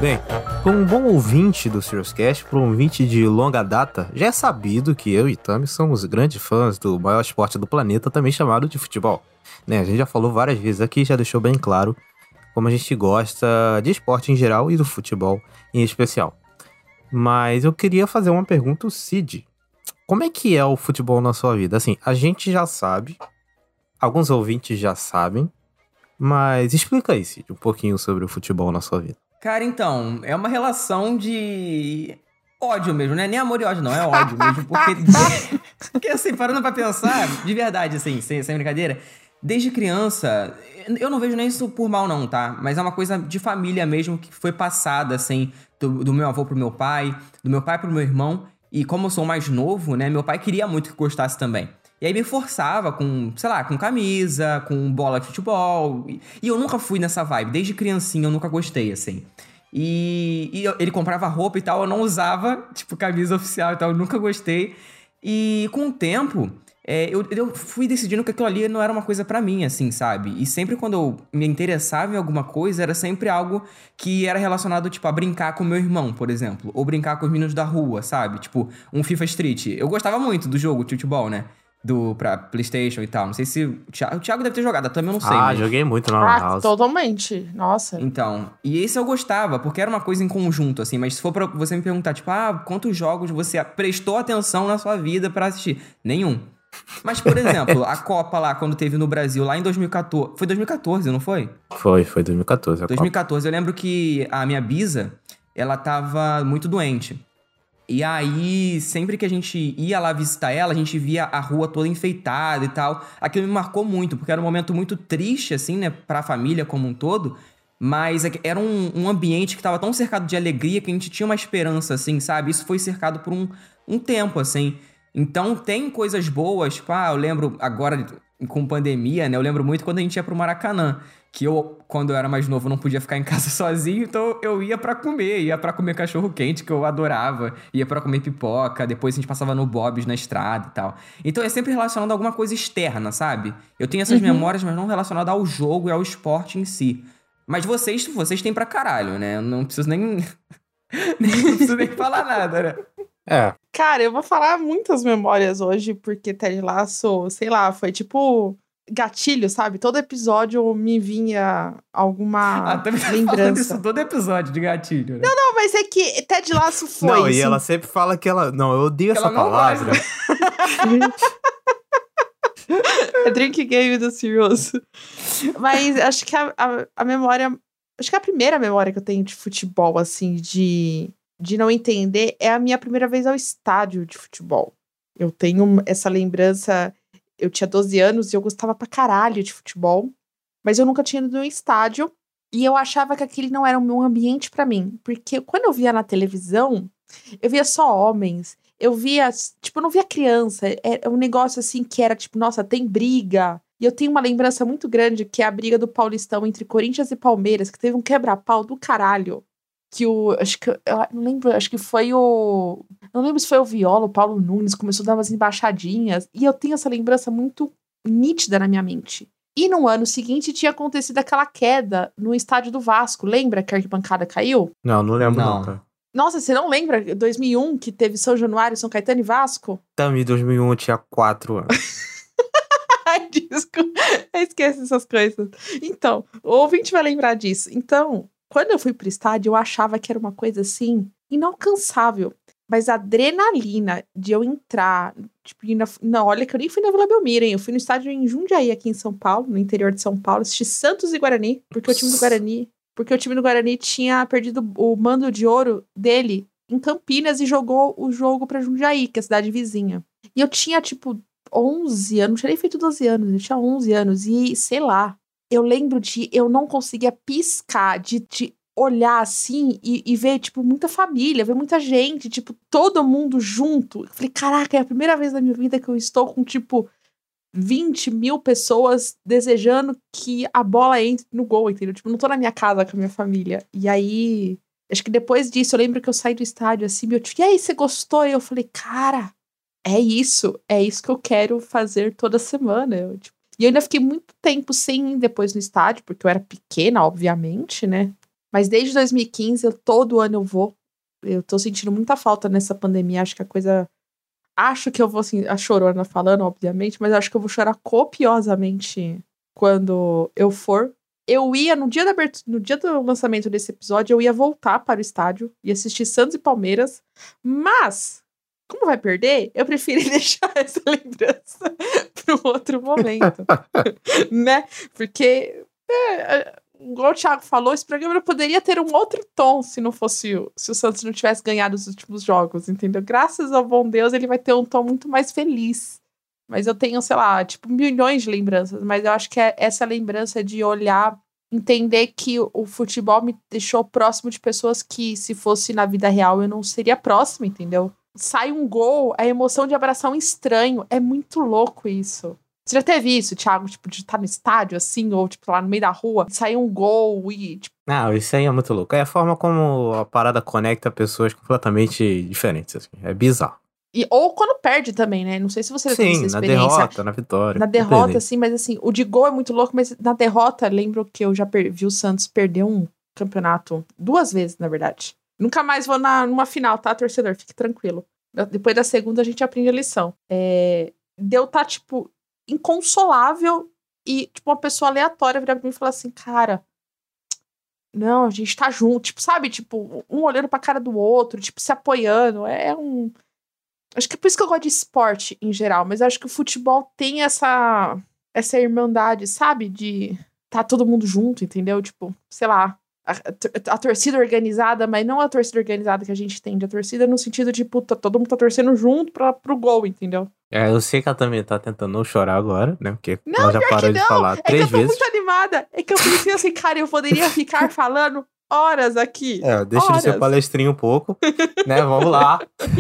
Bem, como um bom ouvinte do SiriusCast, para um ouvinte de longa data, já é sabido que eu e Tami somos grandes fãs do maior esporte do planeta, também chamado de futebol. Né, a gente já falou várias vezes aqui, já deixou bem claro como a gente gosta de esporte em geral e do futebol em especial. Mas eu queria fazer uma pergunta ao Cid. Como é que é o futebol na sua vida? Assim, a gente já sabe, alguns ouvintes já sabem, mas explica aí, Cid, um pouquinho sobre o futebol na sua vida. Cara, então, é uma relação de ódio mesmo, né? Nem amor e ódio, não, é ódio mesmo, porque assim, parando pra pensar, de verdade, assim, sem brincadeira, desde criança, eu não vejo nem isso por mal não, tá? Mas é uma coisa de família mesmo, que foi passada, assim, do meu avô pro meu pai, do meu pai pro meu irmão, e como eu sou mais novo, né, meu pai queria muito que eu gostasse também. E aí me forçava com, sei lá, com camisa, com bola de futebol. E eu nunca fui nessa vibe. Desde criancinha eu nunca gostei, assim. Ele comprava roupa e tal, eu não usava, tipo, camisa oficial e tal, eu nunca gostei. E com o tempo, eu fui decidindo que aquilo ali não era uma coisa pra mim, assim, sabe? E sempre quando eu me interessava em alguma coisa, era sempre algo que era relacionado, tipo, a brincar com meu irmão, por exemplo. Ou brincar com os meninos da rua, sabe? Tipo, um FIFA Street. Eu gostava muito do jogo de futebol, né? Pra PlayStation e tal. Não sei se o Thiago deve ter jogado, também eu não sei. Mas... joguei muito na Lan House. Totalmente. Nossa. Então, e esse eu gostava, porque era uma coisa em conjunto, assim. Mas se for pra você me perguntar, tipo, quantos jogos você prestou atenção na sua vida pra assistir? Nenhum. Mas, por exemplo, a Copa lá, quando teve no Brasil, lá em 2014... Foi 2014, não foi? Foi 2014 a 2014. Eu lembro que a minha bisa, ela tava muito doente. E aí, sempre que a gente ia lá visitar ela, a gente via a rua toda enfeitada e tal. Aquilo me marcou muito, porque era um momento muito triste, assim, né, pra família como um todo. Mas era um ambiente que tava tão cercado de alegria que a gente tinha uma esperança, assim, sabe? Isso foi cercado por um tempo, assim. Então, tem coisas boas, tipo, eu lembro agora, com pandemia, né, eu lembro muito quando a gente ia pro Maracanã. Que eu, quando eu era mais novo, não podia ficar em casa sozinho, então eu ia pra comer cachorro-quente, que eu adorava, ia pra comer pipoca, depois a gente passava no Bob's na estrada e tal. Então é sempre relacionado a alguma coisa externa, sabe? Eu tenho essas memórias, mas não relacionadas ao jogo e ao esporte em si. Mas vocês têm pra caralho, né? Eu não preciso nem... não preciso nem falar nada, né? Cara, eu vou falar muitas memórias hoje, porque Ted Lasso, sei lá, foi tipo... gatilho, sabe? Todo episódio me vinha alguma lembrança. Isso todo episódio de gatilho, né? Não, mas é que Ted Lasso foi. Não, assim. e ela sempre fala que ela... Não, eu odeio essa palavra. É drink game do Sirius. Mas acho que a memória... Acho que a primeira memória que eu tenho de futebol, assim, de não entender, é a minha primeira vez ao estádio de futebol. Eu tenho essa lembrança... Eu tinha 12 anos e eu gostava pra caralho de futebol, mas eu nunca tinha ido num estádio e eu achava que aquele não era um ambiente pra mim, porque quando eu via na televisão, eu via só homens, eu via, tipo, eu não via criança, é um negócio assim que era tipo, nossa, tem briga. E eu tenho uma lembrança muito grande que é a briga do Paulistão entre Corinthians e Palmeiras, que teve um quebra-pau do caralho. Que eu não lembro, acho que foi o... Não lembro se foi o Viola, o Paulo Nunes, começou a dar umas embaixadinhas. E eu tenho essa lembrança muito nítida na minha mente. E no ano seguinte tinha acontecido aquela queda no estádio do Vasco. Lembra que a arquibancada caiu? Não lembro não, cara. Nossa, você não lembra? 2001, que teve São Januário, São Caetano e Vasco? Também, 2001 eu tinha 4 anos. Ai, desculpa. Esquece essas coisas. Então, o ouvinte vai lembrar disso. Então... Quando eu fui pro estádio, eu achava que era uma coisa, assim, inalcançável. Mas a adrenalina de eu entrar... Tipo, não, olha que eu nem fui na Vila Belmiro, hein? Eu fui no estádio em Jundiaí, aqui em São Paulo, no interior de São Paulo. Assisti Santos e Guarani, porque o time do Guarani tinha perdido o mando de ouro dele em Campinas e jogou o jogo pra Jundiaí, que é a cidade vizinha. E eu tinha, tipo, 11 anos. Não tinha nem feito 12 anos. Eu tinha 11 anos. E, sei lá... Eu lembro eu não conseguia piscar, de olhar assim e ver, tipo, muita família, ver muita gente, tipo, todo mundo junto. Eu falei, caraca, é a primeira vez na minha vida que eu estou com, tipo, 20 mil pessoas desejando que a bola entre no gol, entendeu? Tipo, não tô na minha casa com a minha família. E aí, acho que depois disso, eu lembro que eu saí do estádio assim, meu tio, e aí, você gostou? E eu falei, cara, é isso que eu quero fazer toda semana. E eu ainda fiquei muito tempo sem ir depois no estádio, porque eu era pequena, obviamente, né? Mas desde 2015, todo ano eu vou. Eu tô sentindo muita falta nessa pandemia. Acho que a coisa... Acho que eu vou, assim, a chorona falando, obviamente, mas acho que eu vou chorar copiosamente quando eu for. Eu ia, no dia do lançamento desse episódio, eu ia voltar para o estádio e assistir Santos e Palmeiras, mas, como vai perder, eu prefiro deixar essa lembrança para um outro momento, né? Porque, igual o Thiago falou, esse programa poderia ter um outro tom se o Santos não tivesse ganhado os últimos jogos, entendeu? Graças ao bom Deus, ele vai ter um tom muito mais feliz. Mas eu tenho, sei lá, tipo, milhões de lembranças. Mas eu acho que é essa lembrança de olhar, entender que o futebol me deixou próximo de pessoas que, se fosse na vida real, eu não seria próximo, entendeu? Sai um gol, a emoção de abraçar um estranho. É muito louco isso. Você já teve isso, Thiago? Tipo, de estar no estádio, assim, ou, tipo, lá no meio da rua, sair um gol e, tipo... Não, isso aí é muito louco. É a forma como a parada conecta pessoas completamente diferentes, assim. É bizarro. Ou quando perde também, né? Não sei se você já teve essa experiência. Na derrota, na vitória. Na derrota, sim, mas assim, o de gol é muito louco, mas na derrota, lembro que eu já vi o Santos perder um campeonato 2 vezes, na verdade. Nunca mais vou numa final, tá, torcedor? Fique tranquilo. Depois da segunda, a gente aprende a lição. Deu tá, tipo, inconsolável e, tipo, uma pessoa aleatória virar pra mim e falar assim, cara... Não, a gente tá junto, tipo, sabe? Tipo, um olhando pra cara do outro, tipo, se apoiando. Acho que é por isso que eu gosto de esporte em geral, mas acho que o futebol tem essa irmandade, sabe? De tá todo mundo junto, entendeu? Tipo, sei lá, a torcida organizada, mas não a torcida organizada que a gente tem, a torcida no sentido de, puta, todo mundo tá torcendo junto pro gol, entendeu? Eu sei que ela também tá tentando não chorar agora, né? Porque ela já parou de falar 3 vezes. É que eu tô muito animada. É que eu pensei assim, cara, eu poderia ficar falando horas aqui. Deixa de ser palestrinho um pouco, né? Vamos lá.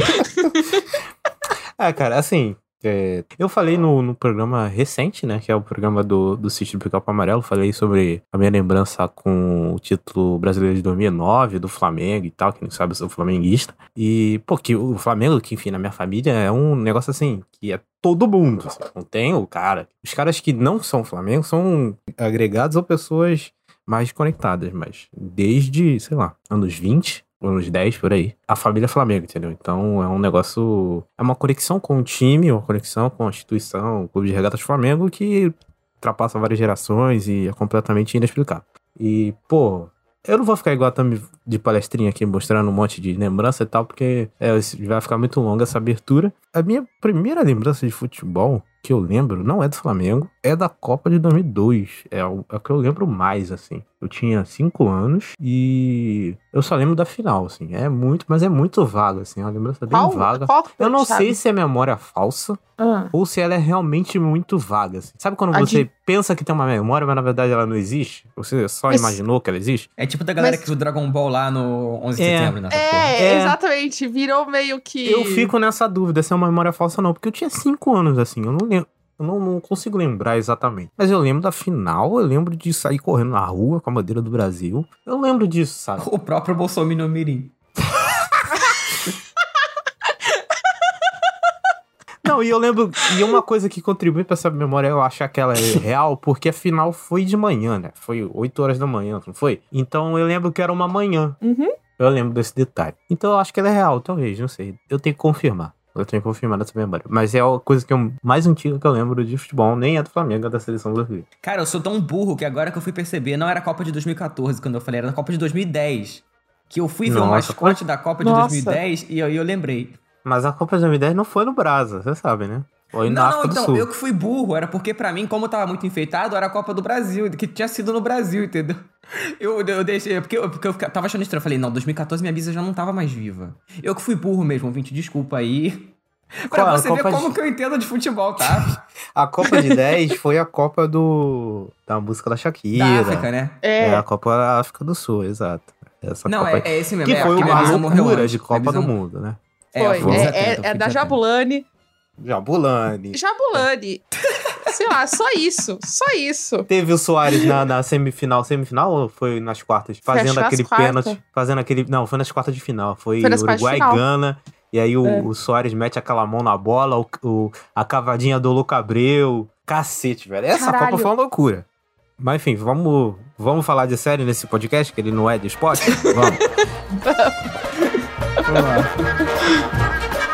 Cara, assim, eu falei no programa recente, né? Que é o programa do Sítio do Pica-Pau Amarelo. Falei sobre a minha lembrança com o título brasileiro de 2009, do Flamengo e tal. Quem não sabe, eu sou flamenguista. E, pô, que o Flamengo, que enfim, na minha família, é um negócio assim, que é todo mundo. Assim, não tem o cara. Os caras que não são Flamengo são agregados ou pessoas mais conectadas, mas desde, sei lá, anos 20, anos 10, por aí, a família é Flamengo, entendeu? Então é um negócio, é uma conexão com o time, uma conexão com a instituição, o Clube de Regatas Flamengo, que ultrapassa várias gerações e é completamente inexplicável. E, pô, eu não vou ficar igual a Tami de palestrinha aqui, mostrando um monte de lembrança e tal, porque vai ficar muito longa essa abertura. A minha primeira lembrança de futebol que eu lembro não é do Flamengo, é da Copa de 2002. É o que eu lembro mais, assim. Eu tinha 5 anos e eu só lembro da final, assim. Mas é muito vago, assim. É uma lembrança bem vaga. Eu não sei se é memória falsa ou se ela é realmente muito vaga, assim. Sabe quando você pensa que tem uma memória, mas na verdade ela não existe? Você só imaginou que ela existe? É tipo da galera que viu Dragon Ball lá no 11 de setembro, né? Exatamente. Virou meio que... Eu fico nessa dúvida se é uma memória falsa ou não, porque eu tinha 5 anos, assim. Eu não lembro. Eu não consigo lembrar exatamente. Mas eu lembro da final, eu lembro de sair correndo na rua com a bandeira do Brasil. Eu lembro disso, sabe? O próprio Bolsonaro Mirim. Não, e eu lembro... E uma coisa que contribui pra essa memória eu achar que ela é real, porque a final foi de manhã, né? Foi 8 horas da manhã, não foi? Então eu lembro que era uma manhã. Uhum. Eu lembro desse detalhe. Então eu acho que ela é real, talvez, não sei. Eu tenho que confirmar. Eu tenho confirmado essa memória. Mas é a coisa que mais antiga que eu lembro de futebol. Nem é do Flamengo, é da seleção brasileira. Cara, eu sou tão burro que agora que eu fui perceber, não era a Copa de 2014, quando eu falei, era a Copa de 2010. Que eu fui ver o mascote da Copa de 2010 e eu lembrei. Mas a Copa de 2010 não foi no Brasa, você sabe, né? Foi na África do Sul. Eu que fui burro. Era porque pra mim, como eu tava muito enfeitado, era a Copa do Brasil, que tinha sido no Brasil, entendeu? Eu deixei... Porque eu tava achando estranho. Eu falei, não, 2014 minha bisa já não tava mais viva. Eu que fui burro mesmo, ouvinte. Desculpa aí. Pra você ver como que eu entendo de futebol, tá? A Copa de 10 foi a Copa da música da Shakira. Da África, né? É a Copa da África do Sul, exato. Essa não, Copa é esse mesmo. Que foi uma loucura de Copa do Mundo, né? Foi. É da Jabulani. Jabulani. Sei lá, só isso. Teve o Soares na semifinal ou foi nas quartas? Fazendo aquele pênalti. Não, foi nas quartas de final. Foi Uruguai e Gana. E aí o Soares mete aquela mão na bola, a cavadinha do Luca Abreu. Cacete, velho. Essa Copa foi uma loucura. Mas enfim, vamos falar de série nesse podcast, que ele não é de esporte? Vamos. Vamos lá.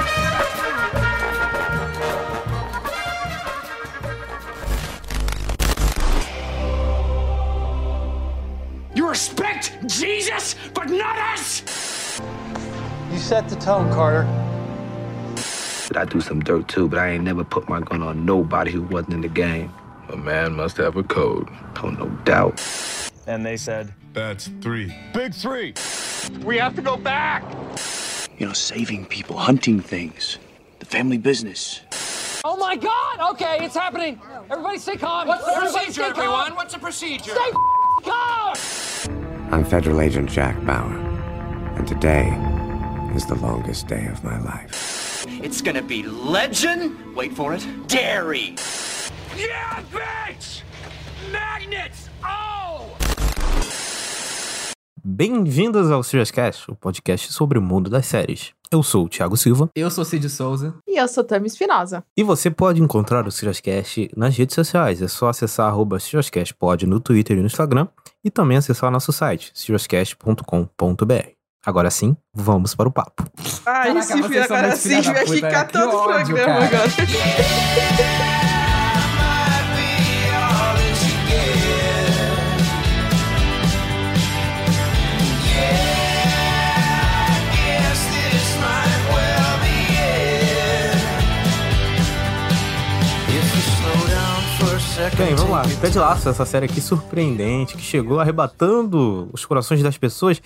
You respect Jesus, but not us! You set the tone, Carter. I do some dirt too, but I ain't never put my gun on nobody who wasn't in the game. A man must have a code. Oh, no doubt. And they said, That's 3. Big 3. We have to go back! You know, saving people, hunting things, the family business. Oh my God! Okay, it's happening. Everybody stay calm. What's the procedure, everyone? What's the procedure? Stay calm! I'm Federal Agent Jack Bauer, and today is the longest day of my life. It's gonna be legend, wait for it, dairy. Yeah, bitch! Magnets! Oh! Bem-vindos ao Serious Cast, o podcast sobre o mundo das séries. Eu sou o Thiago Silva. Eu sou Cid Souza. E eu sou Tami Espinosa. E você pode encontrar o Serious Cast nas redes sociais. É só acessar @SeriousCastPod no Twitter e no Instagram. E também acessar nosso site, seriouscast.com.br. Agora sim, vamos para o papo. Ai, Caraca, Cif, vocês são agora muito sim, filha da vai puta, ficar que todo o ódio, programa cara. agora. Bem, vamos lá. Ted Lasso, essa série aqui surpreendente, que chegou arrebatando os corações das pessoas.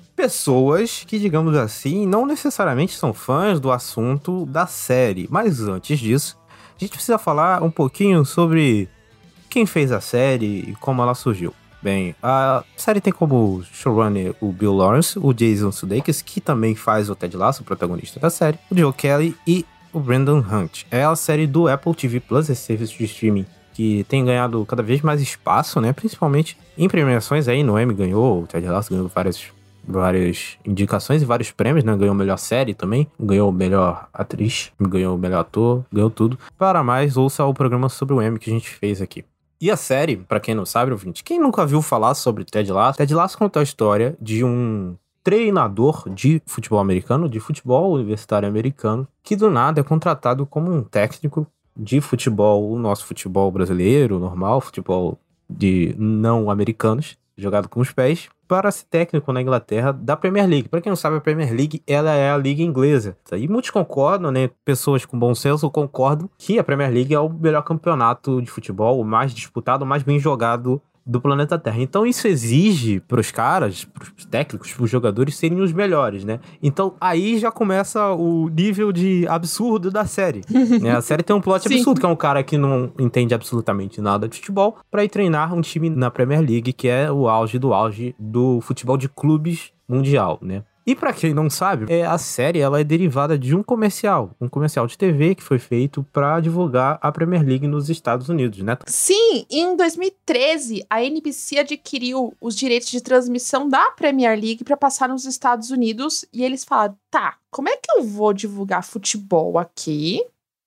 Pessoas que, digamos assim, não necessariamente são fãs do assunto da série. Mas antes disso, a gente precisa falar um pouquinho sobre quem fez a série e como ela surgiu. Bem, a série tem como showrunner o Bill Lawrence, o Jason Sudeikis, que também faz o Ted Lasso, o protagonista da série, o Joe Kelly e o Brendan Hunt. É a série do Apple TV Plus, esse serviço de streaming que tem ganhado cada vez mais espaço, né? Principalmente em premiações aí, no Emmy ganhou, o Ted Lasso ganhou várias indicações e vários prêmios, né? Ganhou melhor série também, ganhou melhor atriz, ganhou melhor ator, ganhou tudo. Para mais, ouça o programa sobre o Emmy que a gente fez aqui. E a série, pra quem não sabe, ouvinte, quem nunca viu falar sobre Ted Lasso conta a história de um treinador de futebol americano, de futebol universitário americano, que do nada é contratado como um técnico de futebol, o nosso futebol brasileiro, normal, futebol de não americanos, jogado com os pés, para ser técnico na Inglaterra da Premier League. Para quem não sabe, a Premier League, ela é a liga inglesa. E muitos concordam, né? Pessoas com bom senso concordam que a Premier League é o melhor campeonato de futebol, o mais disputado, o mais bem jogado do planeta Terra. Então isso exige pros caras, pros técnicos, pros jogadores serem os melhores, né? Então aí já começa o nível de absurdo da série. Né? A série tem um plot absurdo, que é um cara que não entende absolutamente nada de futebol pra ir treinar um time na Premier League, que é o auge do futebol de clubes mundial, né? E pra quem não sabe, a série ela é derivada de um comercial de TV que foi feito pra divulgar a Premier League nos Estados Unidos, né? Sim, em 2013, a NBC adquiriu os direitos de transmissão da Premier League para passar nos Estados Unidos e eles falaram, tá, como é que eu vou divulgar futebol aqui?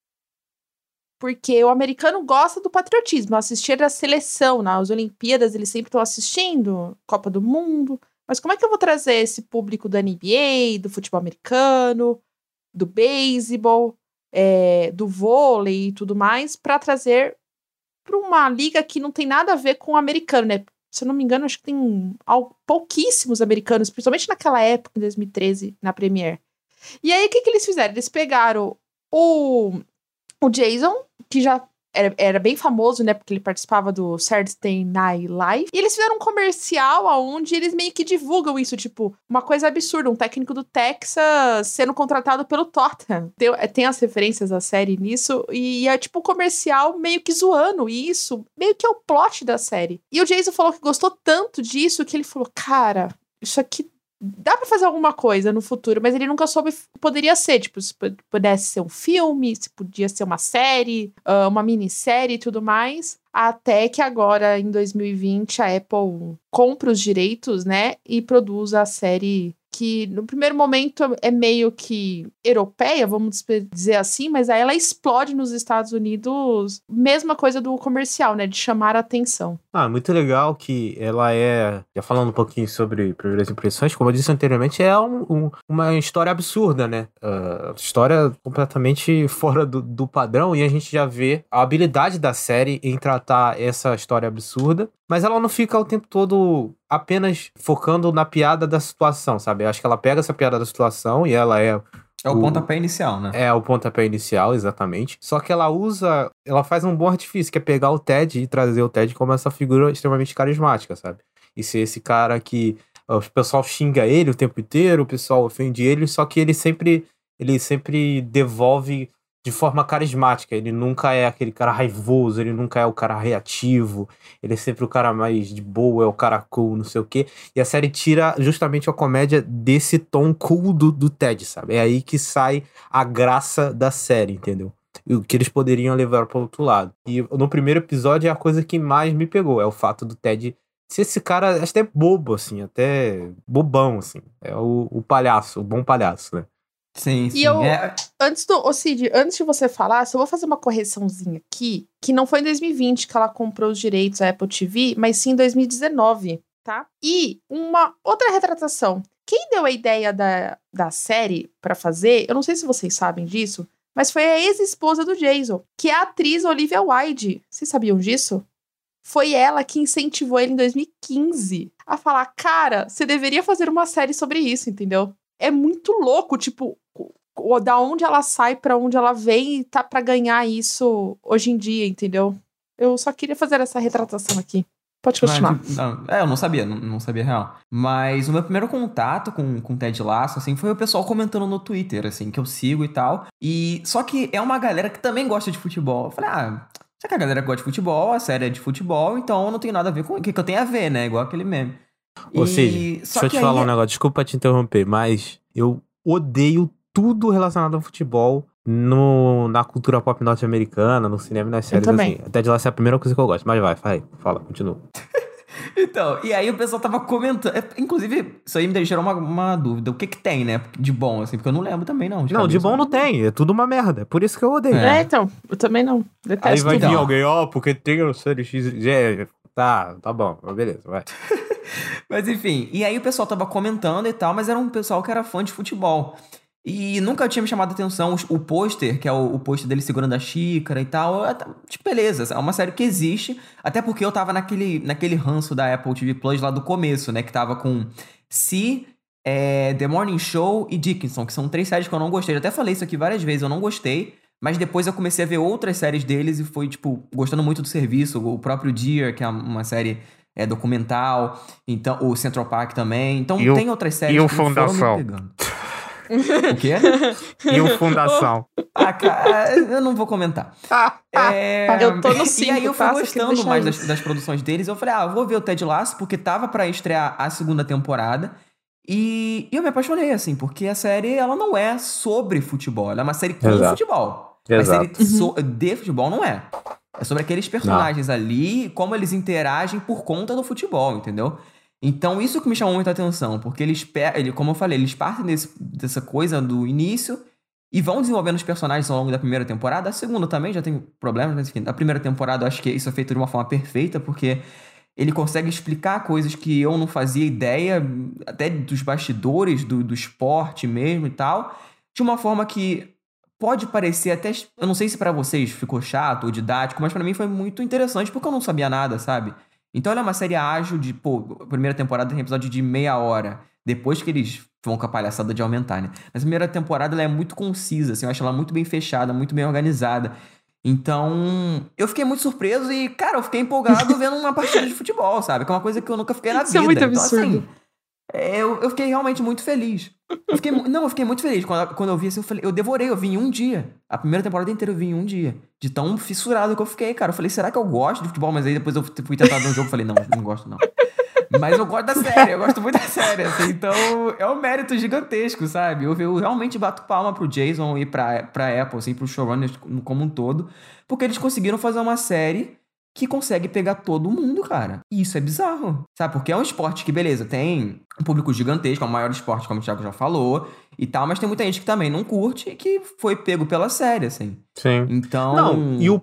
Porque o americano gosta do patriotismo, assistir a seleção, nas Olimpíadas eles sempre estão assistindo, Copa do Mundo. Mas como é que eu vou trazer esse público da NBA, do futebol americano, do beisebol, do vôlei e tudo mais, para trazer para uma liga que não tem nada a ver com o americano, né? Se eu não me engano, acho que tem pouquíssimos americanos, principalmente naquela época, em 2013, na Premier. E aí, o que eles fizeram? Eles pegaram o Jason, que já era bem famoso, né, porque ele participava do Saturday Night Live, e eles fizeram um comercial onde eles meio que divulgam isso, tipo, uma coisa absurda, um técnico do Texas sendo contratado pelo Tottenham. Tem as referências da série nisso, e é tipo um comercial meio que zoando isso, meio que é o plot da série. E o Jason falou que gostou tanto disso que ele falou, cara, isso aqui dá pra fazer alguma coisa no futuro, mas ele nunca soube que poderia ser, tipo, se pudesse ser um filme, se podia ser uma série, uma minissérie e tudo mais, até que agora, em 2020, a Apple compra os direitos, né, e produz a série que no primeiro momento é meio que europeia, vamos dizer assim, mas aí ela explode nos Estados Unidos, mesma coisa do comercial, né, de chamar a atenção. Muito legal que ela já falando um pouquinho sobre primeiras impressões, como eu disse anteriormente, é uma história absurda, né? História completamente fora do padrão, e a gente já vê a habilidade da série em tratar essa história absurda, mas ela não fica o tempo todo apenas focando na piada da situação, sabe? Eu acho que ela pega essa piada da situação e ela é o pontapé inicial, né? É o pontapé inicial, exatamente. Só que ela faz um bom artifício, que é pegar o Ted e trazer o Ted como essa figura extremamente carismática, sabe? E ser esse cara que o pessoal xinga ele o tempo inteiro, o pessoal ofende ele, só que ele sempre devolve de forma carismática. Ele nunca é aquele cara raivoso, ele nunca é o cara reativo, ele é sempre o cara mais de boa, é o cara cool, não sei o quê. E a série tira justamente a comédia desse tom cool do Ted, sabe? É aí que sai a graça da série, entendeu? E o que eles poderiam levar para o outro lado. E no primeiro episódio é a coisa que mais me pegou, é o fato do Ted ser esse cara até bobo, assim, até bobão, assim. É o palhaço, o bom palhaço, né? Sim, sim. E Cid, antes de você falar, só vou fazer uma correçãozinha aqui, que não foi em 2020 que ela comprou os direitos da Apple TV, mas sim em 2019, tá? E uma outra retratação. Quem deu a ideia da série pra fazer, eu não sei se vocês sabem disso, mas foi a ex-esposa do Jason, que é a atriz Olivia Wilde. Vocês sabiam disso? Foi ela que incentivou ele em 2015 a falar, cara, você deveria fazer uma série sobre isso, entendeu? É muito louco, tipo, da onde ela sai pra onde ela vem e tá pra ganhar isso hoje em dia, entendeu? Eu só queria fazer essa retratação aqui. Pode continuar. Eu não sabia real. Mas o meu primeiro contato com Ted Lasso, assim, foi o pessoal comentando no Twitter, assim, que eu sigo e tal. E só que é uma galera que também gosta de futebol. Eu falei, já que a galera gosta de futebol, a série é de futebol, então não tem nada a ver com o que eu tenho a ver, né? Igual aquele meme. Ou seja, deixa eu te falar um negócio, desculpa te interromper, mas eu odeio tudo relacionado ao futebol na cultura pop norte-americana, no cinema e nas séries, assim. Até de lá, essa é a primeira coisa que eu gosto. Mas fala, continua. Então, e aí o pessoal tava comentando. Inclusive, isso aí me gerou uma dúvida. O que tem, né? De bom, assim, porque eu não lembro também, não. De bom não tem. É tudo uma merda. É por isso que eu odeio. Então, eu também não. Detesto. Aí vai vir alguém, porque tem a série X. Tá bom. Beleza, vai. Mas enfim, e aí o pessoal tava comentando e tal, mas era um pessoal que era fã de futebol. E nunca tinha me chamado a atenção o pôster, que é o pôster dele segurando a xícara e tal. Tipo, beleza, é uma série que existe. Até porque eu tava naquele ranço da Apple TV Plus lá do começo, né? Que tava com The Morning Show e Dickinson, que são 3 séries que eu não gostei. Eu até falei isso aqui várias vezes, eu não gostei. Mas depois eu comecei a ver outras séries deles e foi, tipo, gostando muito do serviço. O próprio Dear, que é uma série documental. Então, o Central Park também. Então tem outras séries que foram me pegando. O quê? E o Fundação. Cara, eu não vou comentar. Eu tô no 5, e aí eu fui gostando mais das produções deles. Eu falei, eu vou ver o Ted Lasso, porque tava pra estrear a 2ª temporada. E eu me apaixonei, assim, porque a série, ela não é sobre futebol. Ela é uma série com futebol. Exato. Mas série de futebol não é. É sobre aqueles personagens ali, como eles interagem por conta do futebol, entendeu? Então, isso que me chamou muita atenção, porque como eu falei, eles partem dessa coisa do início e vão desenvolvendo os personagens ao longo da primeira temporada. A segunda também já tem problemas, mas enfim, a primeira temporada eu acho que isso é feito de uma forma perfeita, porque ele consegue explicar coisas que eu não fazia ideia, até dos bastidores do esporte mesmo e tal, de uma forma que pode parecer até... Eu não sei se pra vocês ficou chato ou didático, mas pra mim foi muito interessante, porque eu não sabia nada, sabe? Então ela é uma série ágil de, a primeira temporada tem episódio de meia hora. Depois que eles vão com a palhaçada de aumentar, né? Mas a primeira temporada ela é muito concisa, assim, eu acho ela muito bem fechada, muito bem organizada. Então, eu fiquei muito surpreso e, cara, eu fiquei empolgado vendo uma partida de futebol, sabe? Que é uma coisa que eu nunca fiquei na vida. Isso é muito absurdo. Então, assim, eu fiquei realmente muito feliz. Eu fiquei muito feliz. Quando eu vi assim, eu vi em um dia. A primeira temporada inteira eu vi em um dia. De tão fissurado que eu fiquei, cara. Eu falei, será que eu gosto de futebol? Mas aí depois eu fui tentar ver um jogo e falei, não gosto não. Mas eu gosto da série, eu gosto muito da série, assim. Então, é um mérito gigantesco, sabe? Eu realmente bato palma pro Jason e pra Apple, assim, pro showrunners como um todo. Porque eles conseguiram fazer uma série que consegue pegar todo mundo, cara. E isso é bizarro, sabe? Porque é um esporte que, beleza, tem um público gigantesco, é o maior esporte, como o Thiago já falou, e tal, mas tem muita gente que também não curte e que foi pego pela série, assim. Sim. Então... Não, e o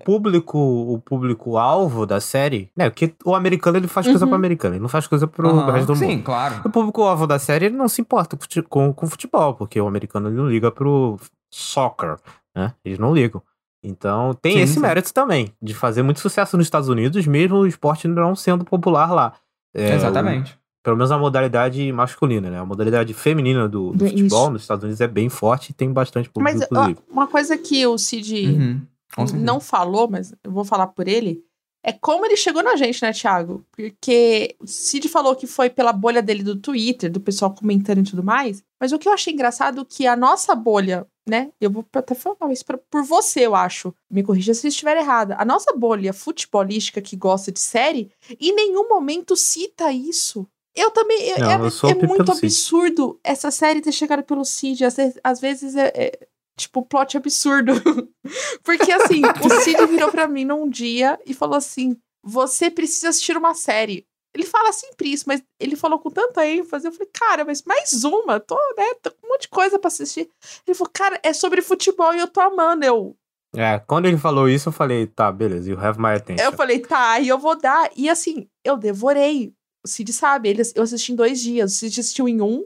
público-alvo da série, né? Porque o americano, ele faz coisa pro americano, ele não faz coisa pro resto do mundo. Sim, claro. O público-alvo da série, ele não se importa com futebol, porque o americano, ele não liga pro soccer, né? Eles não ligam. Então, tem esse mérito também, de fazer muito sucesso nos Estados Unidos, mesmo o esporte não sendo popular lá. Exatamente. Pelo menos a modalidade masculina, né? A modalidade feminina do futebol nos Estados Unidos é bem forte e tem bastante público, mas, inclusive. Uma coisa que o Cid não falou, mas eu vou falar por ele, é como ele chegou na gente, né, Thiago? Porque o Cid falou que foi pela bolha dele do Twitter, do pessoal comentando e tudo mais, mas o que eu achei engraçado é que a nossa bolha, né, eu vou até falar isso por você, eu acho, me corrija se estiver errada, a nossa bolha futebolística que gosta de série, em nenhum momento cita isso. Eu também, é muito absurdo essa série ter chegado pelo Cid, às vezes tipo, plot absurdo. Porque, assim, o Cid virou pra mim num dia e falou assim, você precisa assistir uma série. Ele fala sempre isso, mas ele falou com tanta ênfase. Eu falei, cara, mas mais uma? Tô com um monte de coisa pra assistir. Ele falou, cara, é sobre futebol e eu tô amando. Quando ele falou isso, eu falei, tá, beleza, you have my attention. Eu falei, tá, e eu vou dar. E, assim, eu devorei. O Cid sabe, eu assisti em 2 dias. O Cid assistiu em 1.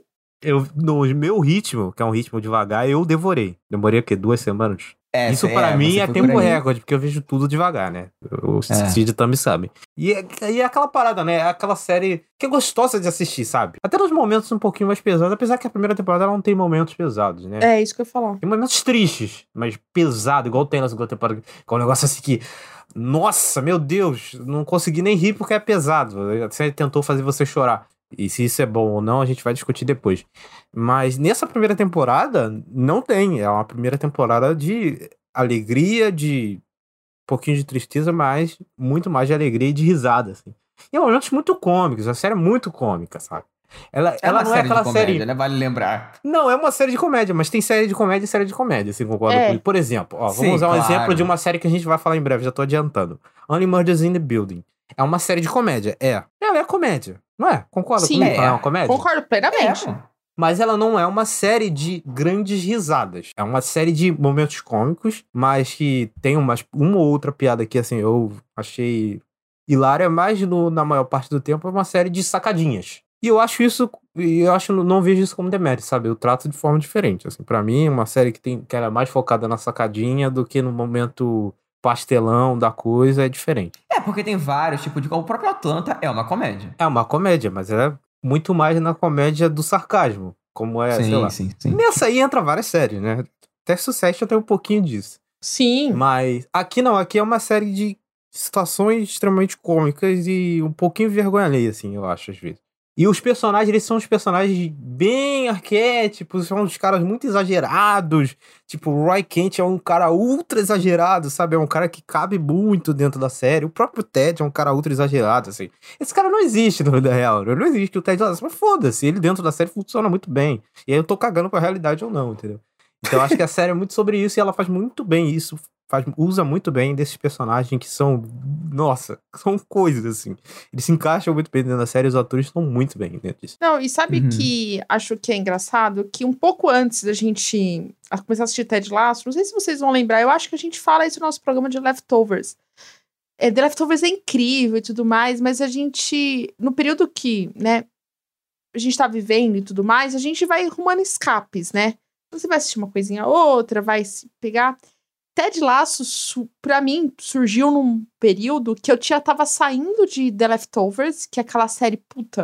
No meu ritmo, que é um ritmo devagar, eu devorei. Demorei o quê? 2 semanas? Isso pra mim é tempo recorde, porque eu vejo tudo devagar, né? O Cid também sabe. E é aquela parada, né? É aquela série que é gostosa de assistir, sabe? Até nos momentos um pouquinho mais pesados, apesar que a primeira temporada ela não tem momentos pesados, né? É isso que eu ia falar. Tem momentos tristes, mas pesado, igual tem na segunda temporada, que é um negócio assim que... Nossa, meu Deus, não consegui nem rir porque é pesado. A série tentou fazer você chorar. E se isso é bom ou não, a gente vai discutir depois. Mas nessa primeira temporada, não tem. É uma primeira temporada de alegria, de um pouquinho de tristeza, mas muito mais de alegria e de risada, assim. E é momentos muito cômicos. A série é muito cômica, sabe? Ela não é aquela série... né? Vale lembrar. Não, é uma série de comédia, mas tem série de comédia e série de comédia, assim, concordo comigo. Por exemplo, vamos usar um exemplo de uma série que a gente vai falar em breve, já tô adiantando. Only Murders in the Building. É uma série de comédia, Ela é comédia, não é? Concorda comigo? Ela é uma comédia? Concordo plenamente. Mas ela não é uma série de grandes risadas. É uma série de momentos cômicos, mas que tem uma ou outra piada que, assim, eu achei hilária, mas na maior parte do tempo é uma série de sacadinhas. E eu acho não vejo isso como demérito, sabe? Eu trato de forma diferente, assim. Pra mim, é uma série que ela é mais focada na sacadinha do que no momento pastelão da coisa, é diferente. Porque tem vários tipos de... O próprio Atlanta é uma comédia. É uma comédia, mas é muito mais na comédia do sarcasmo, como é, sei lá. Sim. Nessa aí entra várias séries, né? Até Succession tem um pouquinho disso. Sim. Mas aqui não, aqui é uma série de situações extremamente cômicas e um pouquinho vergonha alheia, assim, eu acho, às vezes. E os personagens, eles são os personagens bem arquétipos, são uns caras muito exagerados. Tipo, o Roy Kent é um cara ultra exagerado, sabe? É um cara que cabe muito dentro da série. O próprio Ted é um cara ultra exagerado, assim. Esse cara não existe na vida real. Não existe o Ted Lasso, mas foda-se. Ele dentro da série funciona muito bem. E aí eu tô cagando pra realidade ou não, entendeu? Então eu acho que a série é muito sobre isso e ela faz muito bem isso. Usa muito bem desses personagens que são... Nossa, são coisas, assim. Eles se encaixam muito bem dentro da série e os atores estão muito bem dentro disso. Não, e sabe que acho que é engraçado? Que um pouco antes da gente começar a assistir Ted Lasso, não sei se vocês vão lembrar, eu acho que a gente fala isso no nosso programa de Leftovers. The Leftovers é incrível e tudo mais, mas a gente... No período que, né, a gente tá vivendo e tudo mais, a gente vai arrumando escapes, né? Você vai assistir uma coisinha ou outra, vai se pegar... Ted Lasso, pra mim, surgiu num período que eu tava saindo de The Leftovers, que é aquela série,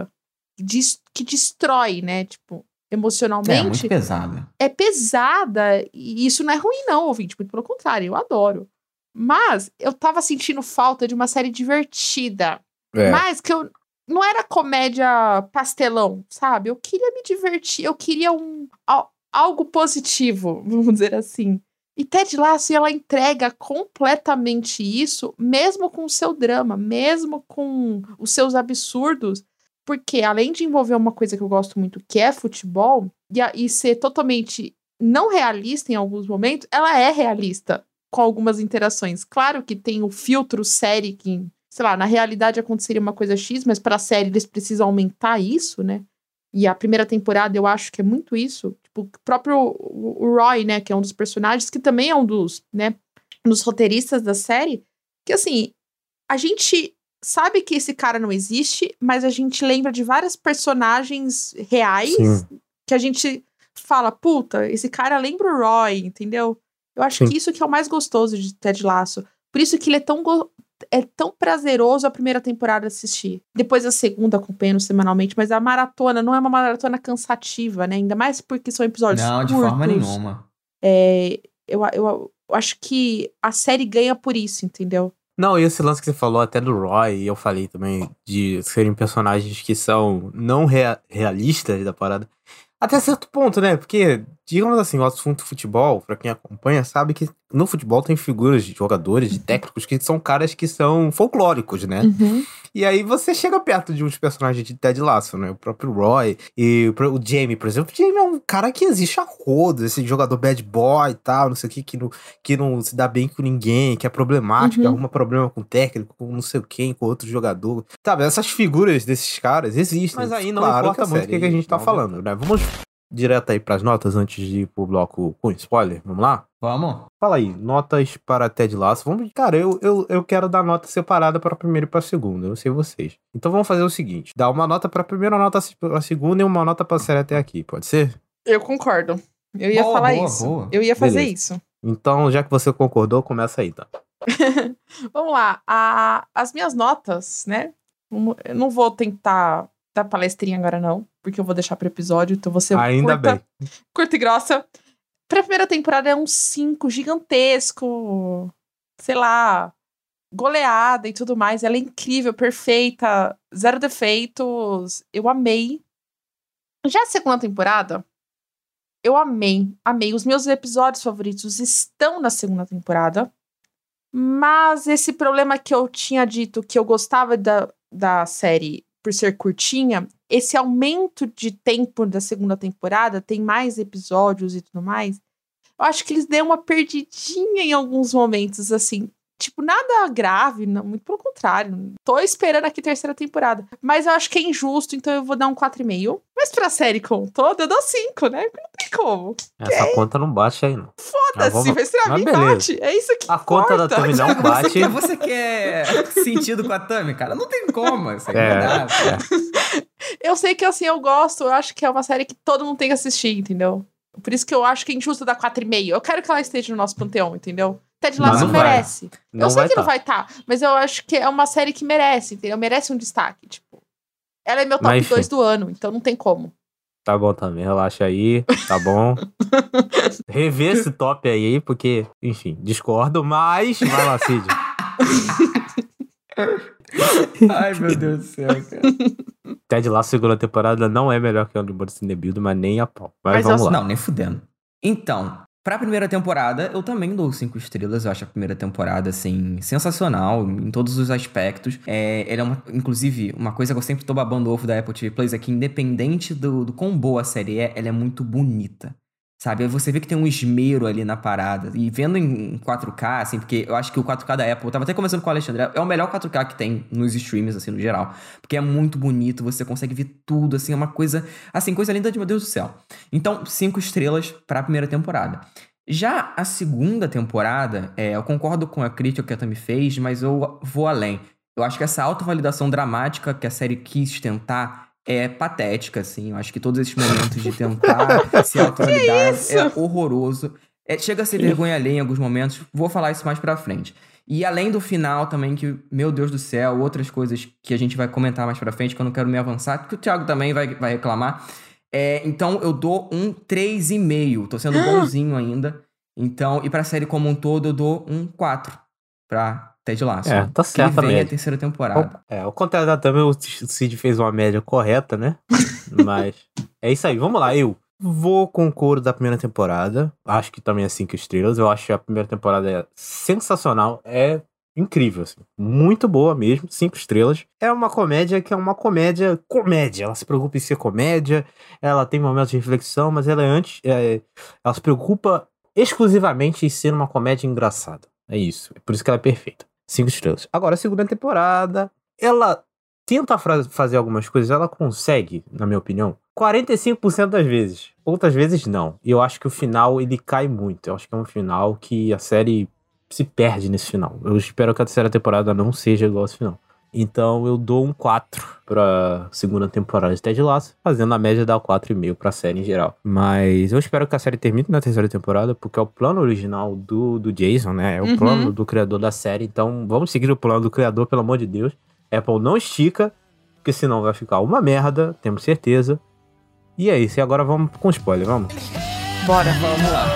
que destrói, né, tipo, emocionalmente. É muito pesada. É pesada, e isso não é ruim não, ouvinte, muito pelo contrário, eu adoro. Mas eu tava sentindo falta de uma série divertida, mas que eu não era comédia pastelão, sabe? Eu queria me divertir, eu queria algo positivo, vamos dizer assim. E Ted Lasso, ela entrega completamente isso, mesmo com o seu drama, mesmo com os seus absurdos, porque além de envolver uma coisa que eu gosto muito, que é futebol, e ser totalmente não realista em alguns momentos, ela é realista com algumas interações. Claro que tem o filtro série, que sei lá, na realidade aconteceria uma coisa X, mas pra série eles precisam aumentar isso, né? E a primeira temporada eu acho que é muito isso. Tipo, o próprio o Roy, né, que é um dos personagens, que também é um dos, né, dos roteiristas da série, que assim, a gente sabe que esse cara não existe, mas a gente lembra de vários personagens reais. Sim. Que a gente fala, puta, esse cara lembra o Roy, entendeu? Eu acho que isso que é o mais gostoso de Ted Lasso. Por isso que ele é tão prazeroso a primeira temporada assistir. Depois a segunda acompanhando semanalmente, mas a maratona não é uma maratona cansativa, né? Ainda mais porque são episódios curtos. Não, de forma nenhuma. Eu acho que a série ganha por isso, entendeu? Não, e esse lance que você falou até do Roy, e eu falei também de serem personagens que são não realistas da parada. Até certo ponto, né? Porque, digamos assim, o assunto futebol, pra quem acompanha, sabe que no futebol tem figuras de jogadores, de técnicos, que são caras que são folclóricos, né? Uhum. E aí você chega perto de uns personagens de Ted Lasso, né? O próprio Roy e o Jamie, por exemplo. O Jamie é um cara que existe a rodo, esse jogador bad boy e tal, não sei o que não se dá bem com ninguém, que é problemático, arruma problema com o técnico, com não sei o quê, com outro jogador. Sabe, essas figuras desses caras existem. Mas aí não importa muito o que a gente tá falando, né? Vamos direto aí pras notas antes de ir pro bloco com spoiler. Vamos lá? Vamos. Fala aí, notas para Ted Lasso. Cara, eu quero dar nota separada para a primeira e para a segunda, eu não sei vocês. Então vamos fazer o seguinte, dar uma nota para a primeira, uma nota para a segunda e uma nota para a série até aqui, pode ser? Eu concordo. Eu ia falar isso. Boa. Eu ia fazer isso. Então, já que você concordou, começa aí, tá? Vamos lá. As minhas notas, né? Eu não vou tentar dar palestrinha agora não, porque eu vou deixar pro episódio, então você ainda bem. Curta e grossa. Pra primeira temporada é um 5 gigantesco, sei lá, goleada e tudo mais. Ela é incrível, perfeita, zero defeitos. Eu amei. Já a segunda temporada, eu amei. Os meus episódios favoritos estão na segunda temporada. Mas esse problema que eu tinha dito, que eu gostava da série por ser curtinha, esse aumento de tempo da segunda temporada, tem mais episódios e tudo mais, eu acho que eles deu uma perdidinha em alguns momentos, assim, tipo, nada grave, não, muito pelo contrário, tô esperando aqui a terceira temporada, mas eu acho que é injusto, então eu vou dar um 4,5, mas pra série como todo, eu dou 5, né, não tem como. Essa conta não bate aí, não. Foda-se, mas pra mim bate, é isso que a conta da Tami não bate. Você quer sentido com a Tami, cara? Não tem como, isso aí não dá. Eu sei que, assim, eu gosto, eu acho que é uma série que todo mundo tem que assistir, entendeu? Por isso que eu acho que é injusto dar 4,5. Eu quero que ela esteja no nosso panteão, entendeu? Ted Lasso merece. Eu sei que não vai estar, mas eu acho que é uma série que merece, entendeu? Merece um destaque, tipo. Ela é meu top 2 do ano, então não tem como. Tá bom também, relaxa aí, tá bom. Rever esse top aí, porque, enfim, discordo, mas vai lá, Cid. Ai, meu Deus do céu, cara. Ted Lasso, segunda temporada, não é melhor que o Only in the Build, mas nem a pau. Mas vamos lá. Não, nem fudendo. Então, pra primeira temporada, eu também dou 5 estrelas. Eu acho a primeira temporada, assim, sensacional em todos os aspectos. Ela é, inclusive, uma coisa que eu sempre tô babando o ovo da Apple TV Plus é que, independente do quão boa a série ela é muito bonita. Sabe, aí você vê que tem um esmero ali na parada. E vendo em 4K, assim, porque eu acho que o 4K da Apple, eu tava até conversando com o Alexandre, é o melhor 4K que tem nos streams, assim, no geral. Porque é muito bonito, você consegue ver tudo, assim, é uma coisa, assim, coisa linda de meu Deus do céu. Então, 5 estrelas pra primeira temporada. Já a segunda temporada, eu concordo com a crítica que a Tami fez, mas eu vou além. Eu acho que essa autovalidação dramática que a série quis tentar é patética, assim. Eu acho que todos esses momentos de tentar se autovalidar é horroroso. Chega a ser vergonha alheia em alguns momentos. Vou falar isso mais pra frente. E além do final também, que, meu Deus do céu, outras coisas que a gente vai comentar mais pra frente, que eu não quero me avançar, que o Thiago também vai reclamar. Então eu dou um 3,5. Tô sendo bonzinho ainda. Então, e pra série como um todo, eu dou um 4 pra Ted Lasso. Tá certo. Que vem a terceira temporada. Ao contrário da Tami, o Cid fez uma média correta, né? Mas é isso aí, vamos lá. Eu vou com o coro da primeira temporada. Acho que também é 5 estrelas. Eu acho que a primeira temporada sensacional. É incrível, assim. Muito boa mesmo, 5 estrelas. É uma comédia que é uma comédia. Ela se preocupa em ser comédia. Ela tem momentos de reflexão, mas ela ela se preocupa exclusivamente em ser uma comédia engraçada. É isso. É por isso que ela é perfeita. 5 estrelas. Agora, a segunda temporada, ela tenta fazer algumas coisas, ela consegue, na minha opinião, 45% das vezes. Outras vezes não. E eu acho que o final, ele cai muito. Eu acho que é um final que a série se perde nesse final. Eu espero que a terceira temporada não seja igual esse final. Então eu dou um 4 pra segunda temporada de Ted Lasso, fazendo a média dar 4,5 pra série em geral. Mas eu espero que a série termine na terceira temporada, porque é o plano original do Jason, né? É o plano do criador da série. Então vamos seguir o plano do criador, pelo amor de Deus. Apple não estica, porque senão vai ficar uma merda, temos certeza. E é isso, e agora vamos com spoiler, vamos? Bora. Vamos lá.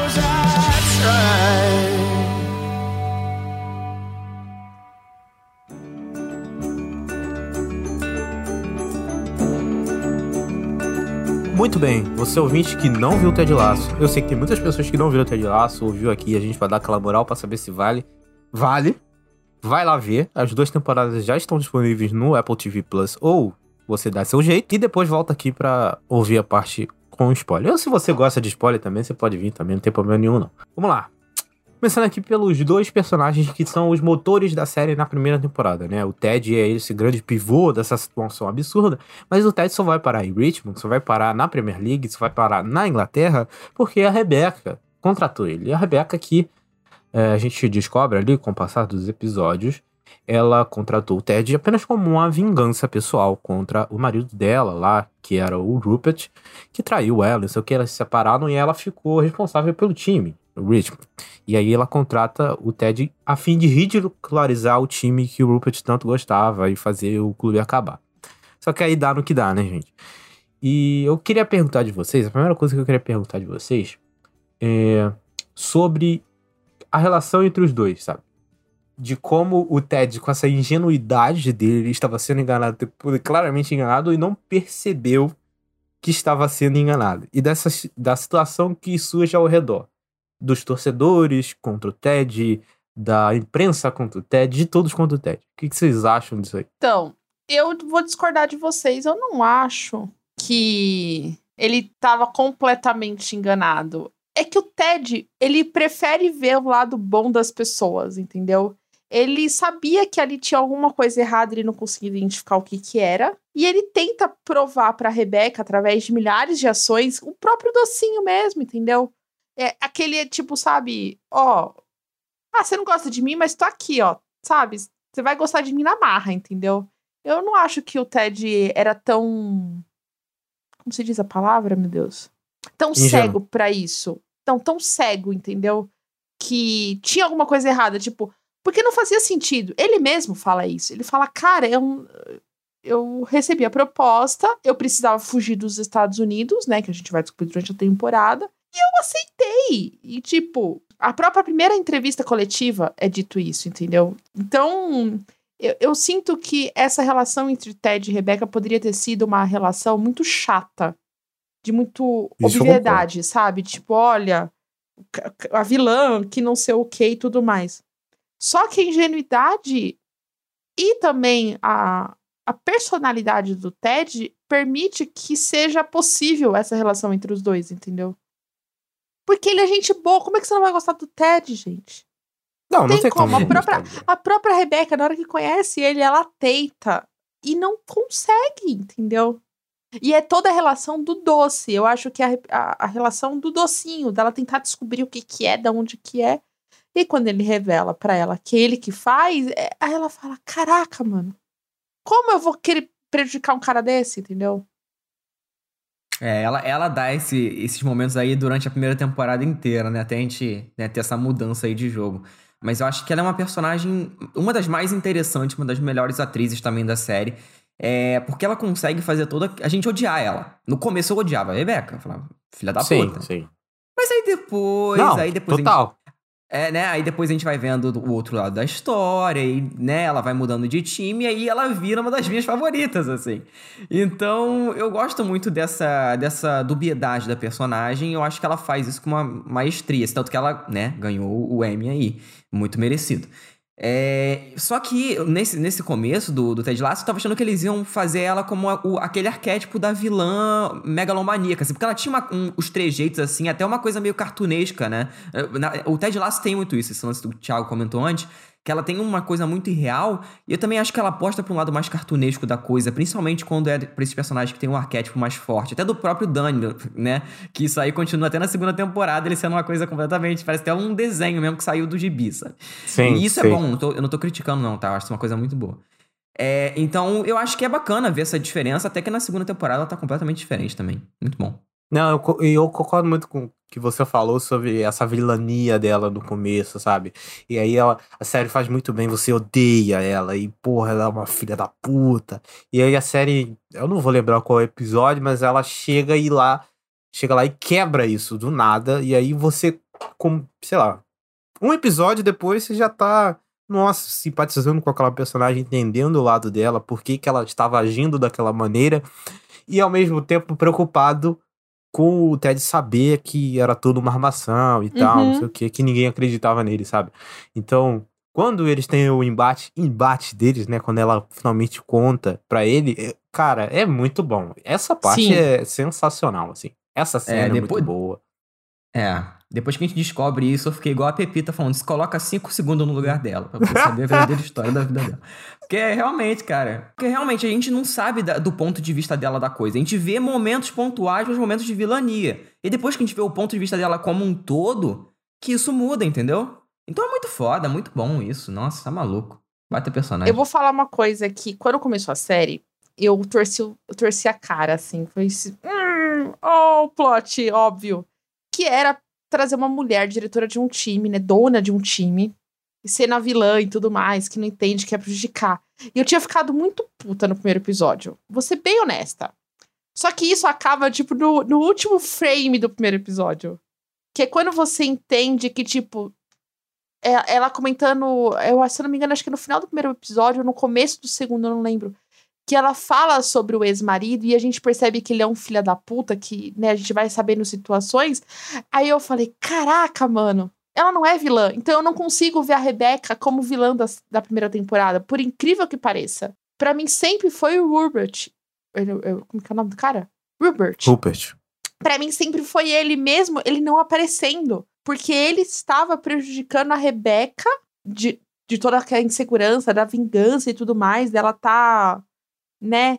Muito bem, você ouvinte que não viu o Ted Lasso, eu sei que tem muitas pessoas que não viram o Ted Lasso, ouviu aqui a gente vai dar aquela moral pra saber se vale. Vale, vai lá ver, as 2 temporadas já estão disponíveis no Apple TV Plus, ou você dá seu jeito, e depois volta aqui pra ouvir a parte com spoiler. Ou se você gosta de spoiler também, você pode vir também, não tem problema nenhum não. Vamos lá. Começando aqui pelos 2 personagens que são os motores da série na primeira temporada, né? O Ted é esse grande pivô dessa situação absurda, mas o Ted só vai parar em Richmond, só vai parar na Premier League, só vai parar na Inglaterra, porque a Rebecca contratou ele. E a Rebecca que a gente descobre ali, com o passar dos episódios, ela contratou o Ted apenas como uma vingança pessoal contra o marido dela lá, que era o Rupert, que traiu ela, não sei o que, elas se separaram e ela ficou responsável pelo time, o Richmond. E aí ela contrata o Ted a fim de ridicularizar o time que o Rupert tanto gostava e fazer o clube acabar. Só que aí dá no que dá, né, gente? E eu queria perguntar de vocês, a primeira coisa que eu queria perguntar de vocês é sobre a relação entre os dois, sabe? De como o Ted, com essa ingenuidade dele, estava sendo enganado, claramente enganado, e não percebeu que estava sendo enganado. E da situação que surge ao redor. Dos torcedores contra o Ted, da imprensa contra o Ted, de todos contra o Ted. O que vocês acham disso aí? Então, eu vou discordar de vocês. Eu não acho que ele estava completamente enganado. É que o Ted, ele prefere ver o lado bom das pessoas, entendeu? Ele sabia que ali tinha alguma coisa errada, ele não conseguia identificar o que era. E ele tenta provar pra Rebecca, através de milhares de ações, o próprio docinho mesmo, entendeu? É aquele, tipo, sabe, você não gosta de mim, mas tô aqui, sabe? Você vai gostar de mim na marra, entendeu? Eu não acho que o Ted era tão... Como se diz a palavra, meu Deus? Tão cego pra isso. Tão cego, entendeu? Que tinha alguma coisa errada, tipo... Porque não fazia sentido. Ele mesmo fala isso. Ele fala, cara, eu recebi a proposta, eu precisava fugir dos Estados Unidos, né? Que a gente vai descobrir durante a temporada. E eu aceitei. E, tipo, a própria primeira entrevista coletiva é dito isso, entendeu? Então, eu sinto que essa relação entre Ted e Rebecca poderia ter sido uma relação muito chata. De muito obviedade, sabe? Tipo, olha, a vilã que não sei o que e tudo mais. Só que a ingenuidade e também a personalidade do Ted permite que seja possível essa relação entre os dois, entendeu? Porque ele é gente boa. Como é que você não vai gostar do Ted, gente? Não tem como. A própria Rebecca, na hora que conhece ele, ela tenta e não consegue, entendeu? E é toda a relação do doce. Eu acho que a relação do docinho, dela tentar descobrir o que é, de onde que é. E quando ele revela pra ela que é ele que faz, aí ela fala, caraca, mano, como eu vou querer prejudicar um cara desse, entendeu? Ela dá esses momentos aí durante a primeira temporada inteira, né? Até a gente, né, ter essa mudança aí de jogo. Mas eu acho que ela é uma personagem, uma das mais interessantes, uma das melhores atrizes também da série. Porque ela consegue fazer a gente odiar ela. No começo eu odiava a Rebecca. Eu falava, filha da puta. Sim. Mas aí depois... total. Né? Aí depois a gente vai vendo o outro lado da história e, né, ela vai mudando de time e aí ela vira uma das minhas favoritas, assim. Então, eu gosto muito dessa dubiedade da personagem. Eu acho que ela faz isso com uma maestria. Tanto que ela, né, ganhou o Emmy aí. Muito merecido. Só que nesse começo do Ted Lasso, eu tava achando que eles iam fazer ela como aquele arquétipo da vilã megalomaníaca, assim, porque ela tinha os trejeitos, assim, até uma coisa meio cartunesca, né? O Ted Lasso tem muito isso, esse lance que o Thiago comentou antes, que ela tem uma coisa muito irreal, e eu também acho que ela aposta pra um lado mais cartunesco da coisa, principalmente quando é pra esses personagens que tem um arquétipo mais forte, até do próprio Daniel, né? Que isso aí continua até na segunda temporada, ele sendo uma coisa completamente, parece até um desenho mesmo que saiu do gibi, sabe? Sim, E isso sim. é bom, eu não tô criticando não, tá? Eu acho isso uma coisa muito boa. Então, eu acho que é bacana ver essa diferença, até que na segunda temporada ela tá completamente diferente também. Muito bom. Não, eu concordo muito com o que você falou sobre essa vilania dela no começo, sabe? E aí a série faz muito bem, você odeia ela, e porra, ela é uma filha da puta. E aí a série, eu não vou lembrar qual episódio, mas ela chega lá e quebra isso do nada, e aí você, sei lá, um episódio depois você já tá, nossa, simpatizando com aquela personagem, entendendo o lado dela, por que ela estava agindo daquela maneira, e ao mesmo tempo preocupado com o Ted saber que era tudo uma armação e tal, não sei o que ninguém acreditava nele, sabe? Então, quando eles têm o embate deles, né, quando ela finalmente conta pra ele, cara, é muito bom. Essa parte é sensacional, assim. Essa cena é muito boa. Depois que a gente descobre isso, eu fiquei igual a Pepita falando, se coloca 5 segundos no lugar dela, pra você saber a verdadeira história da vida dela. Porque realmente, cara, a gente não sabe do ponto de vista dela da coisa. A gente vê momentos pontuais, mas momentos de vilania. E depois que a gente vê o ponto de vista dela como um todo, que isso muda, entendeu? Então é muito foda, muito bom isso. Nossa, tá maluco. Bate personagem. Eu vou falar uma coisa aqui. Quando começou a série, eu torci a cara, assim. Foi esse... o plot, óbvio. Que era trazer uma mulher diretora de um time, né? Dona de um time. E ser na vilã e tudo mais, que não entende, que quer prejudicar. E eu tinha ficado muito puta no primeiro episódio. Vou ser bem honesta. Só que isso acaba, tipo, no último frame do primeiro episódio. Que é quando você entende que, tipo... Ela comentando... se eu não me engano, acho que no final do primeiro episódio, no começo do segundo, eu não lembro. Que ela fala sobre o ex-marido e a gente percebe que ele é um filho da puta, que, né, a gente vai sabendo situações. Aí eu falei, caraca, mano, ela não é vilã. Então eu não consigo ver a Rebecca como vilã da primeira temporada, por incrível que pareça. Pra mim sempre foi o Rupert. Como que é o nome do cara? Rupert. Pra mim sempre foi ele mesmo, ele não aparecendo. Porque ele estava prejudicando a Rebecca de toda aquela insegurança, da vingança e tudo mais, dela tá... né,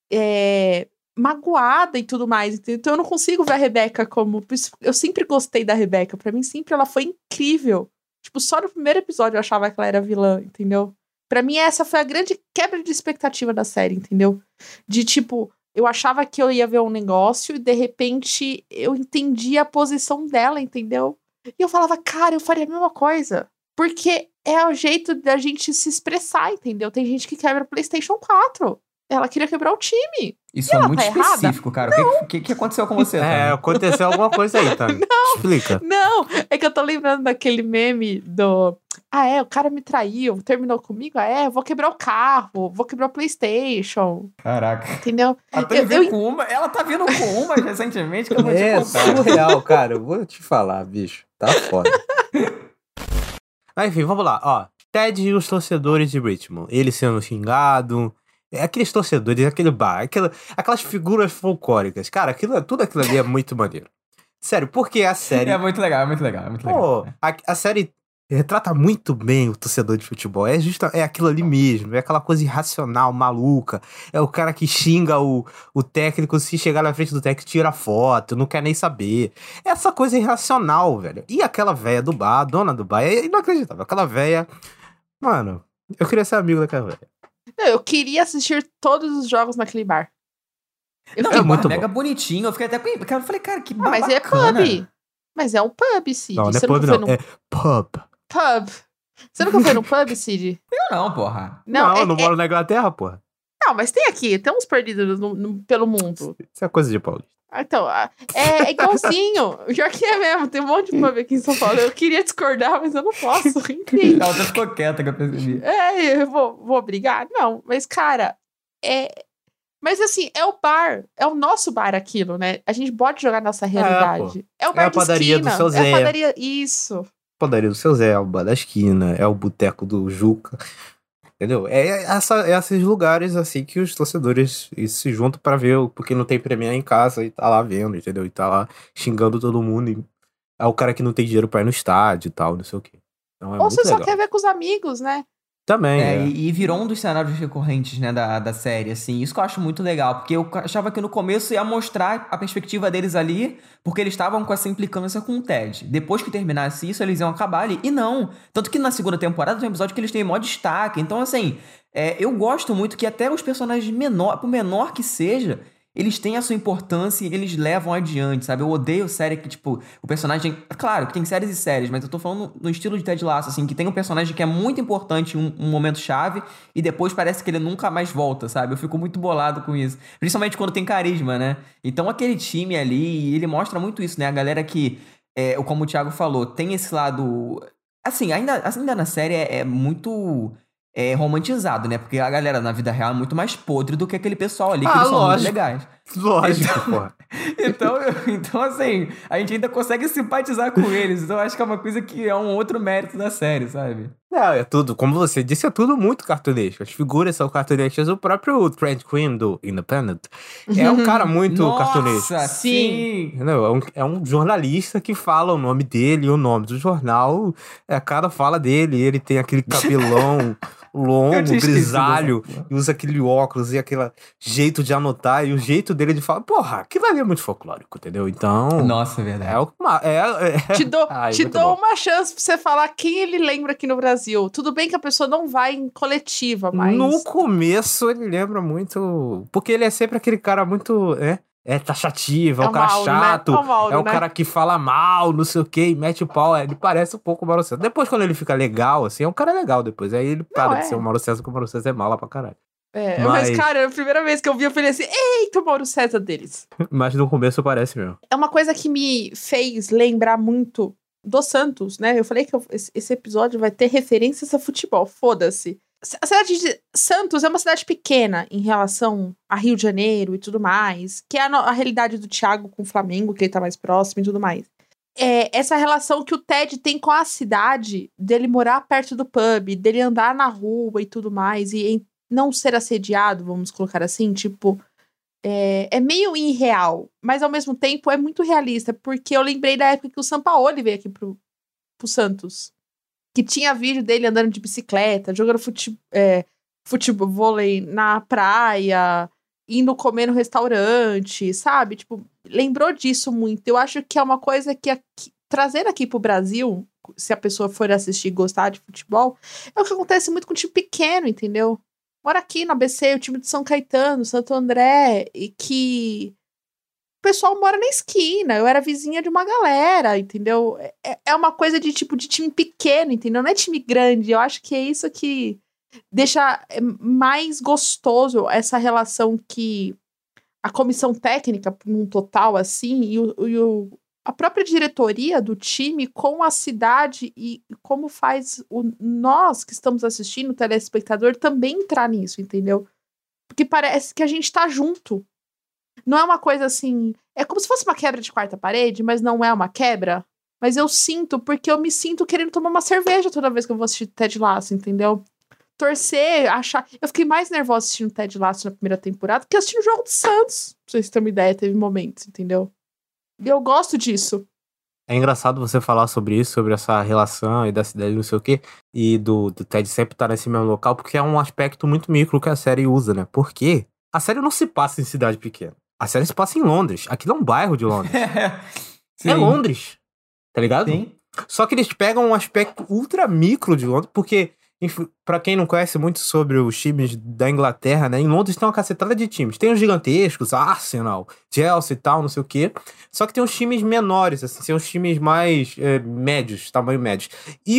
magoada e tudo mais. Então eu não consigo ver a Rebecca como... Eu sempre gostei da Rebecca. Pra mim, sempre ela foi incrível. Tipo, só no primeiro episódio eu achava que ela era vilã, entendeu? Pra mim, essa foi a grande quebra de expectativa da série, entendeu? De, tipo, eu achava que eu ia ver um negócio e, de repente, eu entendi a posição dela, entendeu? E eu falava, cara, eu faria a mesma coisa. Porque é o jeito da gente se expressar, entendeu? Tem gente que quebra o PlayStation 4. Ela queria quebrar o time. Isso é muito específico, cara. O que aconteceu com você? Aconteceu alguma coisa aí, tá? Explica. Não, é que eu tô lembrando daquele meme do... o cara me traiu, terminou comigo, vou quebrar o carro, vou quebrar o PlayStation. Caraca. Entendeu? Ela tá vindo com uma recentemente que eu vou te contar. É surreal, cara. Eu vou te falar, bicho. Tá foda. Mas enfim, vamos lá. Ó, Ted e os torcedores de Richmond. Ele sendo xingado... Aqueles torcedores, aquele bar, aquelas figuras folclóricas. Cara, tudo aquilo ali é muito maneiro. Sério, porque a série... É muito legal, é muito legal, é muito legal. Pô, a série retrata muito bem o torcedor de futebol. É aquilo ali mesmo, é aquela coisa irracional, maluca. É o cara que xinga o técnico, se chegar na frente do técnico, tira foto, não quer nem saber. É essa coisa irracional, velho. E aquela véia do bar, a dona do bar, é inacreditável. Aquela véia... Mano, eu queria ser amigo daquela véia. Não, eu queria assistir todos os jogos naquele bar. É muito mega bonitinho. Eu fiquei até com... Eu falei, cara, que bar mas bacana. É pub. Mas é um pub, Cid. Não é pub, não. É pub. Pub. Você nunca foi no pub, Cid? Eu não, porra. Não, eu não moro na Inglaterra, porra. Não, mas tem aqui. Tem uns perdidos pelo mundo. Isso é coisa de paulista. Então, é igualzinho. Pior que é mesmo. Tem um monte de pub aqui em São Paulo. Eu queria discordar, mas eu não posso. Enfim. Ela até ficou quieta que eu percebi. Eu vou brigar? Não, mas, cara, Mas, assim, é o bar. É o nosso bar aquilo, né? A gente pode jogar nossa realidade. É o bar de padaria esquina. do seu Zé. É a padaria... Isso. Padaria do seu Zé, é o bar da esquina, é o boteco do Juca. Entendeu? Esses lugares, assim, que os torcedores se juntam pra ver, porque não tem Premier em casa e tá lá vendo, entendeu? E tá lá xingando todo mundo. É o cara que não tem dinheiro pra ir no estádio e tal, não sei o quê. Então é Ou muito você legal. só quer ver com os amigos, né? Também, E virou um dos cenários recorrentes, né, da série, assim. Isso que eu acho muito legal, porque eu achava que no começo ia mostrar a perspectiva deles ali, porque eles estavam com essa implicância com o Ted. Depois que terminasse isso, eles iam acabar ali. E não. Tanto que na segunda temporada tem um episódio que eles têm maior destaque. Então, assim, eu gosto muito que até os personagens por menor que seja, eles têm a sua importância e eles levam adiante, sabe? Eu odeio série que, tipo, o personagem... Claro que tem séries e séries, mas eu tô falando no estilo de Ted Lasso, assim, que tem um personagem que é muito importante em um momento-chave e depois parece que ele nunca mais volta, sabe? Eu fico muito bolado com isso. Principalmente quando tem carisma, né? Então aquele time ali, ele mostra muito isso, né? A galera que, como o Thiago falou, tem esse lado... Assim, ainda na série é muito... romantizado, né? Porque a galera na vida real é muito mais podre do que aquele pessoal ali, que eles são muito legais. Lógico, porra. Então, assim, a gente ainda consegue simpatizar com eles. Então, eu acho que é uma coisa que é um outro mérito da série, sabe? Não, é tudo, como você disse, é tudo muito cartunesco. As figuras são cartunescas. O próprio Trent Quinn do Independent é um cara muito cartunesco. Nossa, sim! Não, é um jornalista que fala o nome dele e o nome do jornal. A cara fala dele, ele tem aquele cabelão longo, grisalho, e usa aquele óculos e aquele jeito de anotar, e o jeito dele de falar, porra, aquilo ali é muito folclórico, entendeu? Então... Nossa, é verdade. Te dou uma chance pra você falar quem ele lembra aqui no Brasil. Tudo bem que a pessoa não vai em coletiva, mas... No começo ele lembra muito... Porque ele é sempre aquele cara muito... taxativo, é o cara chato, né? é o cara que fala mal, não sei o que, e mete o pau, ele parece um pouco o Mauro César. Depois, quando ele fica legal, assim, é um cara legal depois. Aí ele para de ser o Mauro César, porque o Mauro César é mala pra caralho. Mas, cara, a primeira vez que eu vi, eu falei assim, eita, o Mauro César deles. Mas no começo parece mesmo. É uma coisa que me fez lembrar muito do Santos, né? Eu falei que esse episódio vai ter referências a futebol, foda-se. A cidade de Santos é uma cidade pequena em relação a Rio de Janeiro e tudo mais, que é a realidade do Thiago com o Flamengo, que ele tá mais próximo e tudo mais. Essa relação que o Ted tem com a cidade, dele morar perto do pub, dele andar na rua e tudo mais, e não ser assediado, vamos colocar assim, tipo... É meio irreal, mas ao mesmo tempo é muito realista, porque eu lembrei da época que o Sampaoli veio aqui pro Santos. Que tinha vídeo dele andando de bicicleta, jogando futebol, vôlei na praia, indo comer no restaurante, sabe? Tipo, lembrou disso muito. Eu acho que é uma coisa que trazer aqui pro Brasil, se a pessoa for assistir e gostar de futebol, é o que acontece muito com time pequeno, entendeu? Mora aqui no ABC, o time de São Caetano, Santo André, e que... O pessoal mora na esquina, eu era vizinha de uma galera, entendeu? É uma coisa de tipo de time pequeno, entendeu? Não é time grande. Eu acho que é isso que deixa mais gostoso essa relação que a comissão técnica, num total assim, e a própria diretoria do time com a cidade e como faz nós que estamos assistindo, o telespectador, também entrar nisso, entendeu? Porque parece que a gente tá junto. Não é uma coisa assim... É como se fosse uma quebra de quarta parede, mas não é uma quebra. Mas eu sinto, porque eu me sinto querendo tomar uma cerveja toda vez que eu vou assistir Ted Lasso, entendeu? Torcer, achar... Eu fiquei mais nervosa assistindo Ted Lasso na primeira temporada que assistindo o Jogo do Santos. Pra vocês terem uma ideia, teve momentos, entendeu? E eu gosto disso. É engraçado você falar sobre isso, sobre essa relação e da cidade, não sei o quê, e do Ted sempre estar nesse mesmo local, porque é um aspecto muito micro que a série usa, né? Porque a série não se passa em cidade pequena. A série se passa em Londres. Aquilo é um bairro de Londres. É Londres. Tá ligado? Sim. Só que eles pegam um aspecto ultra micro de Londres, porque, pra quem não conhece muito sobre os times da Inglaterra, né? Em Londres tem uma cacetada de times. Tem os gigantescos, Arsenal, Chelsea e tal, não sei o quê. Só que tem os times menores, assim, tem os times mais médios, tamanho médio. E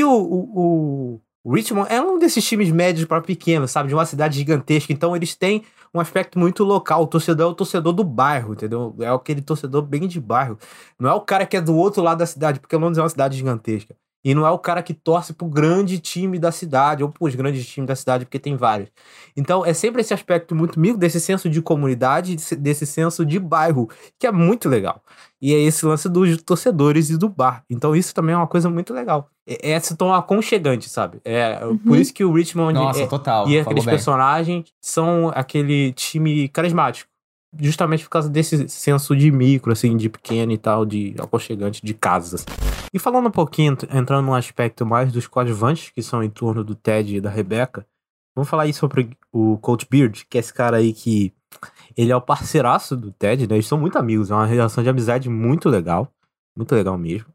o Richmond é um desses times médios para pequenos, sabe? De uma cidade gigantesca. Então eles têm um aspecto muito local. O torcedor é o torcedor do bairro, entendeu? É aquele torcedor bem de bairro. Não é o cara que é do outro lado da cidade, porque Londres é uma cidade gigantesca. E não é o cara que torce pro grande time da cidade, ou pros grandes times da cidade, porque tem vários. Então é sempre esse aspecto muito micro, desse senso de comunidade, desse senso de bairro, que é muito legal. E é esse lance dos torcedores e do bar. Então isso também é uma coisa muito legal. É esse tom aconchegante, sabe? Por isso que o Richmond Nossa, total. e aqueles personagens são aquele time carismático justamente por causa desse senso de micro, assim, de pequeno e tal, de aconchegante, de casas. E falando um pouquinho, entrando num aspecto mais dos coadjuvantes, que são em torno do Ted e da Rebecca, vamos falar aí sobre o Coach Beard, que é esse cara aí que ele é o parceiraço do Ted, né? Eles são muito amigos, é uma relação de amizade muito legal mesmo.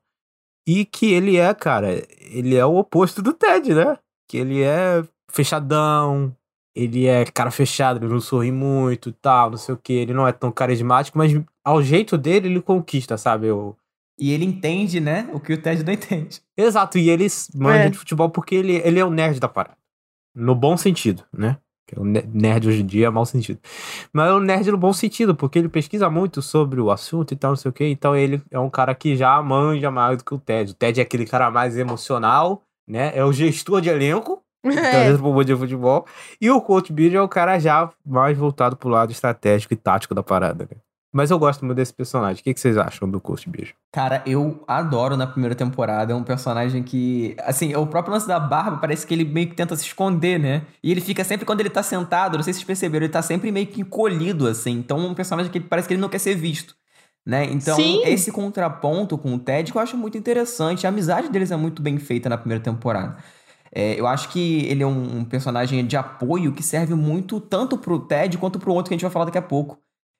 E que ele é, cara, ele é o oposto do Ted, né? Que ele é fechadão, ele é cara fechado, ele não sorri muito e tal, não sei o que, ele não é tão carismático, mas ao jeito dele ele conquista, sabe? E ele entende, né, o que o Ted não entende. Exato, e ele manja de futebol porque ele é o nerd da parada. No bom sentido, né? O nerd hoje em dia é mau sentido. Mas é o nerd no bom sentido, porque ele pesquisa muito sobre o assunto e tal, não sei o que. Então ele é um cara que já manja mais do que o Ted. O Ted é aquele cara mais emocional, né? É o gestor de elenco, de futebol. E o Coach Beard é o cara já mais voltado pro lado estratégico e tático da parada, né? Mas eu gosto muito desse personagem. O que vocês acham do Coach Beard? Cara, eu adoro na primeira temporada. É um personagem que... Assim, o próprio lance da barba parece que ele meio que tenta se esconder, né? E ele fica sempre, quando ele tá sentado, não sei se vocês perceberam, ele tá sempre meio que encolhido, assim. Então é um personagem que parece que ele não quer ser visto, né? Então, esse contraponto com o Ted que eu acho muito interessante. A amizade deles é muito bem feita na primeira temporada. Eu acho que ele é um personagem de apoio que serve muito tanto pro Ted quanto pro outro que a gente vai falar daqui a pouco.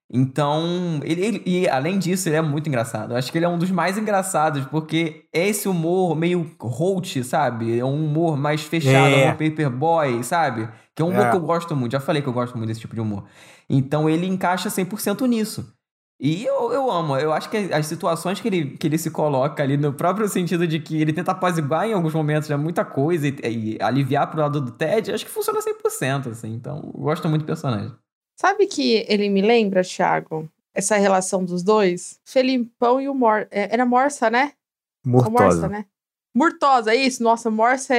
Então, e além disso, ele é muito engraçado. Eu acho que ele é um dos mais engraçados, porque é esse humor meio Holt, sabe? É um humor mais fechado, é um humor paperboy, sabe? Que é um humor que eu gosto muito. Já falei que eu gosto muito desse tipo de humor. Então, ele encaixa 100% nisso. E eu amo. Eu acho que as situações que ele se coloca ali, no próprio sentido de que ele tenta apaziguar em alguns momentos já muita coisa e aliviar pro lado do Ted, acho que funciona 100%, assim. Então, eu gosto muito do personagem. Sabe que ele me lembra, Thiago? Essa relação dos dois? Felipão e o era Morsa, né? Murtosa. Morsa, né? Murtosa, isso. Nossa, Morsa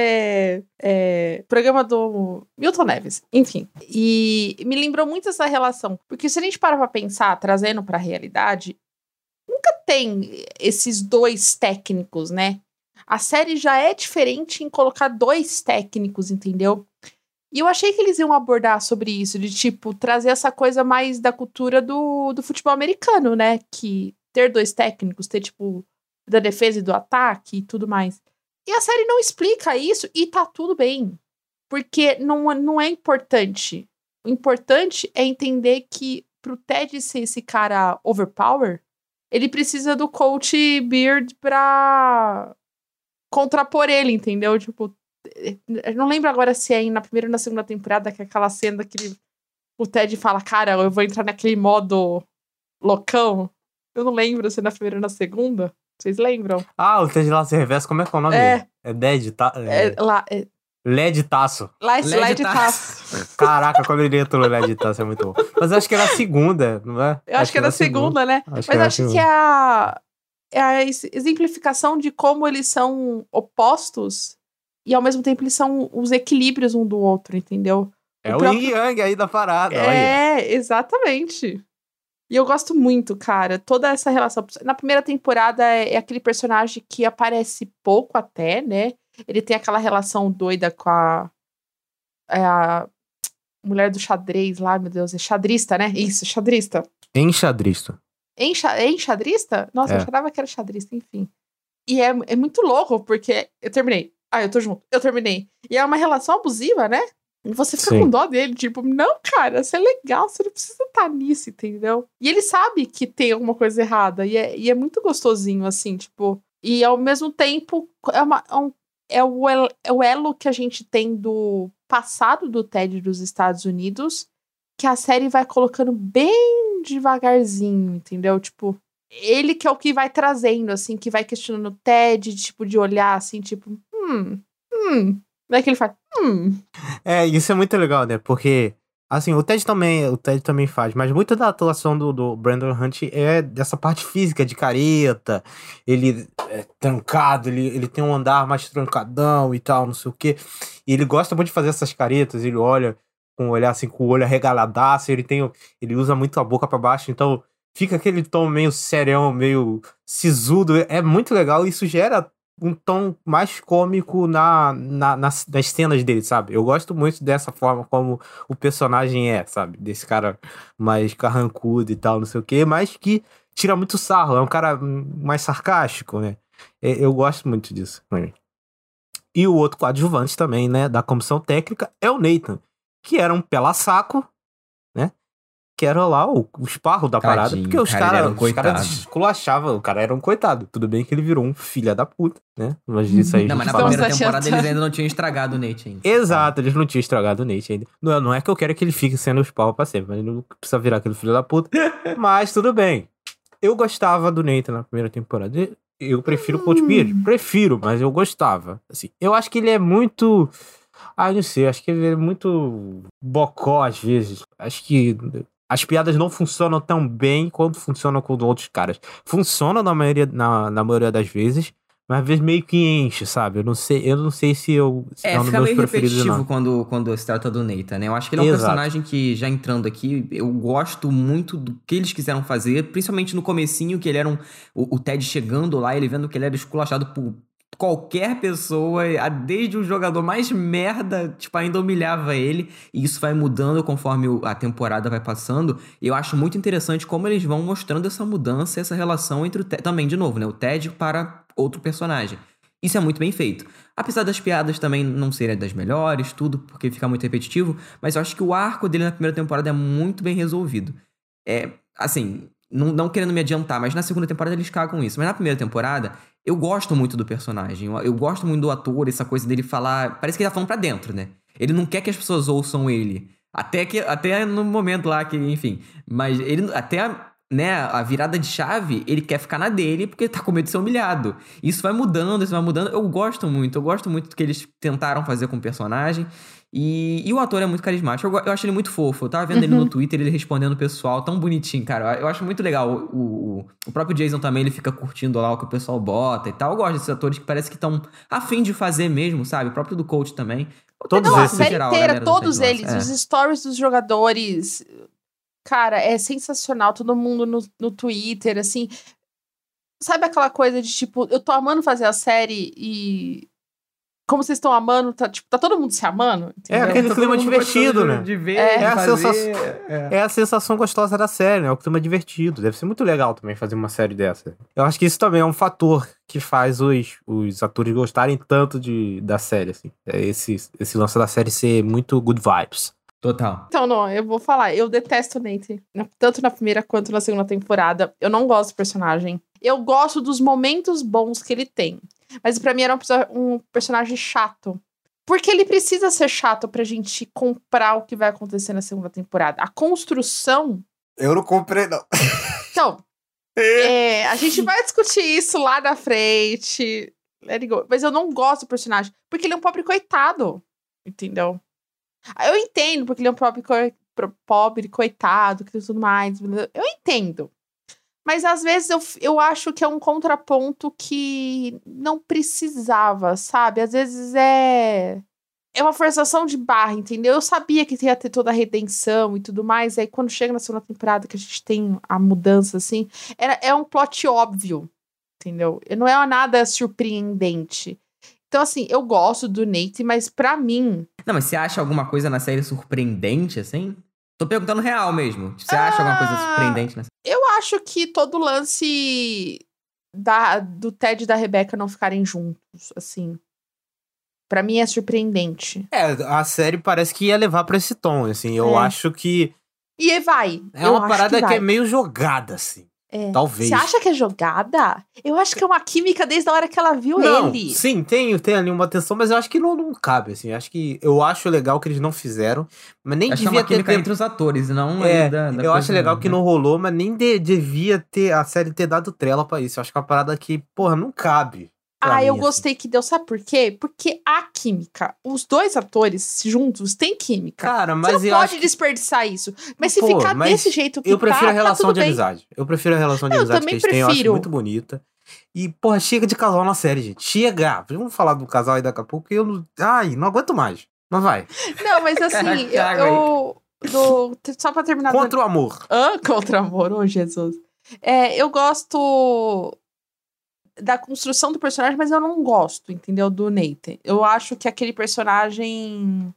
é programa do Milton Neves. Enfim. E me lembrou muito essa relação. Porque se a gente para pra pensar, trazendo pra realidade, nunca tem esses dois técnicos, né? A série já é diferente em colocar dois técnicos, entendeu? E eu achei que eles iam abordar sobre isso, de, tipo, trazer essa coisa mais da cultura do futebol americano, né? Que ter dois técnicos, ter, tipo, da defesa e do ataque e tudo mais. E a série não explica isso e tá tudo bem. Porque não é importante. O importante é entender que pro Ted ser esse cara overpower, ele precisa do Coach Beard pra contrapor ele, entendeu? Tipo, eu não lembro agora se é na primeira ou na segunda temporada, que é aquela cena que o Ted fala, cara, eu vou entrar naquele modo loucão. Eu não lembro se é na primeira ou na segunda. Vocês lembram? Ah, o Ted lá se reversa, como é que é o nome? É Dead, tá? LED Taço. LED Taço. Caraca, quando ele entrou no LED Taço é muito bom. Mas eu acho que era a segunda, não é? Eu acho que era a segunda, né? Mas acho que é a exemplificação de como eles são opostos e ao mesmo tempo eles são os equilíbrios um do outro, entendeu? É o yin yang aí da parada. Exatamente. E eu gosto muito, cara, toda essa relação. Na primeira temporada é aquele personagem que aparece pouco até, né? Ele tem aquela relação doida com a mulher do xadrez lá, meu Deus, é xadrista, né? Isso, xadrista. Enxadrista. Enxadrista? Nossa, eu achava que era xadrista, enfim. E é muito louco, porque eu terminei. Eu tô junto. Eu terminei. E é uma relação abusiva, né? E você fica com dó dele, tipo, não, cara, você é legal, você não precisa estar nisso, entendeu? E ele sabe que tem alguma coisa errada. E é muito gostosinho, assim, tipo. E ao mesmo tempo, é o elo que a gente tem do passado do Ted dos Estados Unidos, que a série vai colocando bem devagarzinho, entendeu? Tipo, ele que é o que vai trazendo, assim, que vai questionando o Ted, tipo, de olhar, assim, tipo, Daí que ele faz, isso é muito legal, né? Porque, assim, o Ted também faz, mas muito da atuação do Brandon Hunt é dessa parte física, de careta, ele é trancado, ele tem um andar mais trancadão e tal, não sei o quê. E ele gosta muito de fazer essas caretas, ele olha com um olhar assim, com o olho arregaladaço, ele usa muito a boca pra baixo, então fica aquele tom meio serião, meio sisudo, é muito legal, isso gera um tom mais cômico nas cenas dele, sabe? Eu gosto muito dessa forma como o personagem é, sabe? Desse cara mais carrancudo e tal, não sei o quê, mas que tira muito sarro, é um cara mais sarcástico, né? Eu gosto muito disso. E o outro coadjuvante também, né, da comissão técnica é o Nathan, que era um pela-saco, né? Que era lá o esparro da parada, porque os caras esculachavam, o cara era um coitado. Tudo bem que ele virou um filho da puta, né? Mas isso aí. Não, mas na primeira temporada eles ainda não tinham estragado o Nate ainda. Exato, eles não tinham estragado o Nate ainda. Não é que eu quero que ele fique sendo o esparro pra sempre, mas ele não precisa virar aquele filho da puta. Mas tudo bem. Eu gostava do Nate na primeira temporada. Eu prefiro o Coach Beard. Prefiro, mas eu gostava. Assim, eu acho que ele é muito... não sei, acho que ele é muito bocó às vezes. Acho que as piadas não funcionam tão bem quanto funcionam com outros caras. Funcionam na maioria das vezes, mas às vezes meio que enche, sabe? Eu não sei se é um dos meus preferidos. Fica meio repetitivo quando se trata do Nathan, né? Eu acho que ele é um personagem que, já entrando aqui, eu gosto muito do que eles quiseram fazer, principalmente no comecinho, que ele era o Ted chegando lá, ele vendo que ele era esculachado por qualquer pessoa, desde o jogador mais merda, tipo, ainda humilhava ele, e isso vai mudando conforme a temporada vai passando, e eu acho muito interessante como eles vão mostrando essa mudança, essa relação entre também, de novo, né, o Ted para outro personagem. Isso é muito bem feito. Apesar das piadas também não serem das melhores, tudo, porque fica muito repetitivo, mas eu acho que o arco dele na primeira temporada é muito bem resolvido. Assim, não querendo me adiantar, mas na segunda temporada eles cagam isso. Mas na primeira temporada, eu gosto muito do personagem. Eu gosto muito do ator, essa coisa dele falar... Parece que ele tá falando pra dentro, né? Ele não quer que as pessoas ouçam ele. Até no momento lá que, enfim... Mas ele até... Né, a virada de chave, ele quer ficar na dele porque ele tá com medo de ser humilhado. Isso vai mudando. Eu gosto muito do que eles tentaram fazer com o personagem. E o ator é muito carismático. Eu acho ele muito fofo. Eu tava vendo ele no Twitter, ele respondendo o pessoal, tão bonitinho, cara. Eu acho muito legal. O próprio Jason também, ele fica curtindo lá o que o pessoal bota e tal. Eu gosto desses atores que parece que estão a fim de fazer mesmo, sabe? O próprio do coach também. Todos a série inteira, todos eles. Os stories dos jogadores... Cara, é sensacional, todo mundo no Twitter, assim. Sabe aquela coisa de, tipo, eu tô amando fazer a série e... Como vocês estão amando, tá todo mundo se amando? Entendeu? É aquele clima divertido, né? De ver, é a sensação gostosa da série, né? É o clima divertido. Deve ser muito legal também fazer uma série dessa. Eu acho que isso também é um fator que faz os atores gostarem tanto da série, assim. É esse lance da série ser muito good vibes. Total. Então, não, eu vou falar. Eu detesto o Nate. Tanto na primeira quanto na segunda temporada. Eu não gosto do personagem. Eu gosto dos momentos bons que ele tem. Mas pra mim era um personagem chato. Porque ele precisa ser chato pra gente comprar o que vai acontecer na segunda temporada. A construção... Eu não comprei, não. Então, a gente vai discutir isso lá na frente. Let it go. Mas eu não gosto do personagem. Porque ele é um pobre coitado. Entendeu? Eu entendo, porque ele é um pobre coitado, que tudo mais. Eu entendo. Mas às vezes eu acho que é um contraponto que não precisava, sabe? Às vezes é uma forçação de barra, entendeu? Eu sabia que ia ter toda a redenção e tudo mais. Aí quando chega na segunda temporada, que a gente tem a mudança, assim, é um plot óbvio, entendeu? Não é nada surpreendente. Então, assim, eu gosto do Nate, mas pra mim... Não, mas você acha alguma coisa na série surpreendente, assim? Tô perguntando real mesmo. Você acha alguma coisa surpreendente na série? Eu acho que todo o lance do Ted e da Rebecca não ficarem juntos, assim... Pra mim é surpreendente. A série parece que ia levar pra esse tom, assim. Eu acho que... E vai. É uma parada que é meio jogada, assim. Talvez. Você acha que é jogada? Eu acho que é uma química desde a hora que ela viu ele. Sim, tem ali uma tensão, mas eu acho que não cabe, assim. Eu acho legal que eles não fizeram, mas nem acho devia que é uma química entre os atores, não da eu acho legal que não rolou, mas nem devia ter a série ter dado trela pra isso. Eu acho que é uma parada que, porra, não cabe. Eu gostei que deu. Sabe por quê? Porque a química, os dois atores juntos têm química. Cara, mas você não pode desperdiçar isso. Mas se ficar desse jeito que eu prefiro a relação de bem. amizade. Eu prefiro a relação de amizade que eles têm. Eu acho muito bonita. E, porra, chega de casal na série, gente. Chega! Vamos falar do casal aí daqui a pouco, porque eu não aguento mais. Mas vai. Não, mas assim, só pra terminar... Contra o amor. Contra o amor, Jesus. Eu gosto... da construção do personagem, mas eu não gosto, entendeu? Do Nathan. Eu acho que aquele personagem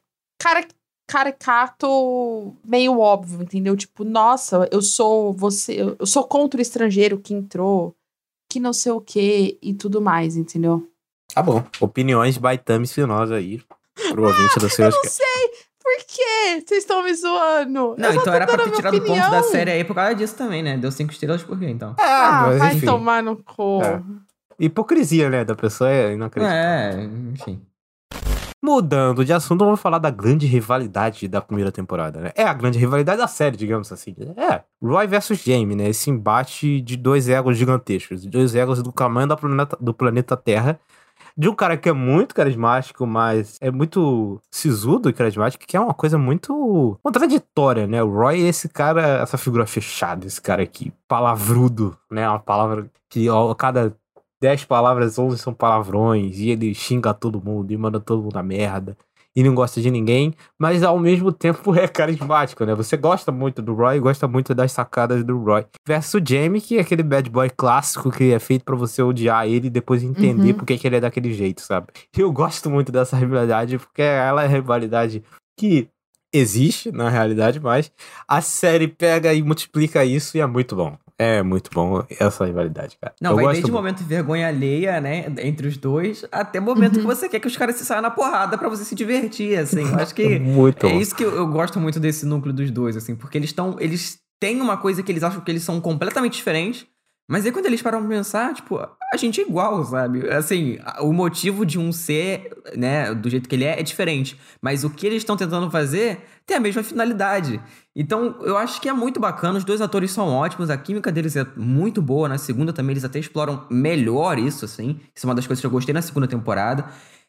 caricato meio óbvio, entendeu? Tipo, nossa, eu sou contra o estrangeiro que entrou, que não sei o que e tudo mais, entendeu? Tá bom. Opiniões by Tami Espinosa aí, pro ouvinte do seu. Eu não sei! Por quê? Vocês estão me zoando? Não, então era pra ter tirado o ponto da série aí por causa disso também, né? Deu 5 estrelas por quê, então? Mas, vai enfim. tomar no cu. Hipocrisia, né, da pessoa é inacreditável. Enfim. Mudando de assunto, vamos falar da grande rivalidade da primeira temporada, né? É a grande rivalidade da série, digamos assim. Roy versus Jamie, né? Esse embate de 2 egos gigantescos. 2 egos do tamanho do planeta Terra. De um cara que é muito carismático, mas é muito sisudo e carismático, que é uma coisa muito contraditória, né? O Roy é esse cara, essa figura fechada, esse cara aqui, palavrudo, né? Uma palavra que a cada 10 palavras, 11 são palavrões, e ele xinga todo mundo, e manda todo mundo a merda, e não gosta de ninguém, mas ao mesmo tempo é carismático, né? Você gosta muito do Roy, gosta muito das sacadas do Roy. Versus o Jamie, que é aquele bad boy clássico que é feito pra você odiar ele e depois entender porque que ele é daquele jeito, sabe? Eu gosto muito dessa rivalidade, porque ela é a rivalidade que existe na realidade, mas a série pega e multiplica isso e é muito bom. É muito bom essa rivalidade, cara. Não, vai desde o momento de vergonha alheia, né, entre os dois, até o momento que você quer que os caras se saiam na porrada pra você se divertir, assim. Eu acho que muito bom. Isso que eu gosto muito desse núcleo dos dois, assim, porque eles têm uma coisa que eles acham que eles são completamente diferentes, mas aí quando eles param pra pensar, tipo, a gente é igual, sabe? Assim, o motivo de um ser, né, do jeito que ele é diferente, mas o que eles estão tentando fazer tem a mesma finalidade. Então, eu acho que é muito bacana, os 2 atores são ótimos, a química deles é muito boa, na segunda também eles até exploram melhor isso, assim, isso é uma das coisas que eu gostei na segunda temporada.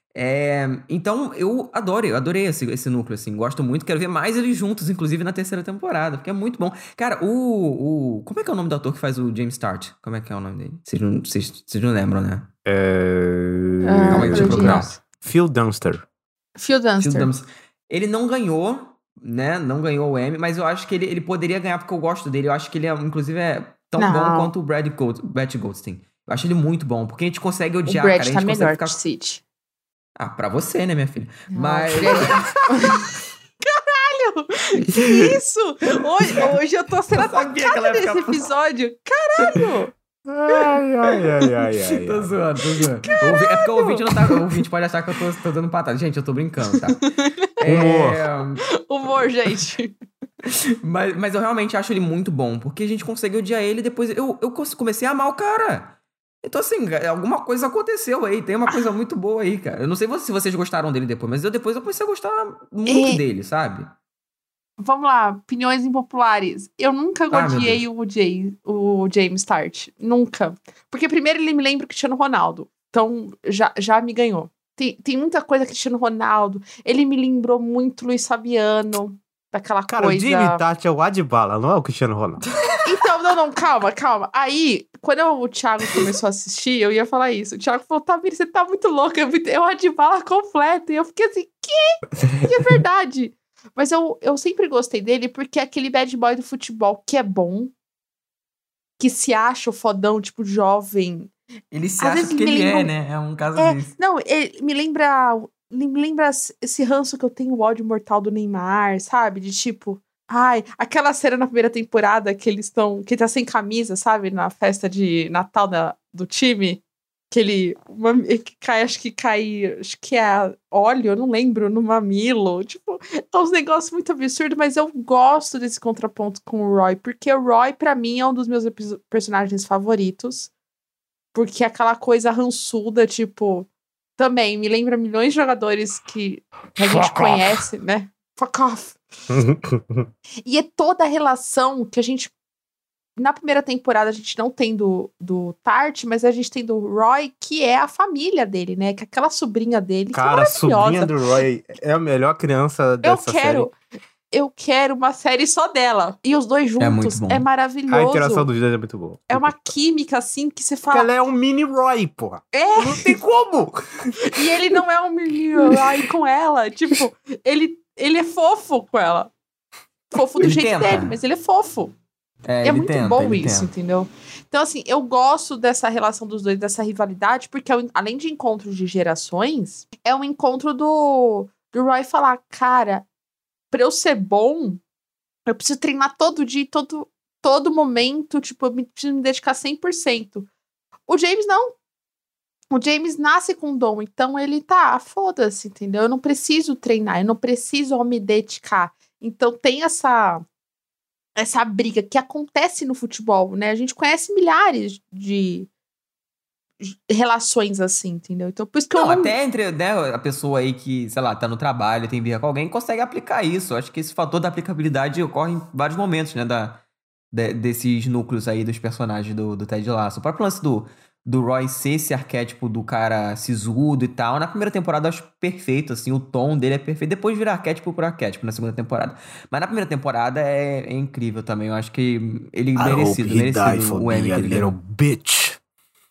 Então, eu adorei esse núcleo, assim, gosto muito, quero ver mais eles juntos, inclusive na terceira temporada, porque é muito bom. Cara, como é que é o nome do ator que faz o James Start? Como é que é o nome dele? Vocês não lembram, né? Calma aí, deixa eu procurar. Phil Dunster. Ele não ganhou, né? Não ganhou o Emmy, mas eu acho que ele poderia ganhar porque eu gosto dele. Eu acho que ele, inclusive, é tão bom quanto o Brett Goldstein. Eu acho ele muito bom, porque a gente consegue odiar, o Brett cara. A gente tá melhor ficar... City. Pra você, né, minha filha? Não, mas... Caralho! Que isso? Hoje eu tô sendo atacada nesse episódio. Caralho! Ai. Tô zoando. É porque o ouvinte não tá... O ouvinte pode achar que eu tô dando patada. Gente, eu tô brincando, tá? Humor, gente. Mas eu realmente acho ele muito bom, porque a gente consegue odiar ele e depois... Eu comecei a amar o cara. Então, assim, alguma coisa aconteceu aí. Tem uma coisa muito boa aí, cara. Eu não sei se vocês gostaram dele depois, mas depois eu comecei a gostar muito dele, sabe? Vamos lá, opiniões impopulares. Eu nunca odiei o James Start. Nunca. Porque primeiro ele me lembra o Cristiano Ronaldo. Então, já me ganhou. Tem muita coisa Cristiano Ronaldo. Ele me lembrou muito Luiz Fabiano. Daquela cara, coisa... Cara, o Jimmy Tati é o Adbala, não é o Cristiano Ronaldo. Então, não, calma. Aí, quando o Thiago começou a assistir, eu ia falar isso. O Thiago falou, Tamir, você tá muito louca. É o Adbala completo. E eu fiquei assim, quê? E é verdade. Mas eu sempre gostei dele porque é aquele bad boy do futebol que é bom, que se acha o fodão, tipo, jovem. Ele se acha que ele é, né? É um caso desse. Não, ele me lembra esse ranço que eu tenho, o ódio mortal do Neymar, sabe? De tipo, aquela cena na primeira temporada que que tá sem camisa, sabe? Na festa de Natal do time. Que acho que é óleo, eu não lembro, no mamilo. Tipo, é uns negócios muito absurdos, mas eu gosto desse contraponto com o Roy, porque o Roy, pra mim, é um dos meus personagens favoritos. Porque aquela coisa rançuda, tipo, também me lembra milhões de jogadores que a gente conhece, né? Fuck off. E é toda a relação que a gente... Na primeira temporada a gente não tem do Tart, mas a gente tem do Roy, que é a família dele, né? Que é aquela sobrinha dele, cara, que é maravilhosa. A sobrinha do Roy é a melhor criança dessa série. Eu quero uma série só dela. E os dois juntos é maravilhoso. A interação dos dois é muito boa. É uma química, assim, que você fala... Porque ela é um mini Roy, porra. Não tem como! E ele não é um mini Roy com ela. Tipo, ele é fofo com ela. Fofo do jeito dele, mas ele é fofo. É ele muito tenta, bom ele isso, tenta. entendeu? Então, assim, eu gosto dessa relação dos dois, dessa rivalidade, porque além de encontros de gerações, é um encontro do Roy falar, cara, pra eu ser bom, eu preciso treinar todo dia, todo momento, tipo, eu preciso me dedicar 100%. O James não. O James nasce com dom, então ele foda-se, entendeu? Eu não preciso treinar, eu não preciso me dedicar. Então tem essa briga que acontece no futebol, né? A gente conhece milhares de relações assim, entendeu? Então por isso que Não, eu não... até entre, né, a pessoa aí que, sei lá, tá no trabalho, tem birra com alguém, consegue aplicar isso. Eu acho que esse fator da aplicabilidade ocorre em vários momentos, né, desses núcleos aí dos personagens do Ted Lasso. O próprio lance do Roy ser esse arquétipo do cara sisudo e tal, na primeira temporada eu acho perfeito, assim, o tom dele é perfeito. Depois vira arquétipo por arquétipo na segunda temporada. Mas na primeira temporada é incrível também. Eu acho que ele merecido o Emmy que ele ganhou. Bitch.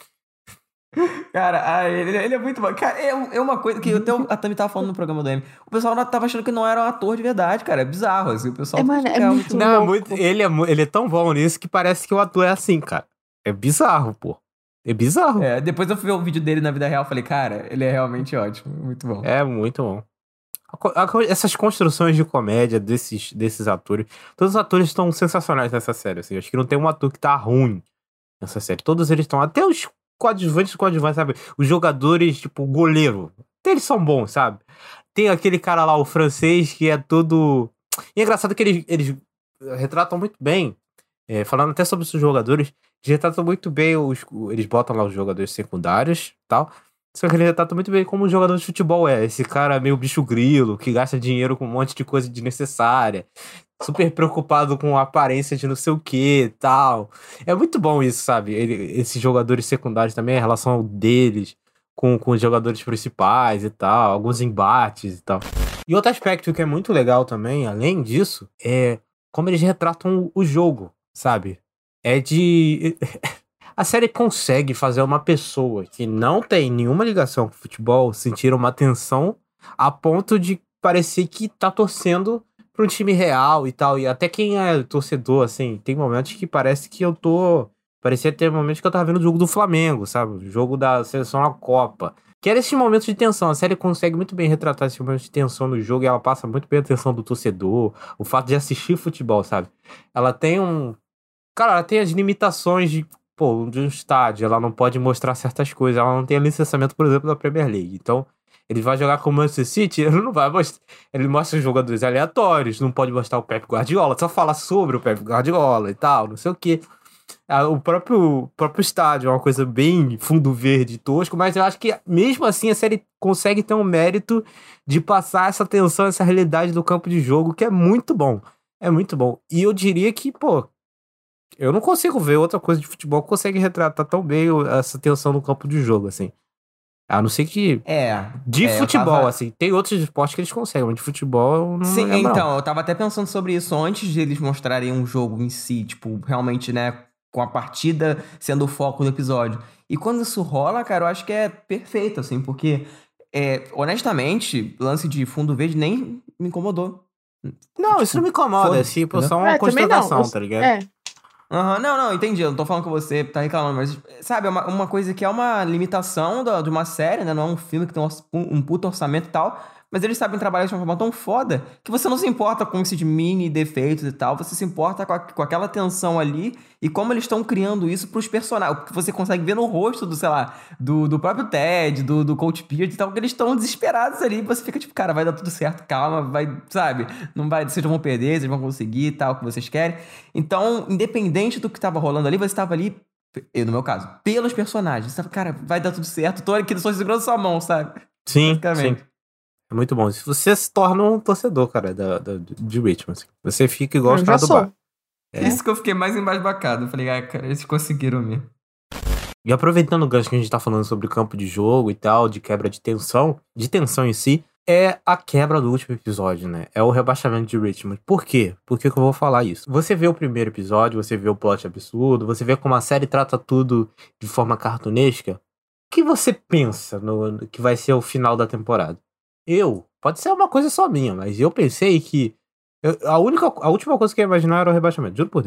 Cara, ele é muito bom. Cara, é uma coisa que até a Tami tava falando no programa do Emmy. O pessoal tava achando que não era um ator de verdade, cara. É bizarro, assim. O pessoal muito não, louco. ele é tão bom nisso que parece que o ator é assim, cara. É bizarro, pô. É bizarro. Depois eu fui ver o vídeo dele na vida real, falei, cara, ele é realmente ótimo. Muito bom. É muito bom. Essas construções de comédia desses atores, todos os atores estão sensacionais nessa série, assim. Acho que não tem um ator que tá ruim nessa série. Todos eles estão, até os coadjuvantes, sabe? Os jogadores, tipo, o goleiro. Até eles são bons, sabe? Tem aquele cara lá, o francês, que é todo... E é engraçado que eles retratam muito bem, falando até sobre os jogadores, eles retratam muito bem, eles botam lá os jogadores secundários e tal, só que eles retratam muito bem como um jogador de futebol esse cara meio bicho grilo, que gasta dinheiro com um monte de coisa desnecessária, super preocupado com a aparência de não sei o que e tal. É muito bom isso, sabe? Esses jogadores secundários também, a relação deles com os jogadores principais e tal, alguns embates e tal. E outro aspecto que é muito legal também, além disso, é como eles retratam o jogo, sabe? A série consegue fazer uma pessoa que não tem nenhuma ligação com o futebol sentir uma tensão a ponto de parecer que tá torcendo pra um time real e tal. E até quem é torcedor, assim, tem momentos que parece que parecia ter momentos que eu tava vendo o jogo do Flamengo, sabe? O jogo da seleção na Copa. Que era esses momentos de tensão. A série consegue muito bem retratar esses momentos de tensão no jogo e ela passa muito bem a tensão do torcedor, o fato de assistir futebol, sabe? Ela tem ela tem as limitações de um estádio, ela não pode mostrar certas coisas, ela não tem licenciamento, por exemplo, da Premier League. Então, ele vai jogar com o Manchester City, ele não vai mostrar. Ele mostra os jogadores aleatórios, não pode mostrar o Pep Guardiola, só falar sobre o Pep Guardiola e tal, não sei o quê. O próprio estádio é uma coisa bem fundo verde tosco, mas eu acho que mesmo assim a série consegue ter um mérito de passar essa tensão, essa realidade do campo de jogo, que é muito bom. É muito bom. E eu diria que, eu não consigo ver outra coisa de futebol que consegue retratar tão bem essa tensão no campo de jogo, assim. A não ser que... De futebol, assim. Tem outros esportes que eles conseguem, mas de futebol eu não Sim, lembro, então, não. eu tava até pensando sobre isso antes de eles mostrarem um jogo em si, tipo, realmente, né, com a partida sendo o foco do episódio. E quando isso rola, cara, eu acho que é perfeito, assim, porque, honestamente, o lance de fundo verde nem me incomodou. Não, isso não me incomoda, é tipo, só uma constatação, tá ligado? Não, entendi. Eu não tô falando que você tá reclamando, mas, sabe, é uma coisa que é uma limitação de uma série, né? Não é um filme que tem um puto orçamento e tal, mas eles sabem trabalhar de uma forma tão foda que você não se importa com esses mini defeitos e tal, você se importa com aquela tensão ali e como eles estão criando isso pros personagens. Você consegue ver no rosto do próprio Ted, do Coach Beard e tal, que eles estão desesperados ali. Você fica tipo, cara, vai dar tudo certo, calma, vai, sabe? Não vai, vocês vão perder, vocês vão conseguir e tal, o que vocês querem. Então, independente do que tava rolando ali, você tava ali, no meu caso, pelos personagens. Você tava, cara, vai dar tudo certo, tô aqui, só segurando sua mão, sabe? Sim. É muito bom. Você se torna um torcedor, cara, de Richmond. Você fica igual os caras do bar. Isso que eu fiquei mais embasbacado. Eu falei, cara, eles conseguiram mesmo. E aproveitando o gancho que a gente tá falando sobre o campo de jogo e tal, de quebra de tensão em si, é a quebra do último episódio, né? É o rebaixamento de Richmond. Por quê? Por que eu vou falar isso? Você vê o primeiro episódio, você vê o plot absurdo, você vê como a série trata tudo de forma cartunesca. O que você pensa que vai ser o final da temporada? Pode ser uma coisa só minha, mas eu pensei que a última coisa que eu ia imaginar era o rebaixamento, juro por Deus.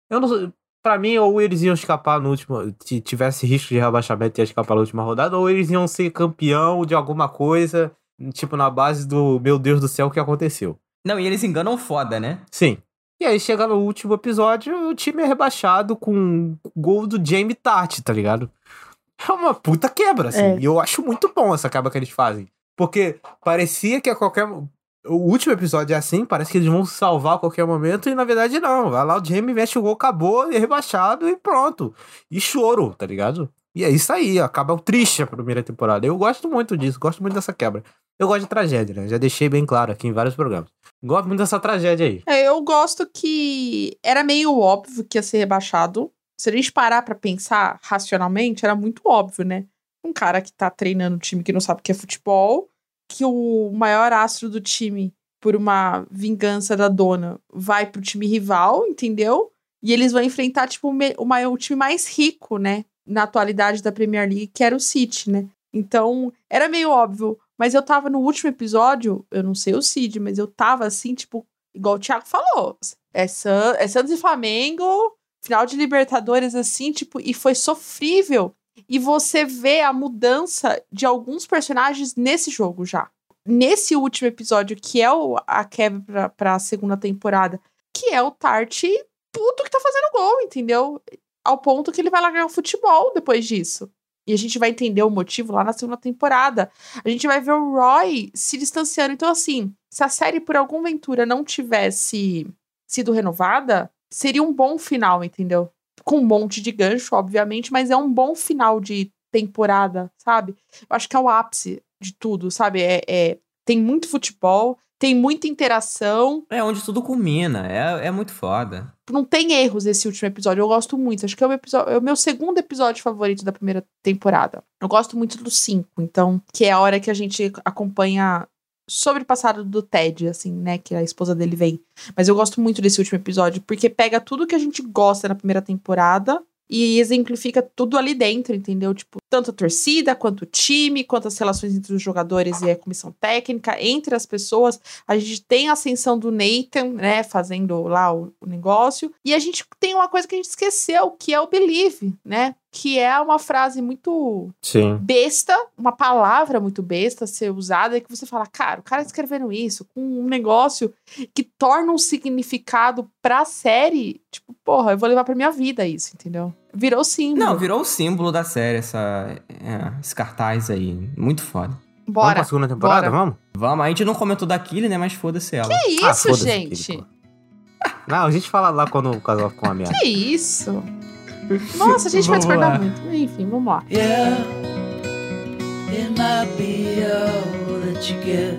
Eu não. Pra mim, ou eles iam escapar no último. Se tivesse risco de rebaixamento, ia escapar na última rodada, ou eles iam ser campeão de alguma coisa, tipo, na base do meu Deus do céu, o que aconteceu. Não, e eles enganam foda, né? Sim. E aí, chega no último episódio, o time é rebaixado com o gol do Jamie Tart, tá ligado? É uma puta quebra, assim. E eu acho muito bom essa quebra que eles fazem. Porque parecia que a qualquer... O último episódio é assim, parece que eles vão salvar a qualquer momento, e na verdade não. Vai lá, o Jamie mexe o gol, acabou, e é rebaixado, e pronto. E choro, tá ligado? E é isso aí, acaba triste a primeira temporada. Eu gosto muito disso, gosto muito dessa quebra. Eu gosto de tragédia, né? Já deixei bem claro aqui em vários programas. Gosto muito dessa tragédia aí. Eu gosto que era meio óbvio que ia ser rebaixado. Se a gente parar pra pensar racionalmente, era muito óbvio, né? Um cara que tá treinando um time que não sabe o que é futebol, que o maior astro do time, por uma vingança da dona, vai pro time rival, entendeu? E eles vão enfrentar, tipo, o time mais rico, né? Na atualidade da Premier League, que era o City, né? Então, era meio óbvio. Mas eu tava no último episódio, eu não sei o Cid, mas eu tava assim, tipo, igual o Thiago falou. É Santos e Flamengo, final de Libertadores, assim, tipo, e foi sofrível. E você vê a mudança de alguns personagens nesse jogo já. Nesse último episódio, que é a quebra pra segunda temporada, que é o Tart puto que tá fazendo gol, entendeu? Ao ponto que ele vai largar o futebol depois disso. E a gente vai entender o motivo lá na segunda temporada. A gente vai ver o Roy se distanciando. Então, assim, se a série, por alguma ventura, não tivesse sido renovada, seria um bom final, entendeu? Com um monte de gancho, obviamente, mas é um bom final de temporada, sabe? Eu acho que é o ápice de tudo, sabe? Tem muito futebol, tem muita interação. É onde tudo culmina, é muito foda. Não tem erros esse último episódio, eu gosto muito. Acho que é o meu segundo episódio favorito da primeira temporada. Eu gosto muito do 5, então, que é a hora que a gente acompanha sobre o passado do Ted, assim, né, que a esposa dele vem. Mas eu gosto muito desse último episódio, porque pega tudo que a gente gosta na primeira temporada e exemplifica tudo ali dentro, entendeu? Tipo, tanto a torcida, quanto o time, quanto as relações entre os jogadores e a comissão técnica, entre as pessoas. A gente tem a ascensão do Nathan, né, fazendo lá o negócio. E a gente tem uma coisa que a gente esqueceu, que é o believe, né? Que é uma frase muito besta, uma palavra muito besta a ser usada, e que você fala, cara, o cara escrevendo isso com um negócio que torna um significado pra série, tipo, porra, eu vou levar pra minha vida isso, entendeu? Virou símbolo. Não, virou o símbolo da série, esse cartaz aí. Muito foda. Bora. Vamos pra segunda temporada, bora. vamos? Vamos, a gente não comentou da Kylie, né, mas foda-se ela. Que isso, gente? Kylie, não, a gente fala lá quando o casal ficou uma merda. Que isso? Nossa, a gente vai discordar muito. Enfim, vamos lá. Yeah, it might be all that you get.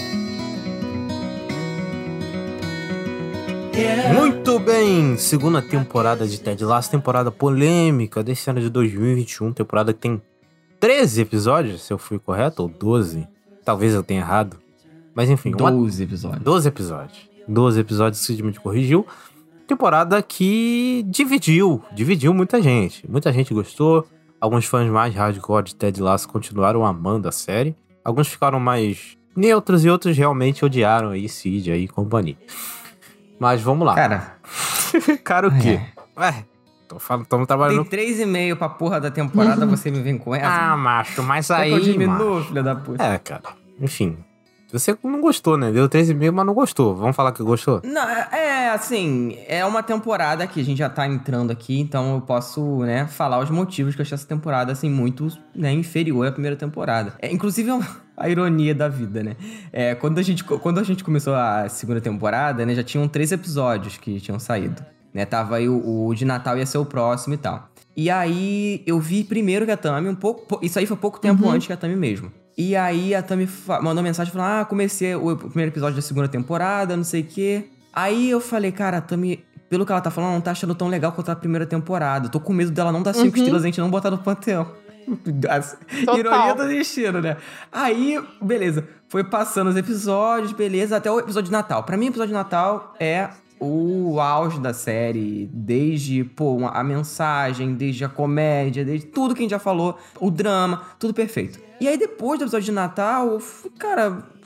Muito bem, segunda temporada de Ted Lasso, temporada polêmica desse ano de 2021, temporada que tem 13 episódios, se eu fui correto, ou 12, talvez eu tenha errado, mas enfim. 12 episódios. 12 episódios, se me corrigiu. Temporada que dividiu muita gente gostou, alguns fãs mais hardcore de Ted Lasso continuaram amando a série, alguns ficaram mais neutros e outros realmente odiaram aí Cid aí e companhia. Mas vamos lá. Cara, o quê? Ué, estamos trabalhando... Tem 3,5 pra porra da temporada, você me vem com essa? Ah, macho, mas aí... eu diminuo, filha da puta. Cara, enfim... Você não gostou, né? Deu 3,5, mas não gostou. Vamos falar que gostou? Não, assim, é uma temporada que a gente já tá entrando aqui, então eu posso, né, falar os motivos que eu achei essa temporada, assim, muito, né, inferior à primeira temporada. Inclusive, é a ironia da vida, né? Quando a gente começou a segunda temporada, né, já tinham 3 episódios que tinham saído, né? Tava aí o de Natal ia ser o próximo e tal. E aí, eu vi primeiro que a Tami, isso aí foi pouco tempo antes que a Tami mesmo. E aí a Tami mandou mensagem falando, comecei o primeiro episódio da segunda temporada, não sei o quê. Aí eu falei, cara, a Tami, pelo que ela tá falando, não tá achando tão legal quanto a primeira temporada. Eu tô com medo dela não dar 5 estrelas, a gente não botar no panteão. Ironia do destino, né? Aí, beleza. Foi passando os episódios, beleza, até o episódio de Natal. Pra mim, o episódio de Natal é o auge da série, desde, a mensagem, desde a comédia, desde tudo que a gente já falou, o drama, tudo perfeito. E aí, depois do episódio de Natal, cara,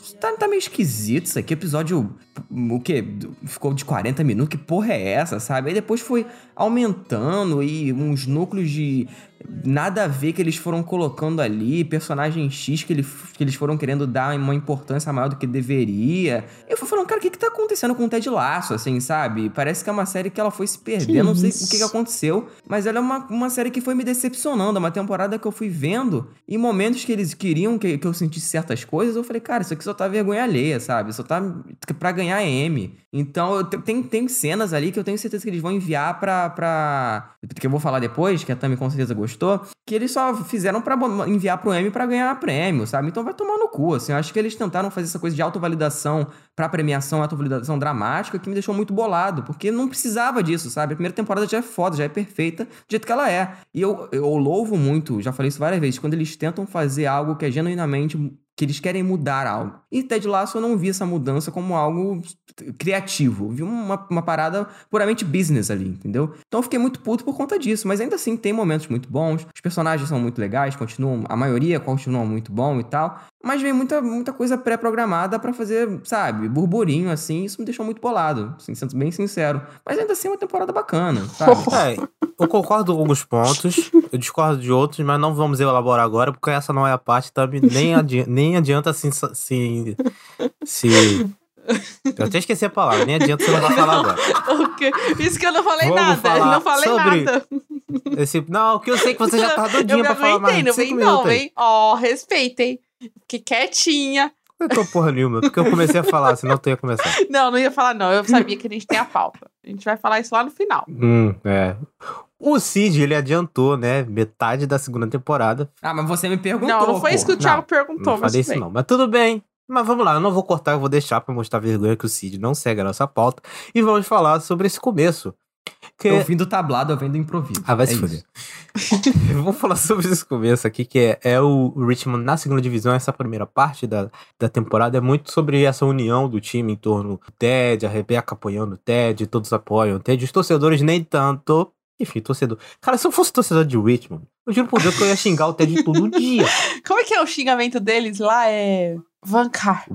tá meio esquisito isso aqui, episódio, o quê? Ficou de 40 minutos, que porra é essa, sabe? Aí depois foi aumentando e uns núcleos de nada a ver que eles foram colocando ali, personagem X que eles foram querendo dar uma importância maior do que deveria. Eu fui falando, cara, o que tá acontecendo com o Ted Lasso, assim, sabe? Parece que é uma série que ela foi se perder, não sei o que aconteceu, mas ela é uma série que foi me decepcionando, é uma temporada que eu fui vendo, em momentos que eles queriam que eu sentisse certas coisas, eu falei, cara, isso aqui só tá vergonha alheia, sabe? Só tá pra ganhar M. Então, tem cenas ali que eu tenho certeza que eles vão enviar porque eu vou falar depois, que a Tami com certeza gostou, que eles só fizeram pra enviar pro M pra ganhar prêmio, sabe? Então vai tomar no cu, assim. Eu acho que eles tentaram fazer essa coisa de autovalidação pra premiação, autovalidação dramática, que me deixou muito bolado, porque não precisava disso, sabe? A primeira temporada já é foda, já é perfeita do jeito que ela é. E eu louvo muito, já falei isso várias vezes, quando eles tentam fazer algo que é genuinamente que eles querem mudar algo. E Ted Lasso eu não vi essa mudança como algo criativo. Eu vi uma parada puramente business ali, entendeu? Então eu fiquei muito puto por conta disso. Mas ainda assim tem momentos muito bons. Os personagens são muito legais, a maioria continua muito bom e tal. Mas vem muita coisa pré-programada pra fazer, sabe, burburinho, assim. Isso me deixou muito bolado, assim, sendo bem sincero. Mas ainda assim é uma temporada bacana, sabe? Eu concordo com alguns pontos, eu discordo de outros, mas não vamos elaborar agora, porque essa não é a parte também, nem adianta assim, eu até esqueci a palavra, nem adianta você não vai falar agora. Isso que eu não falei nada, não falei nada. Não, que eu sei que você já tá doidinha pra falar mais de 5 minutos aí. Ó, respeitem. Fiquei quietinha. Eu tô porra nenhuma, porque eu comecei a falar, senão tu ia começar. Não ia falar não, eu sabia que a gente tem a pauta. A gente vai falar isso lá no final. O Cid, ele adiantou, né, metade da segunda temporada. Ah, mas você me perguntou. Não foi isso que o Thiago perguntou. Não falei isso não, mas tudo bem. Mas vamos lá, eu não vou cortar, eu vou deixar pra mostrar a vergonha que o Cid não segue a nossa pauta. E vamos falar sobre esse começo. Eu vim do tablado, eu venho do improviso. Vai se foder. Vamos falar sobre esse começo aqui, que é o Richmond na segunda divisão. Essa primeira parte da temporada é muito sobre essa união do time em torno do Ted, a Rebecca apoiando o Ted, todos apoiam o Ted, os torcedores nem tanto. Enfim, torcedor. Cara, se eu fosse torcedor de Richmond, eu juro por Deus que eu ia xingar o Ted todo dia. Como é que é o xingamento deles lá? É... Wanker,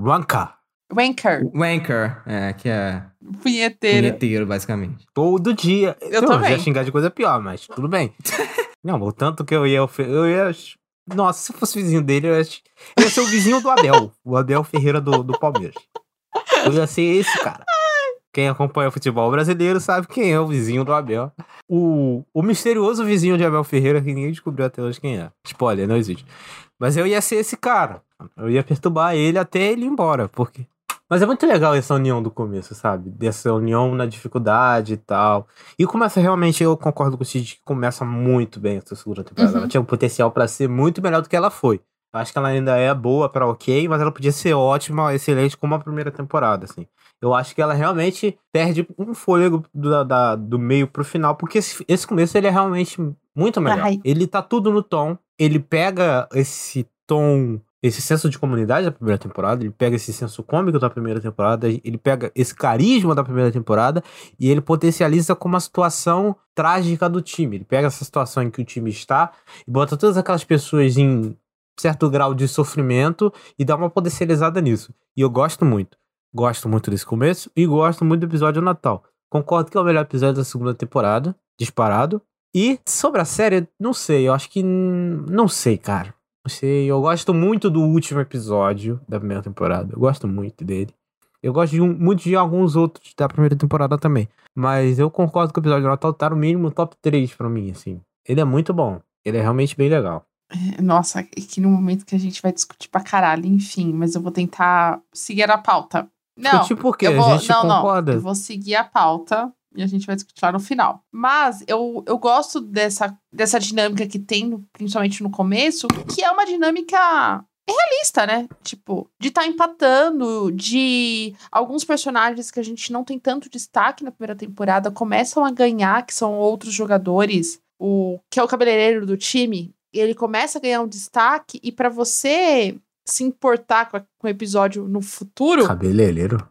que é... Punheteiro, basicamente. Todo dia. Eu também. Eu ia xingar de coisa pior, mas tudo bem. Não, o tanto que eu ia... Nossa, se eu fosse vizinho dele, eu ia ser o vizinho do Abel. O Abel Ferreira do Palmeiras. Eu ia ser esse cara. Quem acompanha o futebol brasileiro sabe quem é o vizinho do Abel. O misterioso vizinho de Abel Ferreira, que ninguém descobriu até hoje quem é. Spoiler, não existe. Mas eu ia ser esse cara. Eu ia perturbar ele até ele ir embora, porque... Mas é muito legal essa união do começo, sabe? Dessa união na dificuldade e tal. E começa realmente, eu concordo com o Cid, que começa muito bem essa segunda temporada. Ela tinha um potencial pra ser muito melhor do que ela foi. Eu acho que ela ainda é boa pra ok, mas ela podia ser ótima, excelente, como a primeira temporada, assim. Eu acho que ela realmente perde um fôlego do meio pro final, porque esse começo ele é realmente muito melhor. Ele tá tudo no tom, ele pega esse tom... Esse senso de comunidade da primeira temporada, ele pega esse senso cômico da primeira temporada, ele pega esse carisma da primeira temporada e ele potencializa com uma situação trágica do time. Ele pega essa situação em que o time está e bota todas aquelas pessoas em certo grau de sofrimento e dá uma potencializada nisso. E eu gosto muito. Gosto muito desse começo e gosto muito do episódio Natal. Concordo que é o melhor episódio da segunda temporada, disparado. E sobre a série, não sei, eu acho que... Não sei, cara. Eu gosto muito do último episódio da primeira temporada. Eu gosto muito dele. Eu gosto muito de alguns outros da primeira temporada também. Mas eu concordo que o episódio do Natal tá no mínimo top 3 pra mim, assim. Ele é muito bom. Ele é realmente bem legal. Nossa, que no momento que a gente vai discutir pra caralho, enfim. Mas eu vou tentar seguir a pauta. Não, discutir por quê? A gente concorda. Eu vou seguir a pauta. E a gente vai discutir lá no final. Mas eu gosto dessa dinâmica que tem, principalmente no começo, que é uma dinâmica realista, né? Tipo, de estar empatando, de alguns personagens que a gente não tem tanto destaque na primeira temporada começam a ganhar, que são outros jogadores. Que é o cabeleireiro do time, ele começa a ganhar um destaque e pra você se importar com o episódio no futuro... Cabeleireiro?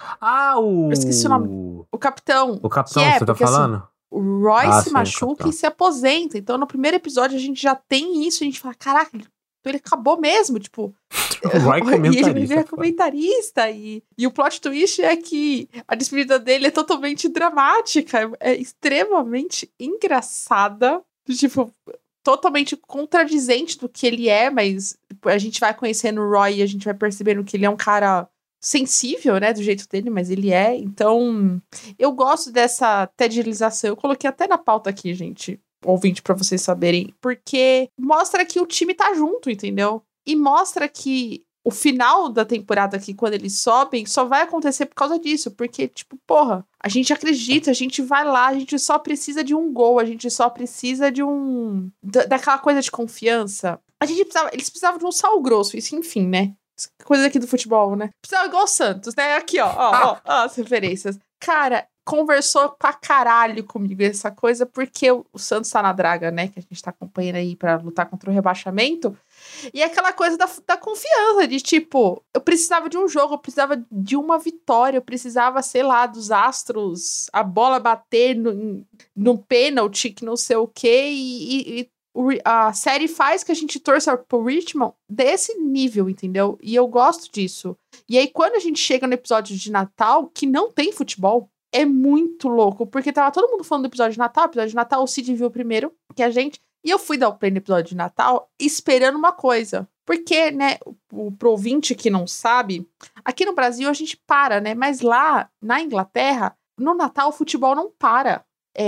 Eu esqueci o nome. O capitão. O capitão, você tá falando? Assim, o Roy se machuca e se aposenta. Então, no primeiro episódio, a gente já tem isso. A gente fala, caraca, Então ele acabou mesmo, tipo... O Roy e ele vira comentarista. E o plot twist é que a despedida dele é totalmente dramática. É extremamente engraçada. Tipo, totalmente contradizente do que ele é, mas a gente vai conhecendo o Roy e a gente vai percebendo que ele é um cara sensível, né, do jeito dele, mas ele é. Então, eu gosto dessa tedilização. Eu coloquei até na pauta aqui, gente, ouvinte, pra vocês saberem, porque mostra que o time tá junto, entendeu? E mostra que o final da temporada aqui, quando eles sobem, só vai acontecer por causa disso. Porque, tipo, porra, a gente acredita, a gente vai lá, a gente só precisa de um gol, a gente só precisa de daquela coisa de confiança. Eles precisavam de um sal grosso, isso enfim, né? Coisa aqui do futebol, né? Precisava igual o Santos, né? Aqui, ó, as referências. Cara, conversou pra caralho comigo essa coisa, porque o Santos tá na draga, né? Que a gente tá acompanhando aí pra lutar contra o rebaixamento. E é aquela coisa da confiança, de tipo, eu precisava de um jogo, eu precisava de uma vitória, eu precisava, sei lá, dos astros, a bola bater no pênalti, que não sei o quê, e a série faz que a gente torça pro Richmond desse nível, entendeu? E eu gosto disso. E aí, quando a gente chega no episódio de Natal, que não tem futebol, é muito louco, porque tava todo mundo falando do episódio de Natal, o Cid viu primeiro que a gente, e eu fui dar o play no episódio de Natal esperando uma coisa. Porque, né, pro ouvinte que não sabe, aqui no Brasil a gente para, né? Mas lá, na Inglaterra, no Natal o futebol não para.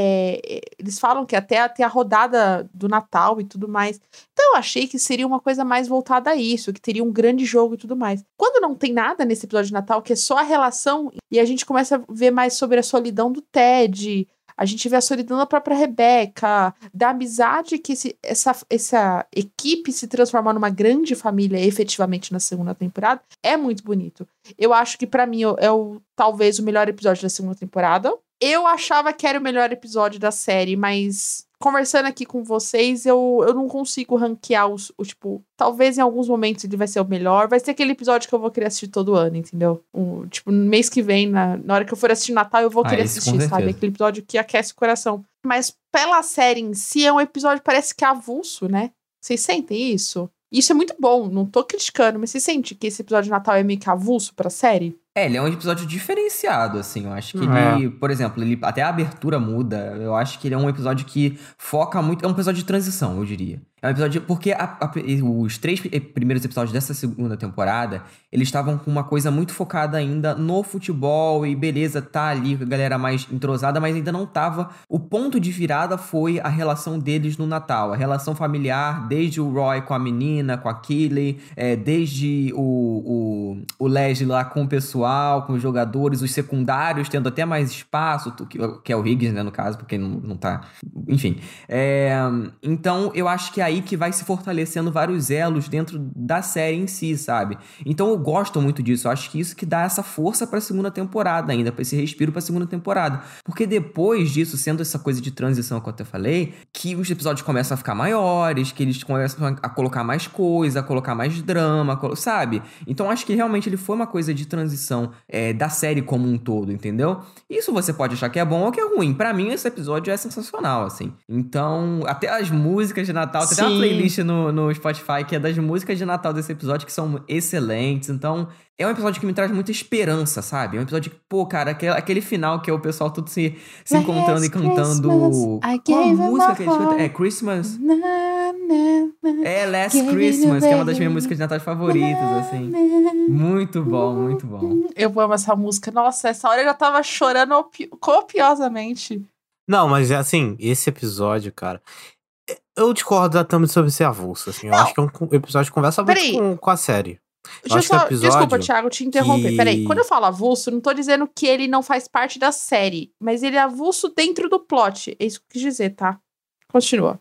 Eles falam que até tem a rodada do Natal e tudo mais. Então eu achei que seria uma coisa mais voltada a isso, que teria um grande jogo e tudo mais. Quando não tem nada nesse episódio de Natal, que é só a relação, e a gente começa a ver mais sobre a solidão do Ted, a gente vê a solidão da própria Rebecca, da amizade que essa equipe se transforma numa grande família efetivamente na segunda temporada, é muito bonito. Eu acho que pra mim talvez o melhor episódio da segunda temporada. Eu achava que era o melhor episódio da série, mas conversando aqui com vocês, eu não consigo ranquear tipo, talvez em alguns momentos ele vai ser o melhor. Vai ser aquele episódio que eu vou querer assistir todo ano, entendeu? Tipo, no mês que vem, na hora que eu for assistir Natal, eu vou querer assistir, sabe? Aquele episódio que aquece o coração. Mas pela série em si, é um episódio parece que é avulso, né? Vocês sentem isso? Isso é muito bom, não tô criticando, mas você sente que esse episódio de Natal é meio que avulso pra série? Ele é um episódio diferenciado, assim, eu acho que ele, por exemplo, até a abertura muda, eu acho que ele é um episódio que foca muito, é um episódio de transição, eu diria. É um episódio, porque os 3 primeiros episódios dessa segunda temporada, eles estavam com uma coisa muito focada ainda no futebol, e beleza, tá ali a galera mais entrosada, mas ainda não tava, o ponto de virada foi a relação deles no Natal, a relação familiar, desde o Roy com a menina, com a Keeley, desde o Leslie lá com o pessoal, com os jogadores, os secundários tendo até mais espaço, que é o Higgins, né, no caso, porque não tá... Enfim. Então, eu acho que é aí que vai se fortalecendo vários elos dentro da série em si, sabe? Então, eu gosto muito disso. Eu acho que isso que dá essa força pra segunda temporada ainda, pra esse respiro pra segunda temporada. Porque depois disso, sendo essa coisa de transição que eu até falei, que os episódios começam a ficar maiores, que eles começam a colocar mais coisa, a colocar mais drama, sabe? Então, acho que realmente ele foi uma coisa de transição da série como um todo, entendeu? Isso você pode achar que é bom ou que é ruim. Pra mim, esse episódio é sensacional, assim. Então, até as músicas de Natal, tem uma playlist no Spotify que é das músicas de Natal desse episódio que são excelentes. Então, é um episódio que me traz muita esperança, sabe? É um episódio que, pô, cara, aquele final que é o pessoal tudo se encontrando e cantando... Qual a música que eles cantam? Christmas... Last Christmas, que é uma das minhas músicas de Natal favoritas, assim. Muito bom, muito bom. Eu amo essa música. Nossa, essa hora eu já tava chorando copiosamente. Não, mas assim, esse episódio, cara... Eu discordo da Tami sobre ser avulso, assim. Eu acho que é um episódio que conversa muito com a série. Desculpa, Thiago, te interromper. Peraí, quando eu falo avulso, não tô dizendo que ele não faz parte da série, mas ele é avulso dentro do plot. É isso que eu quis dizer, tá? Continua.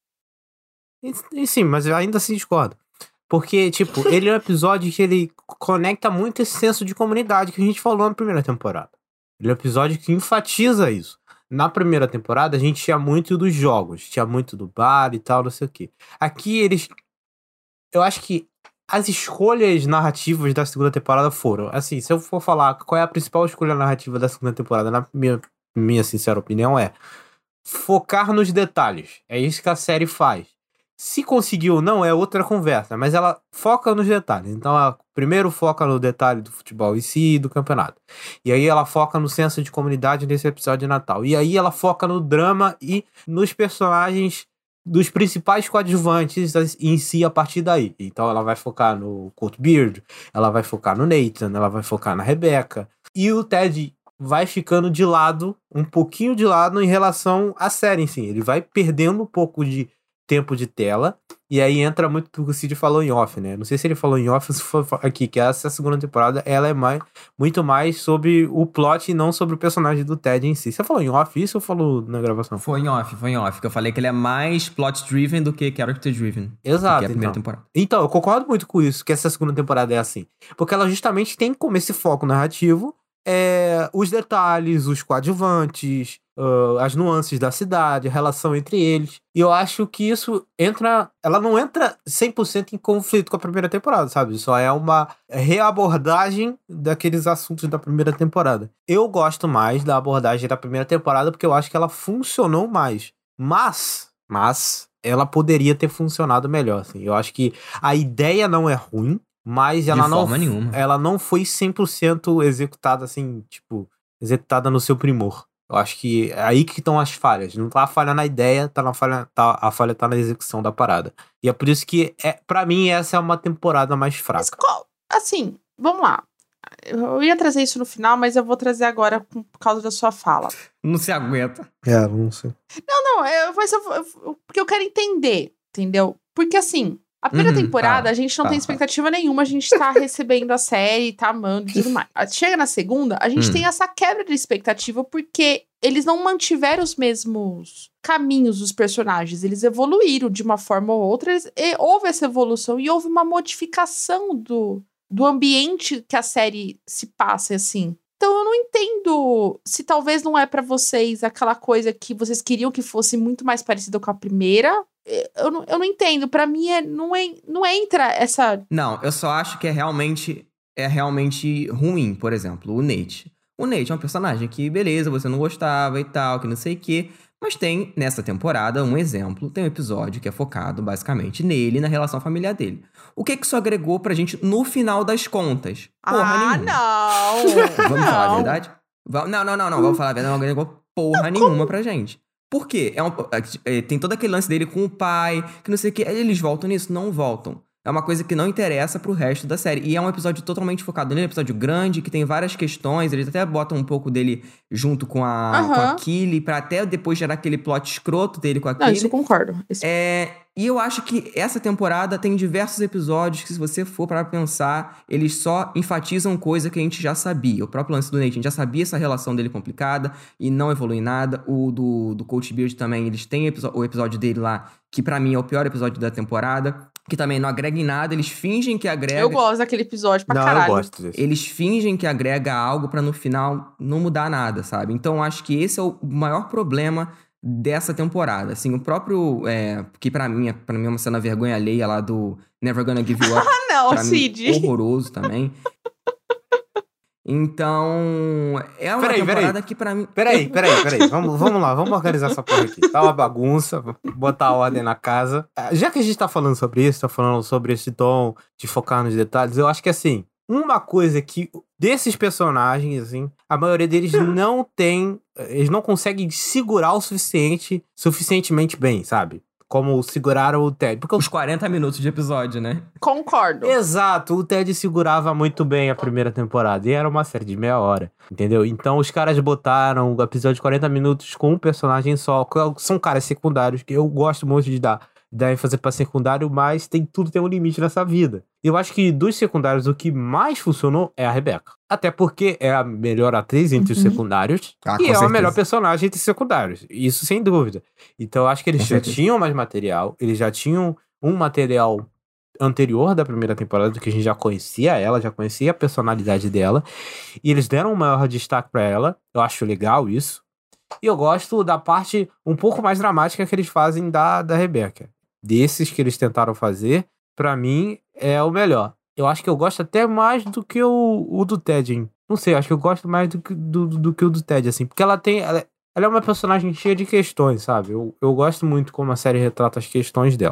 E sim, mas eu ainda assim discordo. Porque, tipo, ele é um episódio que ele conecta muito esse senso de comunidade que a gente falou na primeira temporada. Ele é um episódio que enfatiza isso. Na primeira temporada, a gente tinha muito dos jogos, tinha muito do bar e tal, não sei o quê. Aqui, eu acho que as escolhas narrativas da segunda temporada foram... Assim, se eu for falar qual é a principal escolha narrativa da segunda temporada, na minha sincera opinião, é focar nos detalhes. É isso que a série faz. Se conseguiu ou não é outra conversa, mas ela foca nos detalhes. Então, ela primeiro foca no detalhe do futebol em si e do campeonato. E aí ela foca no senso de comunidade nesse episódio de Natal. E aí ela foca no drama e nos personagens dos principais coadjuvantes em si a partir daí. Então ela vai focar no Colt Beard, ela vai focar no Nathan, ela vai focar na Rebecca. E o Ted vai ficando de lado, um pouquinho de lado em relação à série em si. Ele vai perdendo um pouco de tempo de tela, e aí entra muito o que o Cid falou em off, né? Não sei se ele falou em off ou se foi aqui, que essa segunda temporada, ela é muito mais sobre o plot e não sobre o personagem do Ted em si. Você falou em off isso ou falou na gravação? Foi em off, que eu falei que ele é mais plot-driven do que character-driven. Exato, que é a primeira temporada. Então, eu concordo muito com isso, que essa segunda temporada é assim. Porque ela justamente tem como esse foco narrativo, os detalhes, os coadjuvantes, as nuances da cidade, a relação entre eles. E eu acho que isso ela não entra 100% em conflito com a primeira temporada, sabe? Só é uma reabordagem daqueles assuntos da primeira temporada. Eu gosto mais da abordagem da primeira temporada porque eu acho que ela funcionou mais. Mas ela poderia ter funcionado melhor, assim. Eu acho que a ideia não é ruim, mas ela não foi 100% executada, assim, tipo, executada no seu primor. Eu acho que é aí que estão as falhas. Não tá a falha na ideia, a falha tá na execução da parada. E é por isso que, pra mim, essa é uma temporada mais fraca. Mas, assim, vamos lá. Eu ia trazer isso no final, mas eu vou trazer agora por causa da sua fala. Não se aguenta. Não sei. Porque eu quero entender, entendeu? Porque, assim, a primeira temporada, a gente não tem expectativa nenhuma, a gente tá recebendo a série, tá amando e tudo mais. Chega na segunda, a gente tem essa quebra de expectativa porque eles não mantiveram os mesmos caminhos dos personagens, eles evoluíram de uma forma ou outra, houve essa evolução e houve uma modificação do ambiente que a série se passa, assim. Então eu não entendo se talvez não é pra vocês aquela coisa que vocês queriam que fosse muito mais parecida com a primeira. Eu não entendo. Pra mim, não entra essa... Não, eu só acho que é realmente ruim, por exemplo, o Nate. O Nate é um personagem que, beleza, você não gostava e tal, que não sei o quê. Mas tem, nessa temporada, um exemplo. Tem um episódio que é focado, basicamente, nele e na relação familiar dele. O que isso agregou pra gente no final das contas? Porra nenhuma. Não! Vamos falar a verdade? Não. Vamos falar a verdade. Não agregou porra nenhuma pra gente. Por quê? Tem todo aquele lance dele com o pai, que não sei o quê. Eles voltam nisso? Não voltam. É uma coisa que não interessa pro resto da série. E é um episódio totalmente focado nele, um episódio grande, que tem várias questões. Eles até botam um pouco dele junto com a Killy, pra até depois gerar aquele plot escroto dele com a Killy. Não, isso eu concordo. E eu acho que essa temporada tem diversos episódios que, se você for para pensar, eles só enfatizam coisa que a gente já sabia. O próprio lance do Nate, a gente já sabia essa relação dele complicada e não evolui nada. O do Colt Beard também, eles têm o episódio dele lá, que pra mim é o pior episódio da temporada, que também não agrega em nada, eles fingem que agrega... Eu gosto daquele episódio pra caralho. Eu gosto desse. Eles fingem que agrega algo pra no final não mudar nada, sabe? Então, acho que esse é o maior problema dessa temporada. Assim, o próprio... que pra mim é uma cena vergonha alheia lá do Never Gonna Give You Up. Não, pra Cid. mim, horroroso também. Então, é uma temporada que pra mim... Peraí. Vamos lá, vamos organizar essa porra aqui. Tá uma bagunça, botar ordem na casa. Já que a gente tá falando sobre isso, tá falando sobre esse tom de focar nos detalhes, eu acho que, assim, uma coisa que desses personagens, assim, a maioria deles não tem... Eles não conseguem segurar o suficientemente bem, sabe? Como seguraram o Ted. Porque os 40 minutos de episódio, né? Concordo. Exato, o Ted segurava muito bem a primeira temporada. E era uma série de meia hora, entendeu? Então os caras botaram o episódio de 40 minutos com um personagem só. São caras secundários, que eu gosto muito de dar ênfase pra secundário, mas tudo tem um limite nessa vida. Eu acho que dos secundários, o que mais funcionou é a Rebecca. Até porque é a melhor atriz entre os secundários e é a melhor personagem entre os secundários. Isso sem dúvida. Então eu acho que eles já tinham mais material, eles já tinham um material anterior da primeira temporada, que a gente já conhecia ela, já conhecia a personalidade dela, e eles deram um maior destaque pra ela. Eu acho legal isso. E eu gosto da parte um pouco mais dramática que eles fazem da Rebecca. Desses que eles tentaram fazer, pra mim, é o melhor. Eu acho que eu gosto até mais do que o do Ted, hein? Não sei, acho que eu gosto mais do que o do Ted, assim. Porque ela é uma personagem cheia de questões, sabe? Eu gosto muito como a série retrata as questões dela.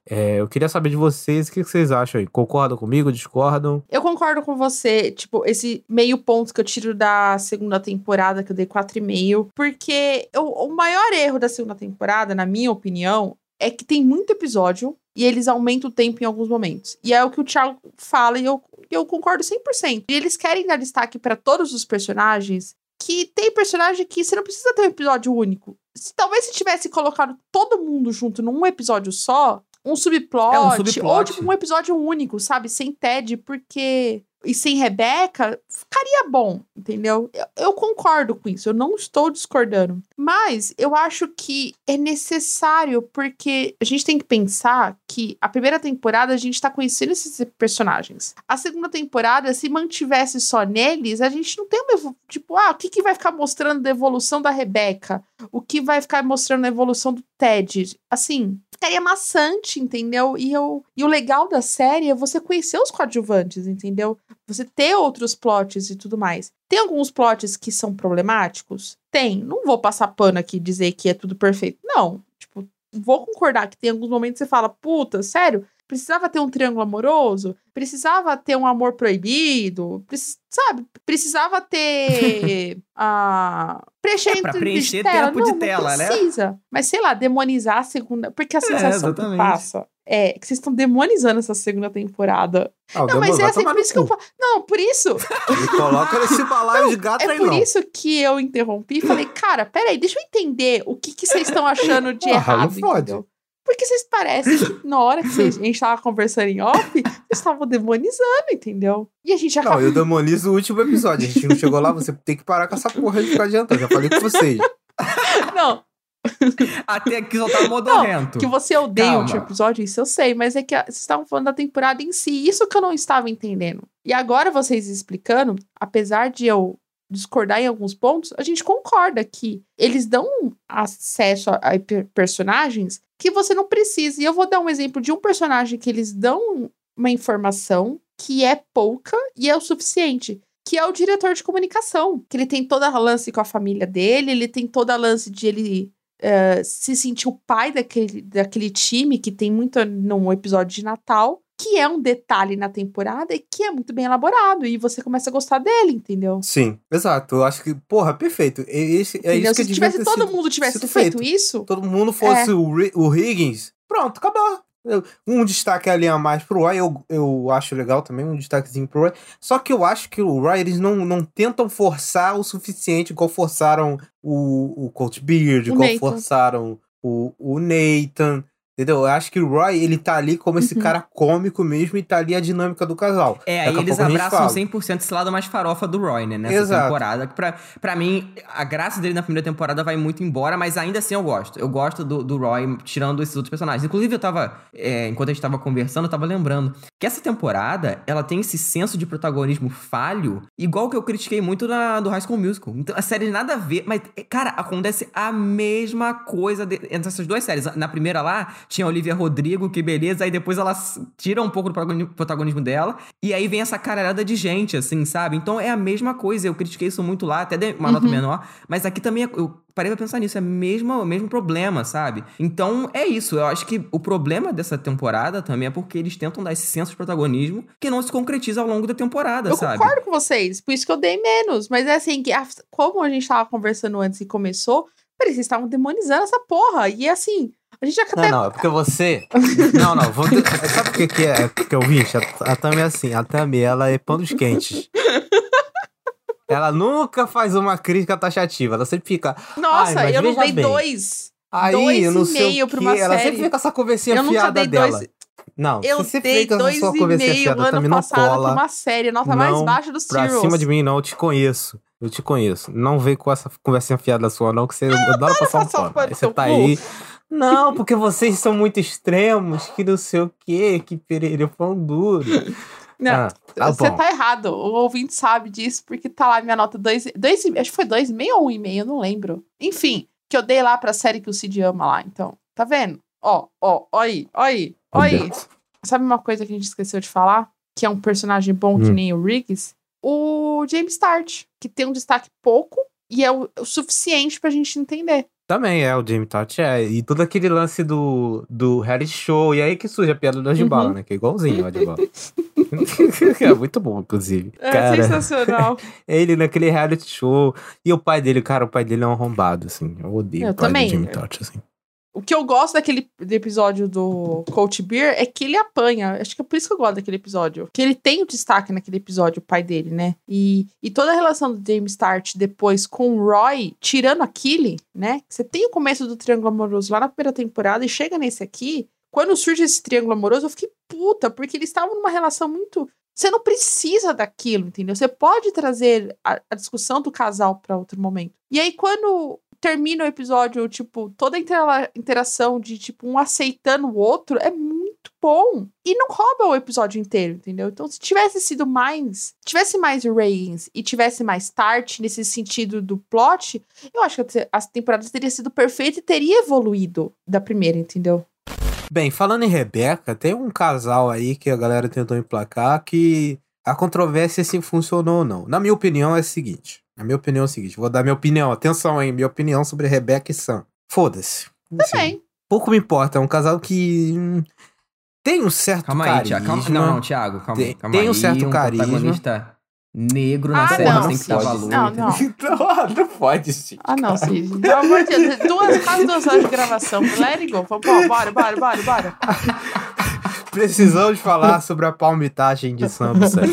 Eu queria saber de vocês, o que vocês acham aí? Concordam comigo, discordam? Eu concordo com você, tipo, esse meio ponto que eu tiro da segunda temporada, que eu dei 4,5, porque o maior erro da segunda temporada, na minha opinião, é que tem muito episódio e eles aumentam o tempo em alguns momentos. E é o que o Thiago fala e eu concordo 100%. E eles querem dar destaque pra todos os personagens, que tem personagem que você não precisa ter um episódio único. Talvez se tivesse colocado todo mundo junto num episódio só, um subplot, ou tipo um episódio único, sabe? Sem Ted, porque... E sem Rebecca, ficaria bom, entendeu? Eu concordo com isso, eu não estou discordando. Mas eu acho que é necessário, porque a gente tem que pensar que a primeira temporada a gente tá conhecendo esses personagens. A segunda temporada, se mantivesse só neles, a gente não tem uma... Tipo, o que vai ficar mostrando da evolução da Rebecca? O que vai ficar mostrando a evolução do Ted? Assim, ficaria maçante, entendeu? E o legal da série é você conhecer os coadjuvantes, entendeu? Você ter outros plots e tudo mais. Tem alguns plots que são problemáticos? Tem. Não vou passar pano aqui e dizer que é tudo perfeito. Não. Tipo, vou concordar que tem alguns momentos que você fala, puta, sério? Precisava ter um triângulo amoroso? Precisava ter um amor proibido? Sabe? Precisava ter... pra preencher tempo de tela, né? Não precisa. Mas, sei lá, demonizar a segunda... Porque a sensação que passa é que vocês estão demonizando essa segunda temporada. Não, mas é assim, por isso que eu... Não, por isso... Ele coloca nesse balaio de gato aí, não. É por isso que eu interrompi e falei, cara, peraí, deixa eu entender o que vocês estão achando de errado, entendeu? Porque vocês parecem que na hora que a gente tava conversando em off, vocês estavam demonizando, entendeu? E a gente acabou... Não, eu demonizo o último episódio. A gente não chegou lá, você tem que parar com essa porra de ficar adiantando. Já falei com vocês. Não. Até aqui só tá modorrento. Que você odeia o último episódio, isso eu sei. Mas é que vocês estavam falando da temporada em si. Isso que eu não estava entendendo. E agora vocês explicando, apesar de eu discordar em alguns pontos, a gente concorda que eles dão acesso a personagens que você não precisa. E eu vou dar um exemplo de um personagem que eles dão uma informação que é pouca e é o suficiente, que é o diretor de comunicação, que ele tem toda a lance com a família dele, ele tem toda a lance de ele se sentir o pai daquele time, que tem muito no episódio de Natal, que é um detalhe na temporada e que é muito bem elaborado, e você começa a gostar dele, entendeu? Sim, exato. Eu acho que, porra, perfeito. Isso que se tivesse todo mundo tivesse feito isso... Todo mundo fosse o Higgins, pronto, acabou. Um destaque ali a mais pro Roy, eu acho legal também, um destaquezinho pro Roy. Só que eu acho que o Roy, eles não tentam forçar o suficiente, igual forçaram o Coach Beard, igual forçaram o Nathan... Entendeu? Eu acho que o Roy, ele tá ali como esse cara cômico mesmo e tá ali a dinâmica do casal. Aí eles abraçam 100% esse lado mais farofa do Roy, né? Nessa temporada. Que pra mim, a graça dele na primeira temporada vai muito embora, mas ainda assim eu gosto. Eu gosto do Roy tirando esses outros personagens. Inclusive, eu tava... enquanto a gente tava conversando, eu tava lembrando que essa temporada, ela tem esse senso de protagonismo falho, igual que eu critiquei muito do High School Musical. Então, a série nada a ver, mas, cara, acontece a mesma coisa entre essas duas séries. Na primeira lá, tinha a Olivia Rodrigo, que beleza, aí depois ela tira um pouco do protagonismo dela, e aí vem essa caralhada de gente, assim, sabe? Então é a mesma coisa, eu critiquei isso muito lá, até dei uma nota menor, mas aqui também eu parei pra pensar nisso, é o mesmo problema, sabe? Então é isso, eu acho que o problema dessa temporada também é porque eles tentam dar esse senso de protagonismo que não se concretiza ao longo da temporada, sabe? Eu concordo com vocês, por isso que eu dei menos, mas é assim, que como a gente tava conversando antes e começou, vocês estavam demonizando essa porra, e assim... A gente já Não, é porque você... Não, sabe o que é? Porque eu vi, a Tami é assim, a Tami, ela é panos quentes. Ela nunca faz uma crítica taxativa, ela sempre fica... Nossa, eu não dei dois. Aí, eu não sei o que, pra uma ela série. sempre fica com essa conversinha fiada dela. Não, eu você dei fica com sua conversinha fiada, ano Tami, não passado cola. Pra uma série, a nota mais baixa dos Pra Zeros. cima de mim, não, eu te conheço. Eu te conheço. Não vem com essa conversinha fiada sua, não, que você adora passar um pano. Aí você tá aí... Não, porque vocês são muito extremos, que não sei o quê, que perere pão duro. Não, você tá errado. O ouvinte sabe disso, porque tá lá minha nota 2, acho que foi 2,5 ou 1,5, eu não lembro. Enfim, que eu dei lá pra série que o Cid ama lá, então. Tá vendo? Ó aí. Sabe uma coisa que a gente esqueceu de falar? Que é um personagem bom que nem o Riggs? O James Start, que tem um destaque pouco e é o suficiente pra gente entender. Também o Jamie Tart E todo aquele lance do reality show. E aí que surge a piada do Adibala, né? Que é igualzinho o Adibala. É muito bom, inclusive. Cara, sensacional. Ele naquele reality show. E o pai dele, cara, o pai dele é um arrombado, assim. Eu odeio o pai também. do Jamie Tart, assim. O que eu gosto do episódio do Coach Beer é que ele apanha. Acho que é por isso que eu gosto daquele episódio. Que ele tem o destaque naquele episódio, o pai dele, né? E toda a relação do James Tart depois com o Roy, tirando a Killy, né? Você tem o começo do triângulo amoroso lá na primeira temporada e chega nesse aqui. Quando surge esse triângulo amoroso, eu fiquei puta, porque eles estavam numa relação muito... Você não precisa daquilo, entendeu? Você pode trazer a discussão do casal pra outro momento. E aí, quando termina o episódio, tipo, toda a interação de, tipo, um aceitando o outro é muito bom. E não rouba o episódio inteiro, entendeu? Então, se tivesse sido mais... Tivesse mais Reigns e tivesse mais Tart nesse sentido do plot, eu acho que as temporadas teria sido perfeita e teria evoluído da primeira, entendeu? Bem, falando em Rebeca, tem um casal aí que a galera tentou emplacar que a controvérsia se funcionou ou não. Na minha opinião é o seguinte. Vou dar minha opinião. Atenção aí, minha opinião sobre Rebeca e Sam. Foda-se. Também. Assim, pouco me importa. É um casal que tem um certo carisma. Não, Thiago, calma aí. Tem um certo carisma. Protagonista negro na série tem que dar valor. Não pode, sim. Não, Cid. Pelo amor de Deus. Quase 2 horas de gravação. Let it go. Bora. Precisamos falar sobre a palmitagem de Sam do set.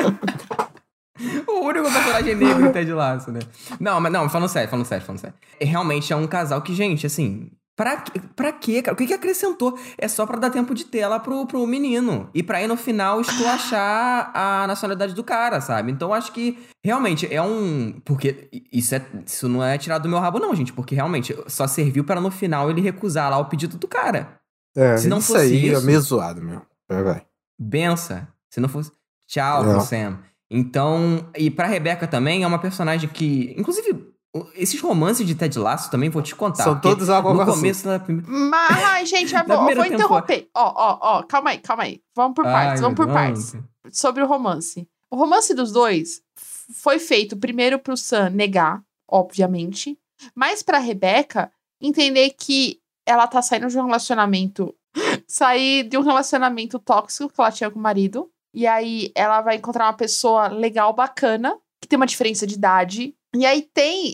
O único personagem negro do Ted Lasso, né? Não, falando sério. Realmente é um casal que, gente, assim... Pra quê, cara? O que acrescentou? É só pra dar tempo de tela pro menino. E pra ir no final esculachar a nacionalidade do cara, sabe? Então acho que realmente é um... Porque isso não é tirado do meu rabo, não, gente. Porque realmente só serviu pra no final ele recusar lá o pedido do cara. Se não isso fosse aí isso... é meio zoado, meu. Vai. Bença. Se não fosse... Tchau pro Sam. Então... E pra Rebeca também é uma personagem que... Inclusive... Esses romances de Ted Lasso também vou te contar. São todos água no com começo da Mas, gente, eu vou interromper. Calma aí. Vamos por partes. Sobre o romance. O romance dos dois foi feito primeiro pro Sam negar, obviamente. Mas pra Rebeca entender que ela tá saindo de um relacionamento... Sair de um relacionamento tóxico que ela tinha com o marido. E aí ela vai encontrar uma pessoa legal, bacana, que tem uma diferença de idade... E aí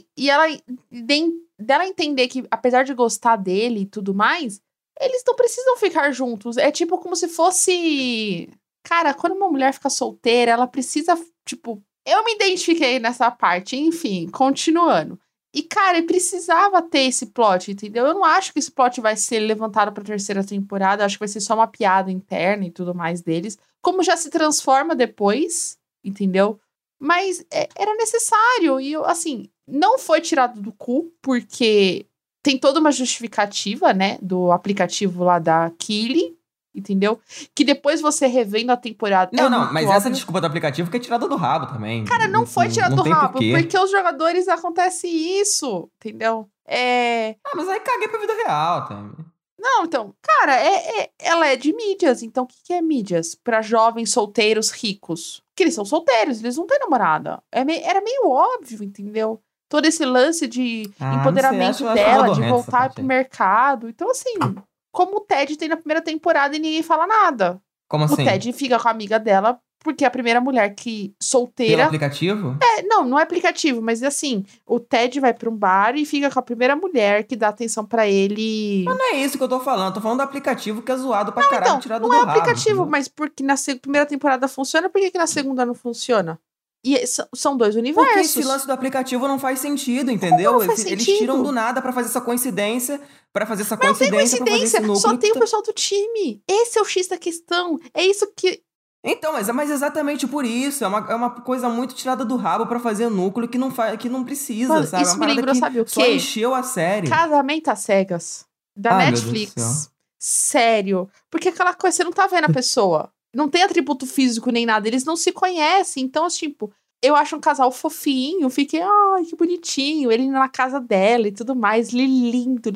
dela entender que, apesar de gostar dele e tudo mais, eles não precisam ficar juntos. É tipo como se fosse... Cara, quando uma mulher fica solteira, ela precisa, tipo... Eu me identifiquei nessa parte, enfim, continuando. E, cara, precisava ter esse plot, entendeu? Eu não acho que esse plot vai ser levantado pra 3ª temporada. Eu acho que vai ser só uma piada interna e tudo mais deles. Como já se transforma depois, entendeu? Mas era necessário. E, assim, não foi tirado do cu, porque tem toda uma justificativa, né? Do aplicativo lá da Killy, entendeu? Que depois você revendo a temporada... Mas essa desculpa do aplicativo que é tirada do rabo também. Cara, não foi tirada do rabo, porque os jogadores acontece isso, entendeu? Mas aí caguei pra vida real também. Não, então, cara, ela é de mídias. Então, o que é mídias? Pra jovens solteiros ricos. Que eles são solteiros, eles não têm namorada. Era meio óbvio, entendeu? Todo esse lance de empoderamento dela, de voltar pro mercado. Então, assim, como o Ted tem na primeira temporada e ninguém fala nada. Como assim? O Ted fica com a amiga dela, porque é a primeira mulher que solteira... Pelo aplicativo? Não é aplicativo, mas assim, o Ted vai pra um bar e fica com a primeira mulher que dá atenção pra ele. Mas não é isso que eu tô falando. Eu tô falando do aplicativo que é zoado pra caralho, então, tirado do rabo. rabo. Não é aplicativo, mas porque na primeira temporada funciona, por que na segunda não funciona? E são dois universos. Porque esse lance do aplicativo não faz sentido, entendeu? Não faz Eles sentido? tiram do nada pra fazer essa coincidência. Mas não tem coincidência, só tem o pessoal do time. Esse é o X da questão. É isso que... Então, mas exatamente por isso. É uma coisa muito tirada do rabo pra fazer núcleo que não precisa, Mano, sabe? Isso me lembrou, sabe o quê? Só encheu a série. Casamento às cegas. Da Netflix. Sério. Porque aquela coisa, você não tá vendo a pessoa. Não tem atributo físico nem nada. Eles não se conhecem. Então, tipo, eu acho um casal fofinho. Fiquei, ai, que bonitinho. Ele na casa dela e tudo mais. Lindo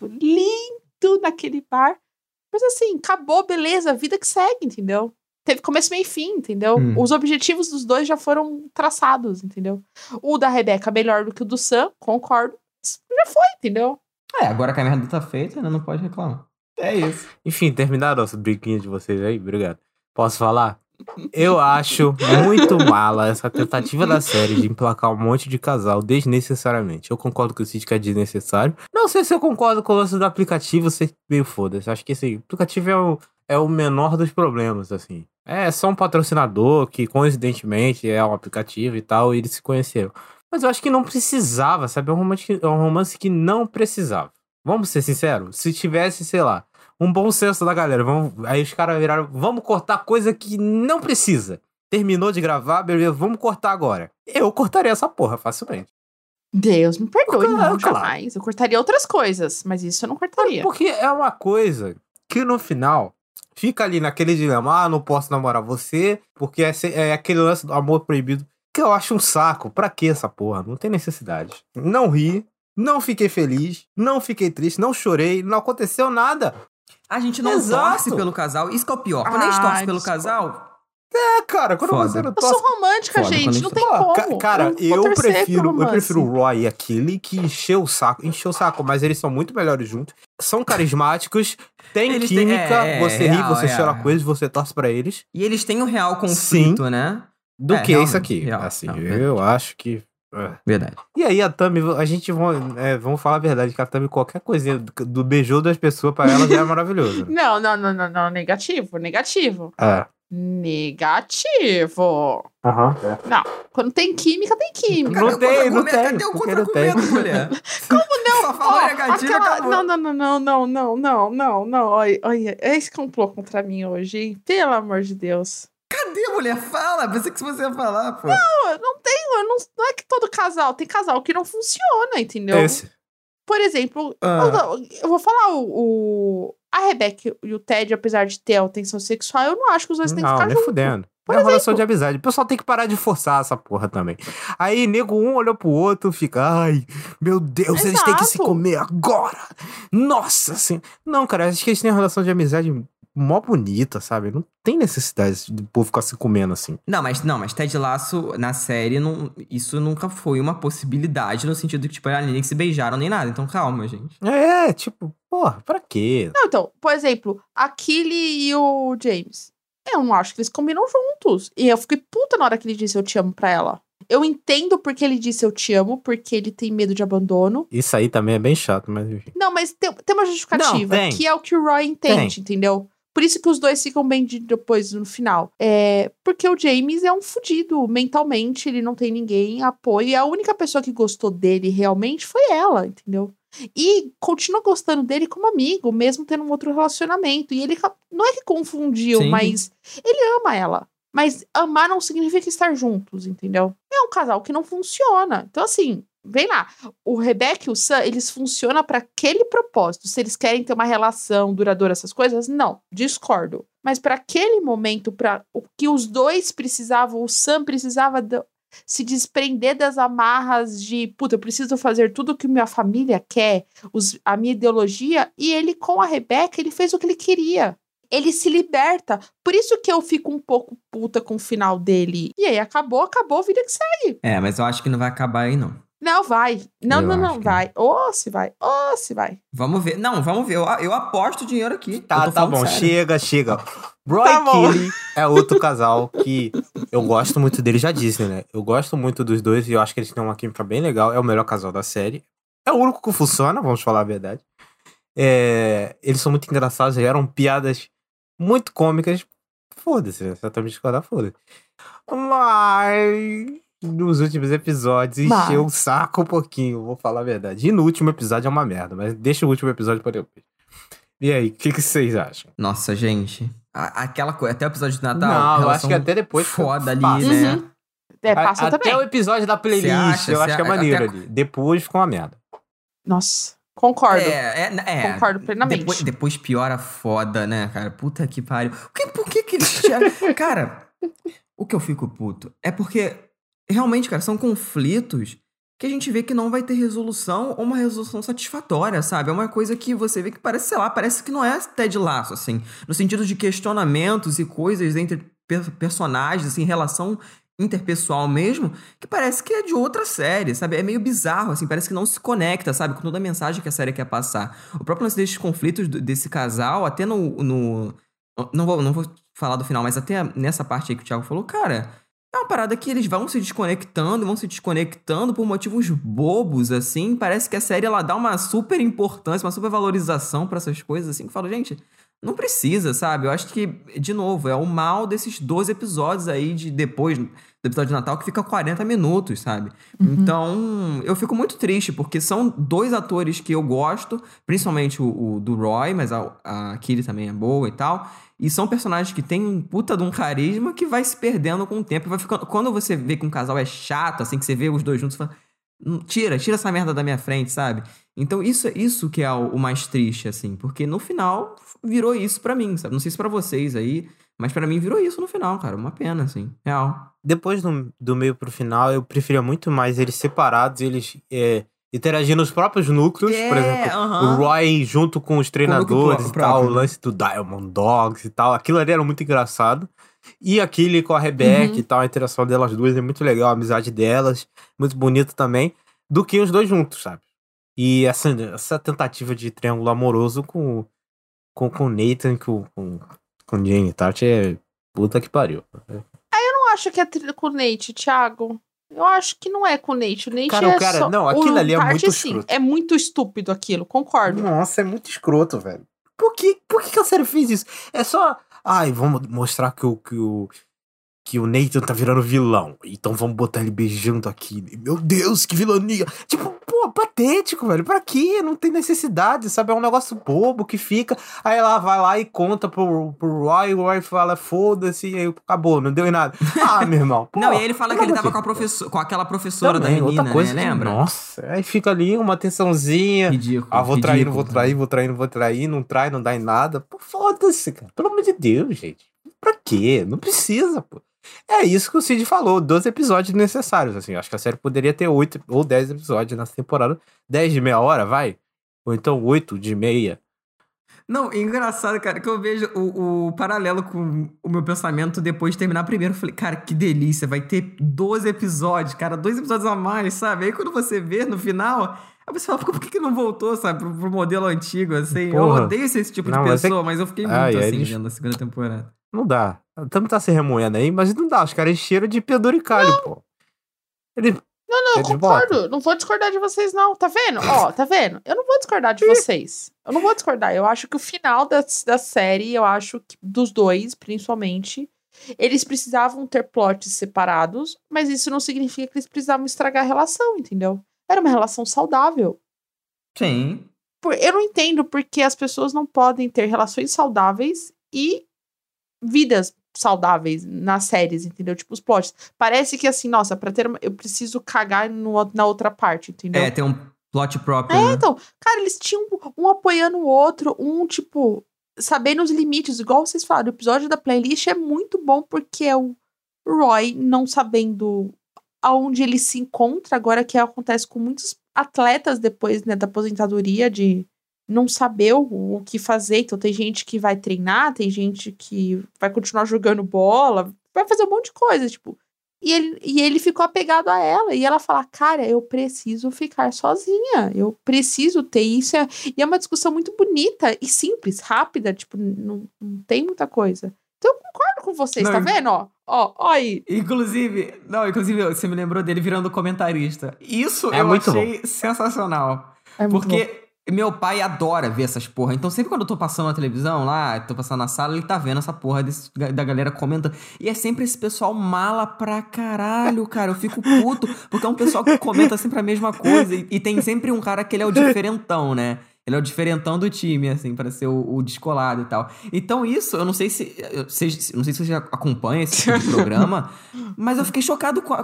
naquele bar. Mas assim, acabou, beleza. Vida que segue, entendeu? Teve começo, meio e fim, entendeu? Os objetivos dos dois já foram traçados, entendeu? O da Rebeca melhor do que o do Sam, concordo. Já foi, entendeu? Agora que a merda tá feita, né? Não pode reclamar. É isso. Enfim, terminaram essa briguinha de vocês aí? Obrigado. Posso falar? Eu acho muito mala essa tentativa da série de emplacar um monte de casal desnecessariamente. Eu concordo com o Cid que é desnecessário. Não sei se eu concordo com o lance do aplicativo ser meio foda-se. Acho que esse aplicativo é o menor dos problemas, assim. É só um patrocinador que, coincidentemente, é um aplicativo e tal, e eles se conheceram. Mas eu acho que não precisava, sabe? É um romance que não precisava. Vamos ser sinceros? Se tivesse, sei lá, um bom senso da galera. Aí os caras viraram, vamos cortar coisa que não precisa. Terminou de gravar, beleza, vamos cortar agora. Eu cortaria essa porra facilmente. Deus me perdoe, não, Claro. jamais. Eu cortaria outras coisas, mas isso eu não cortaria. Porque é uma coisa que no final fica ali naquele dilema, não posso namorar você, porque é aquele lance do amor proibido, que eu acho um saco. Pra que essa porra? Não tem necessidade. Não ri, não fiquei feliz, não fiquei triste, não chorei, não aconteceu nada. A gente não torce pelo casal. Isso que é o pior. Quando a gente torce pelo casal... Cara, quando Foda. você não Eu torce... sou romântica, Foda, gente. quando Não a tem como. Cara, vou eu torcer pro romance. prefiro o Roy e a Kelly, que encheu o saco, mas eles são muito melhores juntos, são carismáticos, tem Eles química, têm- você real, ri, você chora com eles, você torce pra eles, E eles têm um real conflito, né? do que realmente, isso aqui. real, assim, real, eu acho que... Verdade. E aí a Tami, vamos falar a verdade, que a Tami, qualquer coisinha do beijou das pessoas pra ela já é maravilhoso. Não. Negativo. É. Negativo. Aham. Não. Quando tem química, tem química. Não tem. Cadê o contra-argumento, mulher? Como não? Só falou negativo e acabou. Não. Olha, esse complô contra mim hoje, hein? Pelo amor de Deus. Cadê, mulher? Fala. Pensei que você ia falar, pô. Não é que todo casal. Tem casal que não funciona, entendeu? Esse. Por exemplo, eu vou falar a Rebecca e o Ted, apesar de ter a tensão sexual, eu não acho que os dois têm que ficar Não, nem juntos. fudendo. Por É uma relação exemplo. de amizade. O pessoal tem que parar de forçar essa porra também. Aí, nego um olhou pro outro, fica, ai, meu Deus, eles têm que se Exato. comer agora. Nossa, assim. Não, cara, acho que eles têm uma relação de amizade mó bonita, sabe? Não tem necessidade do povo ficar se comendo assim. Não, mas Ted Lasso, na série, isso nunca foi uma possibilidade, no sentido de que, tipo, eles nem se beijaram nem nada. Então, calma, gente. Tipo, porra, pra quê? Não, então, por exemplo, a Kylie e o James. Eu não acho que eles combinam juntos. E eu fiquei puta na hora que ele disse eu te amo pra ela. Eu entendo porque ele disse eu te amo, porque ele tem medo de abandono. Isso aí também é bem chato, mas enfim. Não, mas tem uma justificativa, Não, tem. que é o que o Roy entende, entendeu? Por isso que os dois ficam bem depois, no final. Porque o James é um fudido mentalmente, ele não tem ninguém, apoio. E a única pessoa que gostou dele realmente foi ela, entendeu? E continua gostando dele como amigo, mesmo tendo um outro relacionamento. E ele não é que confundiu, Sim. mas ele ama ela. Mas amar não significa estar juntos, entendeu? É um casal que não funciona. Então, assim, vem lá. O Rebecca e o Sam, eles funcionam para aquele propósito. Se eles querem ter uma relação duradoura, essas coisas, não. Discordo. Mas para aquele momento, para o que os dois precisavam, o Sam precisava se desprender das amarras de, puta, eu preciso fazer tudo o que minha família quer, a minha ideologia, e ele, com a Rebecca, ele fez o que ele queria. Ele se liberta. Por isso que eu fico um pouco puta com o final dele. E aí, acabou, vida que segue. Mas eu acho que não vai acabar aí, não. Não, vai. Não, acho que vai. Se vai. Vamos ver. Não, vamos ver. Eu aposto dinheiro aqui. Tá bom, sério. chega. Roy Tá bom. e Kelly é outro casal que eu gosto muito dele, já disse, né? Eu gosto muito dos dois e eu acho que eles têm uma química bem legal. É o melhor casal da série. É o único que funciona, vamos falar a verdade. Eles são muito engraçados, geram piadas muito cômicas. Foda-se, né? Você tá me discordar, foda-se. Mas nos últimos episódios encheu o saco um pouquinho, vou falar a verdade. E no último episódio é uma merda, mas deixa o último episódio pra depois. E aí, o que vocês acham? Nossa, gente. Aquela coisa, até o episódio do Natal. Não, eu acho que até depois foda ali, passa. né? Passa até também. o episódio da playlist, eu acho que é maneiro ali. Depois ficou uma merda. Nossa, concordo. Concordo É, plenamente. Depois piora foda, né, cara? Puta que pariu. Por que eles tiraram... Cara, o que eu fico puto é porque, realmente, cara, são conflitos que a gente vê que não vai ter resolução ou uma resolução satisfatória, sabe? É uma coisa que você vê que parece, sei lá, parece que não é Ted Lasso, assim. No sentido de questionamentos e coisas entre personagens, assim, relação interpessoal mesmo, que parece que é de outra série, sabe? É meio bizarro, assim, parece que não se conecta, sabe? Com toda a mensagem que a série quer passar. O próprio lance desses conflitos desse casal, até no... Não vou falar do final, mas até nessa parte aí que o Thiago falou, cara, é uma parada que eles vão se desconectando por motivos bobos, assim. Parece que a série, ela dá uma super importância, uma super valorização pra essas coisas, assim, que eu falo, gente, não precisa, sabe? Eu acho que, de novo, é o mal desses 12 episódios aí depois do episódio de Natal, que fica 40 minutos, sabe? Então, eu fico muito triste, porque são 2 atores que eu gosto, principalmente o do Roy, mas a Kiri também é boa e tal. E são personagens que têm um puta de um carisma que vai se perdendo com o tempo. Vai ficando... Quando você vê que um casal é chato, assim, que você vê os dois juntos, você fala, tira essa merda da minha frente, sabe? Então isso que é o mais triste, assim. Porque no final virou isso pra mim, sabe? Não sei se pra vocês aí, mas pra mim virou isso no final, cara. Uma pena, assim. Real. Depois do meio pro final, eu preferia muito mais eles separados, eles interagindo nos próprios núcleos. Por exemplo, o Roy junto com os treinadores e tal, o lance do Diamond Dogs e tal. Aquilo ali era muito engraçado. E a Killy com a Rebecca e tal, a interação delas duas é muito legal, a amizade delas, muito bonita também, do que os dois juntos, sabe? E essa tentativa de triângulo amoroso com o Nathan, com Jane Tart é puta que pariu. Eu não acho que é com o Nate, Thiago. Eu acho que não é com o Nate. O Nate só... Não, aquilo ali é muito escroto. É muito estúpido aquilo, concordo. Nossa, é muito escroto, velho. Por que a série fez isso? É só... Ai, vamos mostrar que o Nathan tá virando vilão. Então vamos botar ele beijando aqui. Meu Deus, que vilania. Tipo, pô, patético, velho. Pra quê? Não tem necessidade, sabe? É um negócio bobo que fica. Aí ela vai lá e conta pro Roy. O Roy fala, foda-se. E aí acabou, não deu em nada. Ah, meu irmão. Pô, não, e aí ele fala que ele tava com aquela professora também, da menina, outra coisa, né? Lembra? Nossa, aí fica ali uma tensãozinha. Ridículo. Ah, vou trair, não vou trair. Não trai, não dá em nada. Pô, foda-se, cara. Pelo amor de Deus, gente. Pra quê? Não precisa, pô. É isso que o Cid falou, 12 episódios necessários, assim, acho que a série poderia ter 8 ou 10 episódios nessa temporada, 10 de meia hora, vai? Ou então 8 de meia. Não, engraçado, cara, que eu vejo o paralelo com o meu pensamento depois de terminar primeiro, eu falei, cara, que delícia, vai ter 12 episódios, cara, 2 episódios a mais, sabe? Aí quando você vê no final, aí você fala, por que não voltou, sabe, pro modelo antigo, assim? Porra. Eu odeio esse tipo de pessoa, mas eu fiquei muito assim, vendo na segunda temporada. Não dá. Também tá se remoendo aí, mas não dá. Os caras encheram de penduricalho, pô. Não, concordo. Botam. Não vou discordar de vocês, não. Tá vendo? Ó, tá vendo? Eu não vou discordar de vocês. Eu não vou discordar. Eu acho que o final da série, eu acho que dos dois, principalmente, eles precisavam ter plots separados, mas isso não significa que eles precisavam estragar a relação, entendeu? Era uma relação saudável. Sim. Eu não entendo porque as pessoas não podem ter relações saudáveis e vidas saudáveis nas séries, entendeu? Tipo, os plots. Parece que assim, nossa, pra ter eu preciso cagar na outra parte, entendeu? Tem um plot próprio, né? Então, cara, eles tinham um apoiando o outro, tipo, sabendo os limites, igual vocês falaram, o episódio da playlist é muito bom porque é o Roy não sabendo aonde ele se encontra, agora que acontece com muitos atletas depois, né, da aposentadoria, de não saber o que fazer. Então tem gente que vai treinar, tem gente que vai continuar jogando bola, vai fazer um monte de coisa, tipo. E ele ficou apegado a ela, e ela fala, cara, eu preciso ficar sozinha, eu preciso ter isso. E é uma discussão muito bonita e simples, rápida, tipo, não tem muita coisa. Então eu concordo com vocês, tá vendo? Ó aí. Inclusive, você me lembrou dele virando comentarista. Isso eu achei sensacional. Porque meu pai adora ver essas porra. Então sempre quando eu tô passando na televisão lá, tô passando na sala, ele tá vendo essa porra da galera comentando. E é sempre esse pessoal mala pra caralho, cara. Eu fico puto, porque é um pessoal que comenta sempre a mesma coisa. E tem sempre um cara que ele é o diferentão, né? Ele é o diferentão do time, assim, para ser o descolado e tal. Então isso, eu não sei se você já acompanha esse tipo de programa, mas eu fiquei chocado com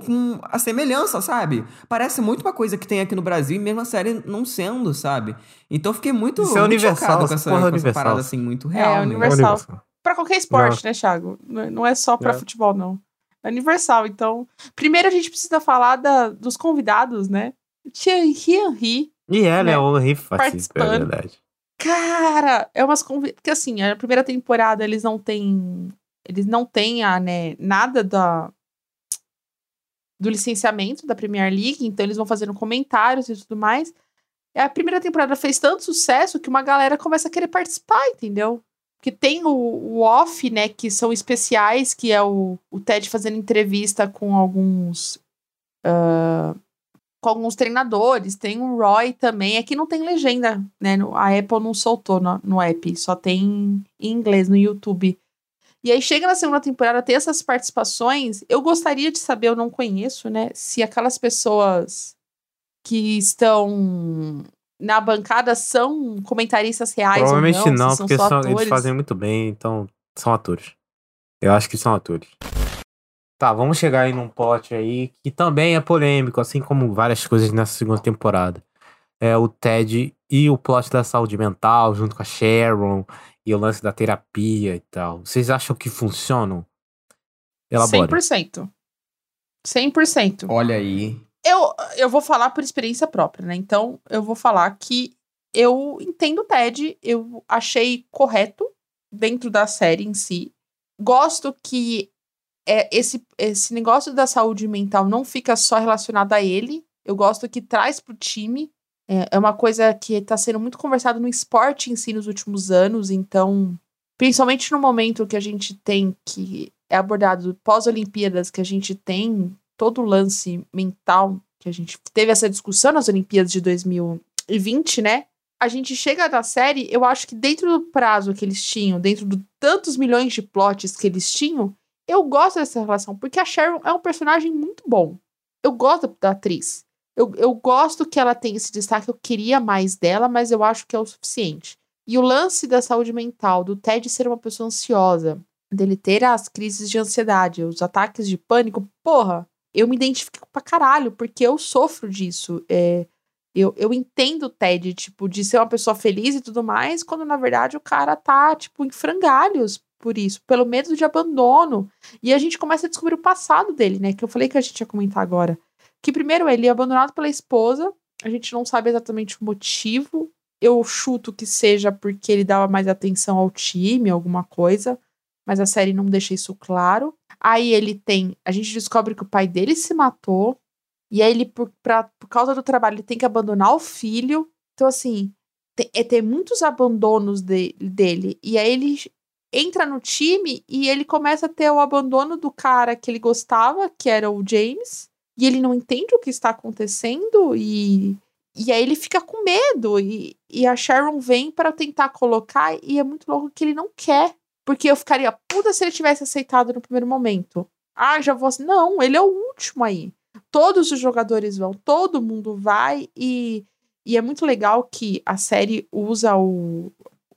a semelhança, sabe? Parece muito uma coisa que tem aqui no Brasil, e mesmo a série não sendo, sabe? Então eu fiquei muito chocado com essa parada, assim, muito real. É universal. Pra qualquer esporte, né, Thiago? Não é só pra futebol, não. É universal. Então, primeiro a gente precisa falar dos convidados, né? Thierry Henry. E ela é o Henry participando. É verdade. Cara, é umas porque assim, a primeira temporada eles não têm nada do licenciamento da Premier League, então eles vão fazendo comentários e tudo mais. E a primeira temporada fez tanto sucesso que uma galera começa a querer participar, entendeu? Porque tem o off, né, que são especiais, que é o Ted fazendo entrevista com alguns treinadores, tem o Roy também, aqui não tem legenda, né, a Apple não soltou no app, só tem em inglês no YouTube. E aí chega na segunda temporada, tem essas participações, eu gostaria de saber, eu não conheço, né, se aquelas pessoas que estão na bancada são comentaristas reais Provavelmente ou não, se são porque só atores. eles fazem muito bem, então são atores. Eu acho que são atores. Tá, vamos chegar aí num plot aí que também é polêmico, assim como várias coisas nessa segunda temporada. É o Ted e o plot da saúde mental, junto com a Sharon, e o lance da terapia e tal. Vocês acham que funcionam? Elabora. 100%. 100%. Olha aí. Eu vou falar por experiência própria, né? Então, eu vou falar que eu entendo o Ted, eu achei correto dentro da série em si. Gosto que esse negócio da saúde mental não fica só relacionado a ele. Eu gosto que traz pro time. É uma coisa que tá sendo muito conversado no esporte em si nos últimos anos. Então, principalmente no momento que a gente tem, que é abordado pós-Olimpíadas, que a gente tem todo o lance mental, que a gente teve essa discussão nas Olimpíadas de 2020, né? A gente chega na série, eu acho que dentro do prazo que eles tinham, dentro de tantos milhões de plots que eles tinham, eu gosto dessa relação, porque a Sharon é um personagem muito bom. Eu gosto da atriz. Eu gosto que ela tem esse destaque, eu queria mais dela, mas eu acho que é o suficiente. E o lance da saúde mental, do Ted ser uma pessoa ansiosa, dele ter as crises de ansiedade, os ataques de pânico, porra, eu me identifico pra caralho, porque eu sofro disso. Eu entendo o Ted, tipo, de ser uma pessoa feliz e tudo mais, quando na verdade o cara tá, tipo, em frangalhos por isso, pelo medo de abandono. E a gente começa a descobrir o passado dele, né? Que eu falei que a gente ia comentar agora. Que primeiro ele é abandonado pela esposa, a gente não sabe exatamente o motivo. Eu chuto que seja porque ele dava mais atenção ao time, alguma coisa, mas a série não deixa isso claro. Aí a gente descobre que o pai dele se matou, e aí ele, por causa do trabalho, ele tem que abandonar o filho. Então, assim, tem muitos abandonos dele. E aí ele entra no time e ele começa a ter o abandono do cara que ele gostava, que era o James, e ele não entende o que está acontecendo, e aí ele fica com medo, e a Sharon vem para tentar colocar, e é muito louco que ele não quer. Porque eu ficaria puta se ele tivesse aceitado no primeiro momento. Já vou assim. Não, ele é o último aí. Todos os jogadores vão, todo mundo vai. E é muito legal que a série usa o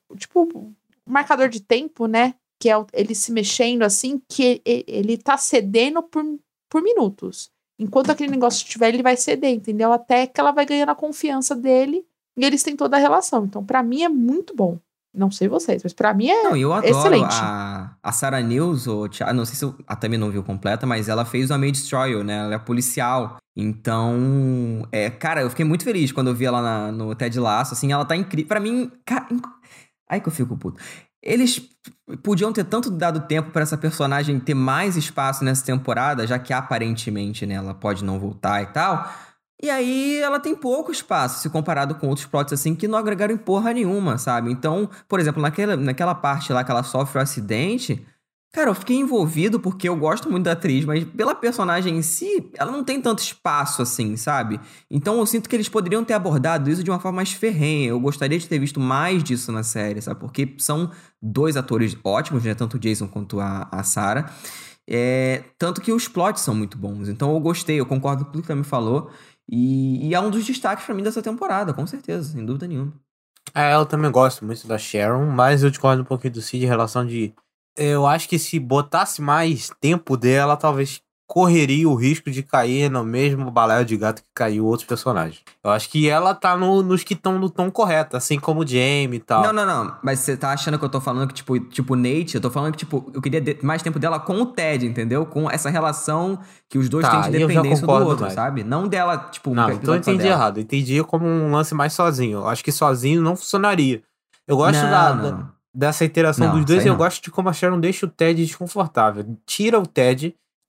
marcador de tempo, né? Que é ele se mexendo assim, que ele tá cedendo por minutos. Enquanto aquele negócio estiver, ele vai ceder, entendeu? Até que ela vai ganhando a confiança dele e eles têm toda a relação. Então, pra mim, é muito bom. Não sei vocês, mas pra mim é eu adoro excelente. A Sarah News, não sei se a Tami não viu completa, mas ela fez o A Maid's Trial, né? Ela é policial. Então, cara, eu fiquei muito feliz quando eu vi ela no Ted Lasso, assim, ela tá incrível. Pra mim, cara, ai que eu fico puto. Eles podiam ter tanto dado tempo pra essa personagem ter mais espaço nessa temporada, já que aparentemente, né, ela pode não voltar e tal. E aí ela tem pouco espaço, se comparado com outros plots assim, que não agregaram em porra nenhuma, sabe? Então, por exemplo, naquela parte lá que ela sofre o acidente, cara, eu fiquei envolvido porque eu gosto muito da atriz, mas pela personagem em si, ela não tem tanto espaço assim, sabe? Então eu sinto que eles poderiam ter abordado isso de uma forma mais ferrenha. Eu gostaria de ter visto mais disso na série, sabe? Porque são dois atores ótimos, né? Tanto o Jason quanto a Sarah. Tanto que os plots são muito bons. Então eu gostei, eu concordo com tudo que você me falou. E é um dos destaques pra mim dessa temporada, com certeza, sem dúvida nenhuma. Eu também gosto muito da Sharon, mas eu discordo um pouquinho do Cid em relação de... Eu acho que se botasse mais tempo dela, talvez correria o risco de cair no mesmo balaio de gato que caiu outros personagens. Eu acho que ela tá nos que estão no tom correto, assim como o Jamie e tal. Não. Mas você tá achando que eu tô falando que, tipo Nate, eu tô falando que, tipo, eu queria mais tempo dela com o Ted, entendeu? Com essa relação que os dois têm de dependência do outro, sabe? Não dela, tipo... Não, então eu entendi errado. Eu entendi como um lance mais sozinho. Eu acho que sozinho não funcionaria. Eu gosto dessa interação dos dois e eu gosto de como a Sharon deixa o Ted desconfortável. Tira o Ted,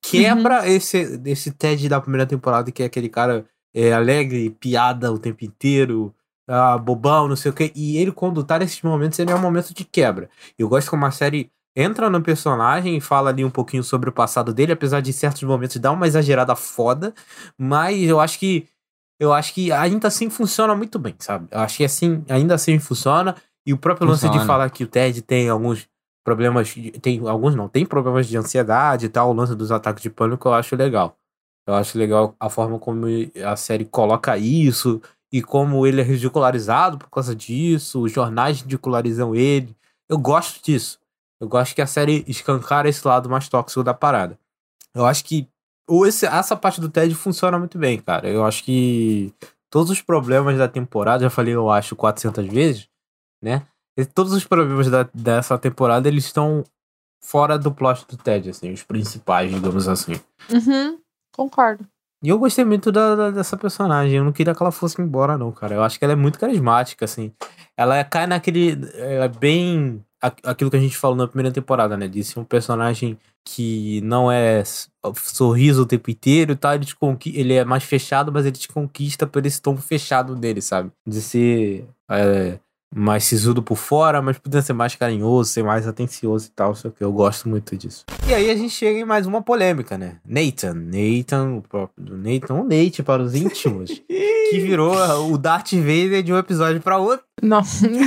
quebra esse Ted da primeira temporada, que é aquele cara alegre, piada o tempo inteiro, bobão, não sei o quê. E ele, quando tá nesses momentos, ele é um momento de quebra. Eu gosto como a série entra no personagem e fala ali um pouquinho sobre o passado dele, apesar de em certos momentos dar uma exagerada foda, mas eu acho que ainda assim funciona muito bem, sabe? Eu acho que assim, ainda assim funciona. E o próprio lance de falar que o Ted tem alguns problemas, tem problemas de ansiedade e tal, o lance dos ataques de pânico eu acho legal. Eu acho legal a forma como a série coloca isso e como ele é ridicularizado por causa disso, os jornais ridicularizam ele. Eu gosto disso. Eu gosto que a série escancara esse lado mais tóxico da parada. Eu acho que essa parte do Ted funciona muito bem, cara. Eu acho que todos os problemas da temporada, já falei, eu acho, 400 vezes, né? E todos os problemas dessa temporada, eles estão fora do plot do Ted, assim, os principais, digamos assim. Concordo. E eu gostei muito dessa personagem. Eu não queria que ela fosse embora, não, cara. Eu acho que ela é muito carismática, assim. Ela cai naquele... Ela é bem... Aquilo que a gente falou na primeira temporada, né? De ser um personagem que não é sorriso o tempo inteiro e tal. Ele é mais fechado, mas ele te conquista por esse tom fechado dele, sabe? De ser mais sisudo por fora, mas poder ser mais carinhoso, ser mais atencioso e tal. Só que eu gosto muito disso. E aí a gente chega em mais uma polêmica, né? Nathan, o próprio Nathan, o Nate para os íntimos, que virou o Darth Vader de um episódio para outro. Não.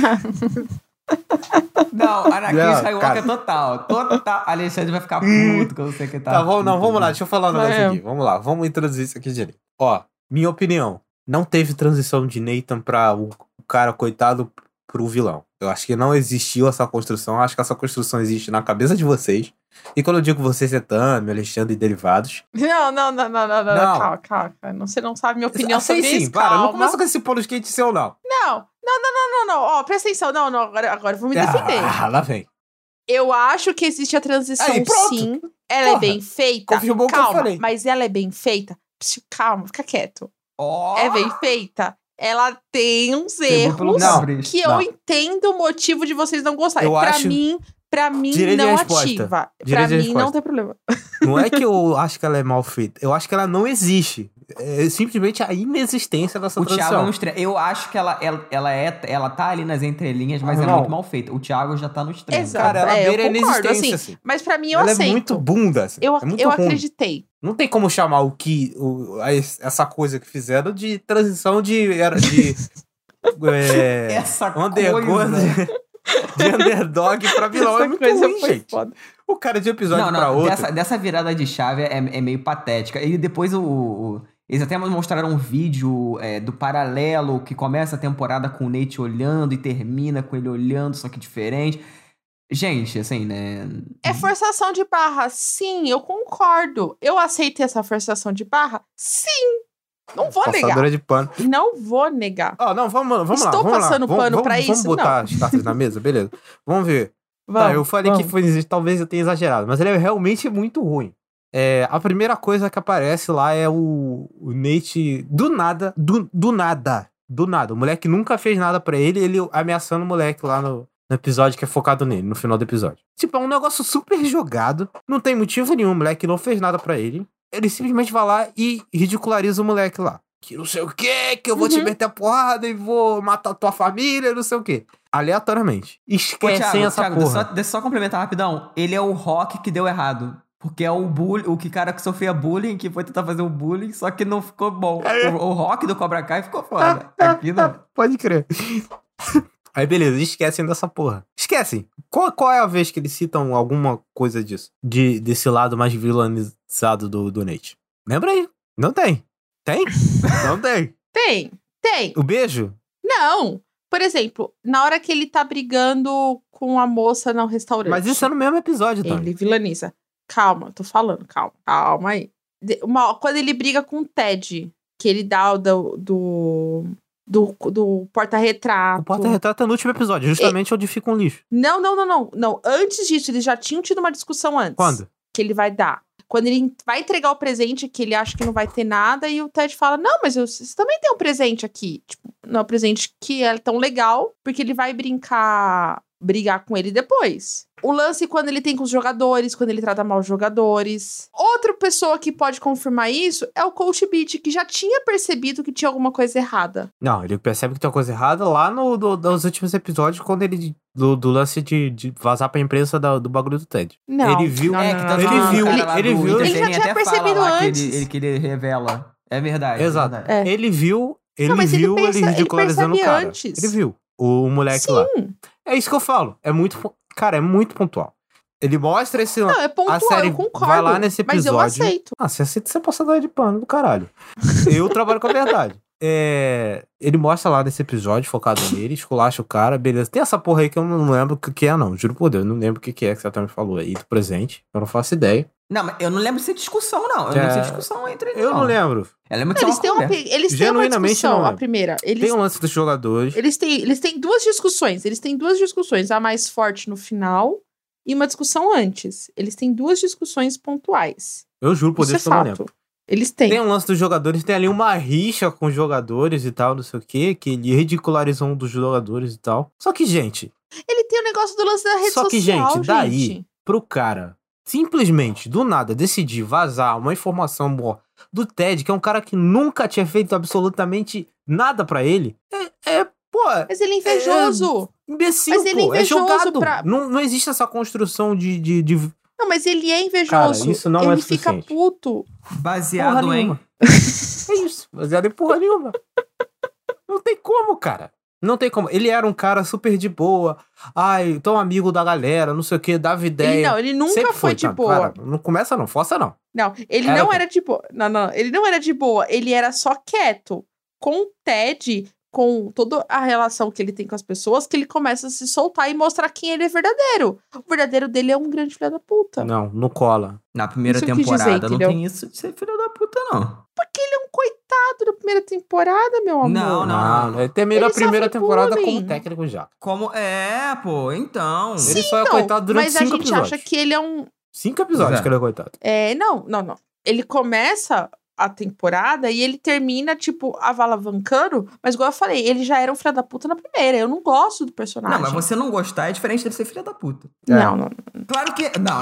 Não, Anakin Skywalker total. Alexandre vai ficar puto que eu não sei o que tá. Tá, vamos lá, deixa eu falar um negócio aqui. Vamos lá, vamos introduzir isso aqui direito. Ó, minha opinião, não teve transição de Nathan pra o cara coitado pro vilão. Eu acho que não existiu essa construção, eu acho que essa construção existe na cabeça de vocês. E quando eu digo vocês, é Tami, Alexandre e derivados. Não. Calma. Você não sabe minha opinião sobre isso. Sim, para, não começa com esse polo quente seu, não. Não. Ó, presta atenção. Não, agora eu vou me defender. Lá vem. Eu acho que existe a transição, aí, sim. Ela é bem feita. Confirmou o que eu falei. Mas ela é bem feita. Calma, fica quieto. Oh. É bem feita. Ela tem uns erros que eu entendo o motivo de vocês não gostarem. Pra mim não ativa. Pra mim não tem problema. Não é que eu acho que ela é mal feita. Eu acho que ela não existe. É simplesmente a inexistência dessa transição. Eu acho que ela tá ali nas entrelinhas, mas é muito mal feita. O Thiago já tá no extremo. Exato. Cara, ela beira a inexistência, assim. Mas pra mim eu ela aceito. É muito bunda. Assim. Eu ruim. acreditei. Não tem como chamar essa coisa que fizeram de transição de essa coisa... de underdog pra vilão. Essa é muito coisa ruim, gente. Foda. O cara de episódio pra outro... Dessa virada de chave é meio patética. E depois eles até mostraram um vídeo do paralelo que começa a temporada com o Nate olhando e termina com ele olhando, só que diferente. Gente, assim, né... É forçação de barra, sim, eu concordo. Eu aceitei essa forçação de barra, sim. Não vou Passadora negar. de pano. Não vou negar. Não, vamos Estou lá. passando pano pra isso? Vamos botar as cartas na mesa, beleza. Vamos ver. Eu falei que talvez eu tenha exagerado, mas ele é realmente muito ruim. A primeira coisa que aparece lá é o Nate do nada. O moleque nunca fez nada pra ele ameaçando o moleque lá no episódio que é focado nele, no final do episódio. Tipo, é um negócio super jogado, não tem motivo nenhum, o moleque não fez nada pra ele. Ele simplesmente vai lá e ridiculariza o moleque lá. Que não sei o quê, que eu vou te meter a porrada e vou matar tua família, não sei o quê. Aleatoriamente. Esquecem essa porra. Deixa eu só complementar rapidão. Ele é o Rock que deu errado. Porque é o cara que sofria bullying, que foi tentar fazer o bullying, só que não ficou bom. O Rock do Cobra Kai ficou foda. Aqui não. Pode crer. Aí beleza, esquecem dessa porra. Esquecem. Qual é a vez que eles citam alguma coisa disso? Desse lado mais vilanizado do Nate? Lembra aí? Não tem. Tem? Não tem. Tem. O beijo? Não. Por exemplo, na hora que ele tá brigando com a moça no restaurante. Mas isso é no mesmo episódio, tá? Ele vilaniza. Calma, tô falando, calma aí. Quando ele briga com o Ted, que ele dá do porta-retrato. O porta-retrato é no último episódio, justamente onde fica um lixo. Não. Antes disso, eles já tinham tido uma discussão antes. Quando? Que ele vai dar. Quando ele vai entregar o presente, que ele acha que não vai ter nada, e o Ted fala, não, mas você também tem um presente aqui. Tipo, não é um presente que é tão legal, porque ele vai brincar brigar com ele depois. O lance quando ele tem com os jogadores, quando ele trata mal os jogadores. Outra pessoa que pode confirmar isso é o Coach Beat, que já tinha percebido que tinha alguma coisa errada. Não, ele percebe que tem uma coisa errada lá nos últimos episódios, quando ele... Do lance de vazar pra imprensa do bagulho do Ted. Não. Ele viu... Ele viu. Ele já tinha percebido antes. Que ele revela. É verdade. Exato. É verdade. Ele viu... Ele viu ele ridicularizando o cara. Antes. Ele viu. O moleque lá. É isso que eu falo. É muito... Cara, é muito pontual. Ele mostra esse... Não, é pontual, a série eu concordo. vai lá nesse episódio. Mas eu aceito. Você aceita ser passador de pano do caralho. Eu trabalho com a verdade. Ele mostra lá nesse episódio, focado nele, esculacha o cara, beleza. Tem essa porra aí que eu não lembro o que é, não. Juro por Deus, eu não lembro o que é que você também falou aí do presente. Eu não faço ideia. Não, mas eu não lembro se é discussão, não. Eu não lembro se é discussão entre eles. Eu não lembro. Eles têm uma discussão, a primeira. Tem um lance dos jogadores. Eles têm duas discussões. Eles têm duas discussões. A mais forte no final e uma discussão antes. Eles têm duas discussões pontuais. Eu juro por Deus que eu não lembro. Eles têm. Tem um lance dos jogadores, tem ali uma rixa com os jogadores e tal, não sei o quê, que ele ridicularizou um dos jogadores e tal. Só que, gente... Ele tem o negócio do lance da rede social, Só que, gente, daí, pro cara simplesmente, do nada, decidir vazar uma informação do Ted, que é um cara que nunca tinha feito absolutamente nada pra ele, pô... Mas ele é invejoso. Imbecil, mas ele pô. É jogado. Pra... Não existe essa construção de... Não, mas ele é invejoso. Cara, isso não ele é fica puto. Baseado porra em... É isso. Baseado em porra nenhuma. Não tem como, cara. Não tem como. Ele era um cara super de boa. Ai, tão amigo da galera, não sei o que, dava ideia. Ele nunca sempre foi de boa. Cara, não começa não, força não. Não, ele não era de boa. Não, ele não era de boa. Ele era só quieto. Com o Ted, com toda a relação que ele tem com as pessoas, que ele começa a se soltar e mostrar quem ele é verdadeiro. O verdadeiro dele é um grande filho da puta. Não cola. Na primeira temporada não tem isso de ser filho da puta, não. Porque ele é um coitado da primeira temporada, meu amor. Não. Ele terminou a primeira temporada como técnico já. Como? Pô, então. Ele só é coitado durante 5 episódios. Mas a gente acha que ele é um... 5 episódios que ele é coitado. Não. Ele começa a temporada e ele termina, tipo, avalavancando, mas igual eu falei, ele já era um filho da puta na primeira. Eu não gosto do personagem. Não, mas você não gostar é diferente dele ser filho da puta. Não. Claro que... Não.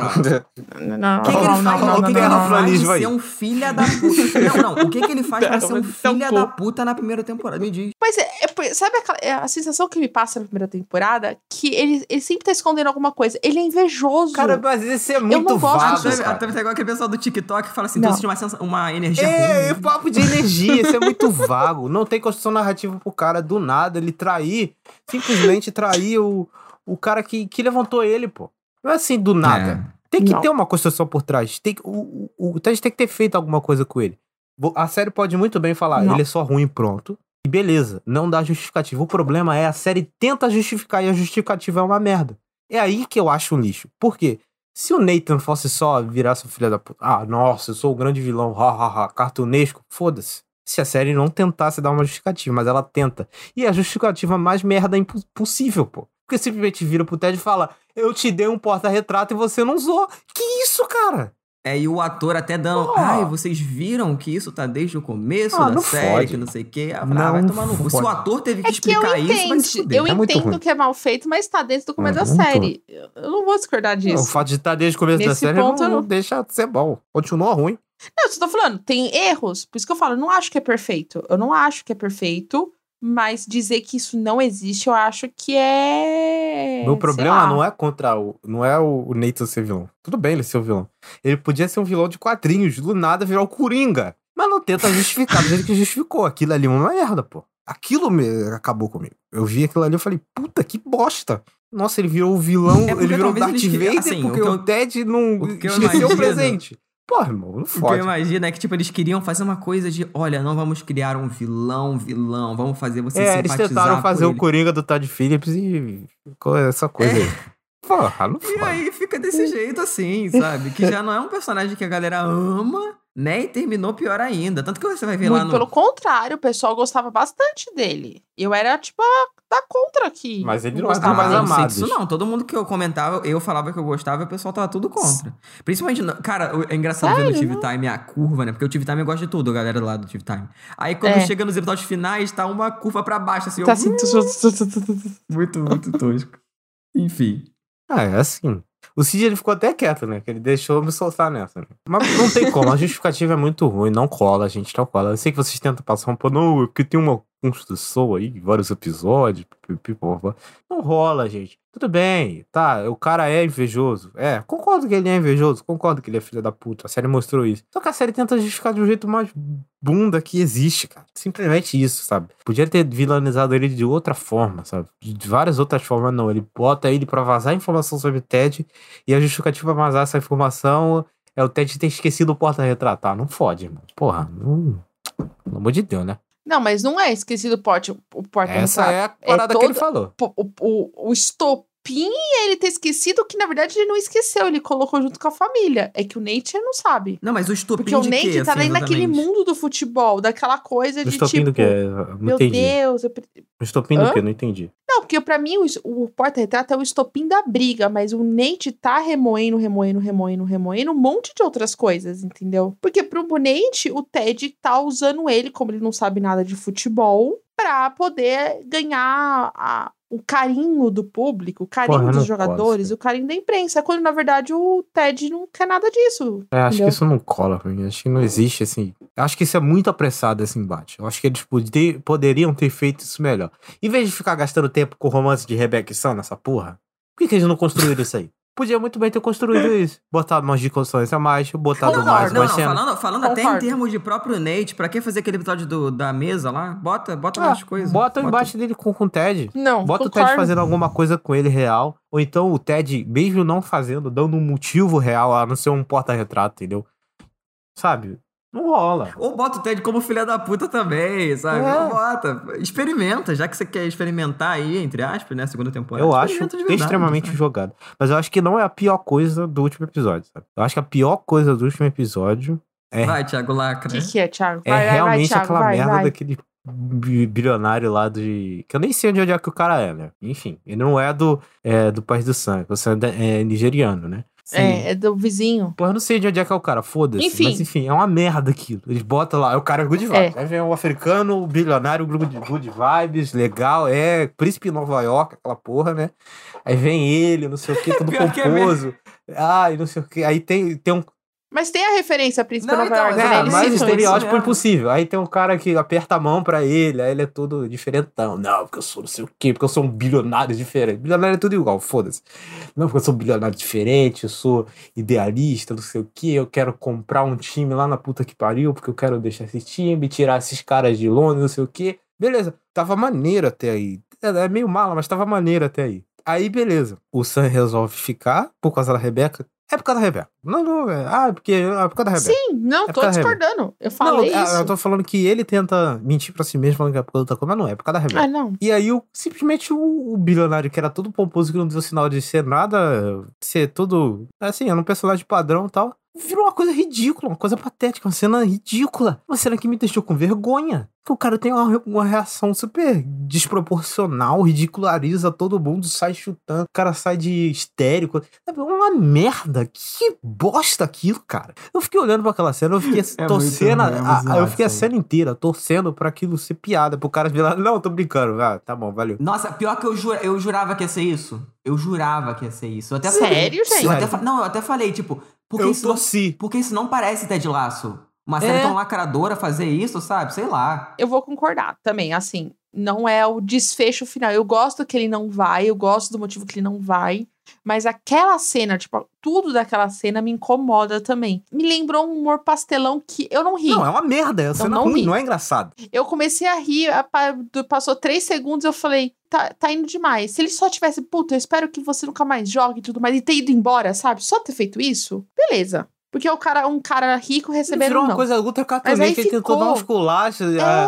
Não. O que ele faz de ser um filho da puta? Não. O que ele faz pra ser um filho da puta na primeira temporada? Me diz. Mas, sabe a sensação que me passa na primeira temporada? Que ele sempre tá escondendo alguma coisa. Ele é invejoso. Cara, mas isso é muito vago. Até igual aquele pessoal do TikTok que fala assim, então você tinha uma energia papo de energia, isso é muito vago. Não tem construção narrativa pro cara do nada, ele simplesmente trair o cara que levantou ele, pô. Não é assim do nada. Tem que ter uma construção por trás. O Ted tem que ter feito alguma coisa com ele. A série pode muito bem falar, ele é só ruim e pronto. E beleza, não dá justificativa. O problema é a série tenta justificar e a justificativa é uma merda. É aí que eu acho um lixo. Por quê? Se o Nathan fosse só virar seu filho da puta... nossa, eu sou o grande vilão, cartunesco, foda-se. Se a série não tentasse dar uma justificativa, mas ela tenta. E é a justificativa mais merda possível, pô. Porque simplesmente vira pro Ted e fala, eu te dei um porta-retrato e você não usou. Que isso, cara? E o ator até dando... vocês viram que isso tá desde o começo da série, fode. Que não sei o quê. Vai tomar no cu. Se o ator teve que explicar isso, vai se fuder. Eu entendo que é mal feito, mas tá desde o começo da série. Eu não vou discordar disso. O fato de estar desde o começo da série não deixa de ser bom. Continua ruim. Não, eu só tô falando, tem erros. Por isso que eu falo, eu não acho que é perfeito. Eu não acho que é perfeito, mas dizer que isso não existe, eu acho que é... Meu problema não é não é o Nathan ser vilão. Tudo bem ele ser o vilão. Ele podia ser um vilão de quadrinhos, do nada virar o Coringa. Mas não tenta justificar do jeito que justificou. Aquilo ali é uma merda, pô. Aquilo acabou comigo. Eu vi aquilo ali e falei, puta, que bosta. Nossa, ele virou o vilão, ele virou o Darth Vader porque o Ted não esqueceu o presente. Porra, irmão, não fode. O que eu imagino é que, tipo, eles queriam fazer uma coisa de, olha, não vamos criar um vilão, vamos fazer você simpatizar eles tentaram fazer o Coringa do Todd Phillips e essa coisa aí. Porra, não fode. E aí fica desse jeito assim, sabe? Que já não é um personagem que a galera ama, né? E terminou pior ainda. Tanto que você vai ver muito lá no... Pelo contrário, o pessoal gostava bastante dele. Eu era, tipo, da contra aqui. Mas ele não estava mais amado. Não sei disso não. Todo mundo que eu comentava, eu falava que eu gostava, o pessoal tava tudo contra. Principalmente, cara, é engraçado ver no TV Time a curva, né? Porque o TV Time gosta de tudo, a galera lá do TV Time. Aí quando chega nos episódios finais, tá uma curva pra baixo, assim. Tá assim... Muito tosco. Enfim. É assim. O Cid, ele ficou até quieto, né? Que ele deixou eu me soltar nessa. Né? Mas não tem como. A justificativa é muito ruim. Não cola, gente. Não cola. Eu sei que vocês tentam passar um pano. Não, porque tem uma construção aí, vários episódios. Não rola, gente. Tudo bem, tá? O cara é invejoso. É, concordo que ele é invejoso. Concordo que ele é filho da puta. A série mostrou isso. Só que a série tenta justificar de um jeito mais bunda que existe, cara. Simplesmente isso, sabe? Podia ter vilanizado ele de outra forma, sabe? De várias outras formas, não. Ele bota ele pra vazar informação sobre o Ted e a justificativa pra vazar essa informação é o Ted ter esquecido o porta-retratar. Não fode, irmão. Porra, não... Pelo amor de Deus, né? Não, mas não é esquecido o porta-retrato. Essa é a parada que ele falou. O estopim é ele ter esquecido que, na verdade, ele não esqueceu. Ele colocou junto com a família. É que o Nate não sabe. Não, mas o estopim porque de o Nate quê, tá assim, ali naquele exatamente? mundo do futebol, daquela coisa de estopim tipo... do quê? Não meu entendi. Deus... O estopim do quê? Não entendi. Não, porque pra mim o porta-retrato é o estopim da briga, mas o Nate tá remoendo um monte de outras coisas, entendeu? Porque pro Nate, o Ted tá usando ele, como ele não sabe nada de futebol, pra poder ganhar o carinho do público, o carinho dos jogadores, o carinho da imprensa, quando na verdade o Ted não quer nada disso. Acho que isso não cola pra mim, acho que não existe assim. Acho que isso é muito apressado, esse embate. Eu acho que eles poderiam ter feito isso melhor. Em vez de ficar gastando tempo com o romance de Rebecca e Sam nessa porra, por que eles não construíram isso aí? Podia muito bem ter construído isso. Botado umas discussões a mais, botado mais uma cena. Falando até em termos de próprio Nate, pra que fazer aquele episódio da mesa lá? Bota mais coisas. Bota o embate dele com o Ted. Não, bota concordo. o Ted fazendo alguma coisa com ele real. Ou então o Ted, mesmo não fazendo, dando um motivo real, a não ser um porta-retrato, entendeu? Sabe? Não rola. Ou bota o Ted como filha da puta também, sabe? Não bota. Experimenta, já que você quer experimentar aí, entre aspas, né? Segunda temporada. Eu acho extremamente jogado. Mas eu acho que não é a pior coisa do último episódio, sabe? Eu acho que a pior coisa do último episódio é... Vai, Thiago Lacra. O que é, Thiago? Realmente Thiago, aquela merda daquele bilionário lá de... Que eu nem sei onde é que o cara é, né? Enfim, ele não é do País do Sangue. Você é nigeriano, né? Sim. É do vizinho. Pô, eu não sei de onde é que é o cara, foda-se. Enfim. Mas enfim, é uma merda aquilo. Eles botam lá, é o cara good vibes. Aí vem o africano, o bilionário, o good vibes, legal, príncipe Nova York, aquela porra, né? Aí vem ele, não sei o que, todo pomposo. E não sei o que. Aí tem um... Mas tem a referência a Príncipe Nova York, né? Mas estereótipo impossível. Aí tem um cara que aperta a mão pra ele, aí ele é todo diferentão. Não, porque eu sou não sei o quê, porque eu sou um bilionário diferente. Bilionário é tudo igual, foda-se. Não, porque eu sou um bilionário diferente, eu sou idealista, não sei o quê, eu quero comprar um time lá na puta que pariu, porque eu quero deixar esse time, tirar esses caras de Londres, não sei o quê. Beleza, tava maneiro até aí. É meio mala, mas tava maneiro até aí. Aí, beleza. O Sam resolve ficar por causa da Rebeca. É por causa da Rebeca. Não, é porque é por causa da Rebeca. Sim, não, tô discordando. Eu falei isso. Eu tô falando que ele tenta mentir pra si mesmo, falando que é por causa da outra coisa, mas não, é por causa da Rebeca. Não. E aí, simplesmente o bilionário, que era todo pomposo, que não deu sinal de ser nada, ser tudo, assim, era um personagem padrão e tal, virou uma coisa ridícula, uma coisa patética, uma cena ridícula. Uma cena que me deixou com vergonha. Que o cara tem uma reação super desproporcional, ridiculariza todo mundo, sai chutando, o cara sai de histérico. Sabe, uma merda. Que bosta aquilo, cara. Eu fiquei olhando pra aquela cena, eu fiquei torcendo, eu fiquei a cena inteira torcendo pra aquilo ser piada, pro cara virar, não, tô brincando, tá bom, valeu. Nossa, pior que eu jurava que ia ser isso. Eu jurava que ia ser isso. Eu até Sério, gente? Eu até falei, tipo, porque isso não parece Ted Lasso. Uma série tão lacradora fazer isso, sabe? Sei lá. Eu vou concordar também, assim, não é o desfecho final. Eu gosto que ele não vai, eu gosto do motivo que ele não vai, mas aquela cena, tipo, tudo daquela cena me incomoda também. Me lembrou um humor pastelão que eu não ri. Não, é uma merda, é uma cena ruim, não é engraçado. Eu comecei a rir, passou 3 segundos, eu falei, tá indo demais. Se ele só tivesse, puta, eu espero que você nunca mais jogue e tudo mais, e ter ido embora, sabe? Só ter feito isso, beleza. Porque um cara rico recebendo virou uma coisa ultra cartunesca, ele tentou dar um esculacho,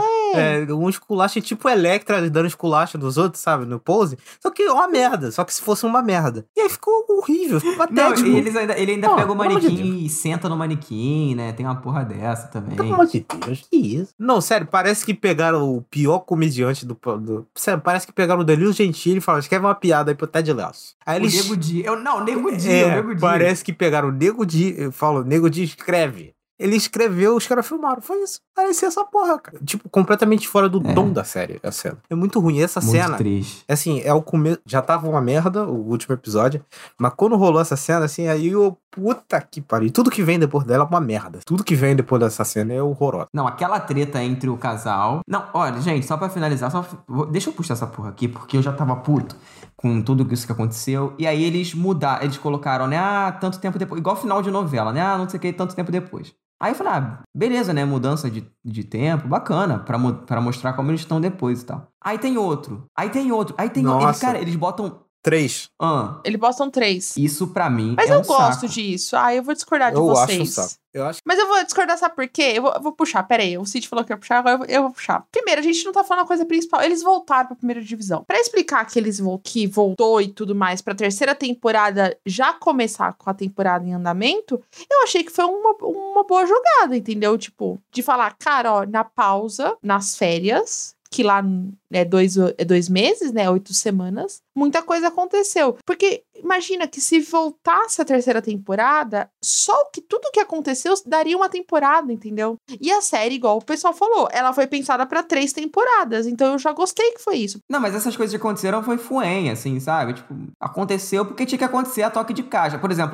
um esculacho tipo Electra dando esculacho dos outros, sabe, no Pose. Só que é uma merda, só que se fosse uma merda. E aí ficou horrível, ficou patético. Não, ele ainda pega o manequim e senta no manequim, né, tem uma porra dessa também. Pelo amor de Deus, que isso? Não, sério, parece que pegaram o pior comediante sério, parece que pegaram o Danilo Gentili e falaram, escreve uma piada aí pro Ted Lasso. Aí eles... O Nego Di. O Nego Di. Parece que pegaram o Nego Di, Nego Di escreve. Ele escreveu, os caras filmaram. Foi isso. Parecia essa porra, cara. Tipo, completamente fora do tom da série, a cena. É muito ruim. Essa Muito cena... triste. Assim, é o começo... Já tava uma merda, o último episódio. Mas quando rolou essa cena, assim, aí eu... Puta que pariu. Tudo que vem depois dela é uma merda. Tudo que vem depois dessa cena é horroroso. Não, aquela treta entre o casal... Não, olha, gente, só pra finalizar, deixa eu puxar essa porra aqui, porque eu já tava puto com tudo isso que aconteceu. E aí eles mudaram, eles colocaram, né? Ah, tanto tempo depois. Igual final de novela, né? Ah, não sei o que, tanto tempo depois. Aí eu falei, beleza, né? Mudança de tempo, bacana, pra mostrar como eles estão depois e tal. Aí tem outro. Nossa. Cara, eles botam... 3. Eles botam 3. Isso pra mim Mas é eu um gosto saco. disso. Eu vou discordar de Eu vocês. acho um saco. Mas eu vou discordar, sabe por quê? Eu vou puxar, peraí. O Cid falou que ia puxar, agora eu vou puxar. Primeiro, a gente não tá falando a coisa principal. Eles voltaram pra primeira divisão. Pra explicar que voltou e tudo mais pra terceira temporada já começar com a temporada em andamento, eu achei que foi uma boa jogada, entendeu? Tipo, de falar, cara, ó, na pausa, nas férias... que lá é 2 meses, né? 8 semanas. Muita coisa aconteceu. Porque imagina que se voltasse a terceira temporada, tudo que aconteceu daria uma temporada, entendeu? E a série, igual o pessoal falou, ela foi pensada pra 3 temporadas. Então eu já gostei que foi isso. Não, mas essas coisas que aconteceram foi fuém, assim, sabe? Tipo, aconteceu porque tinha que acontecer a toque de caixa. Por exemplo,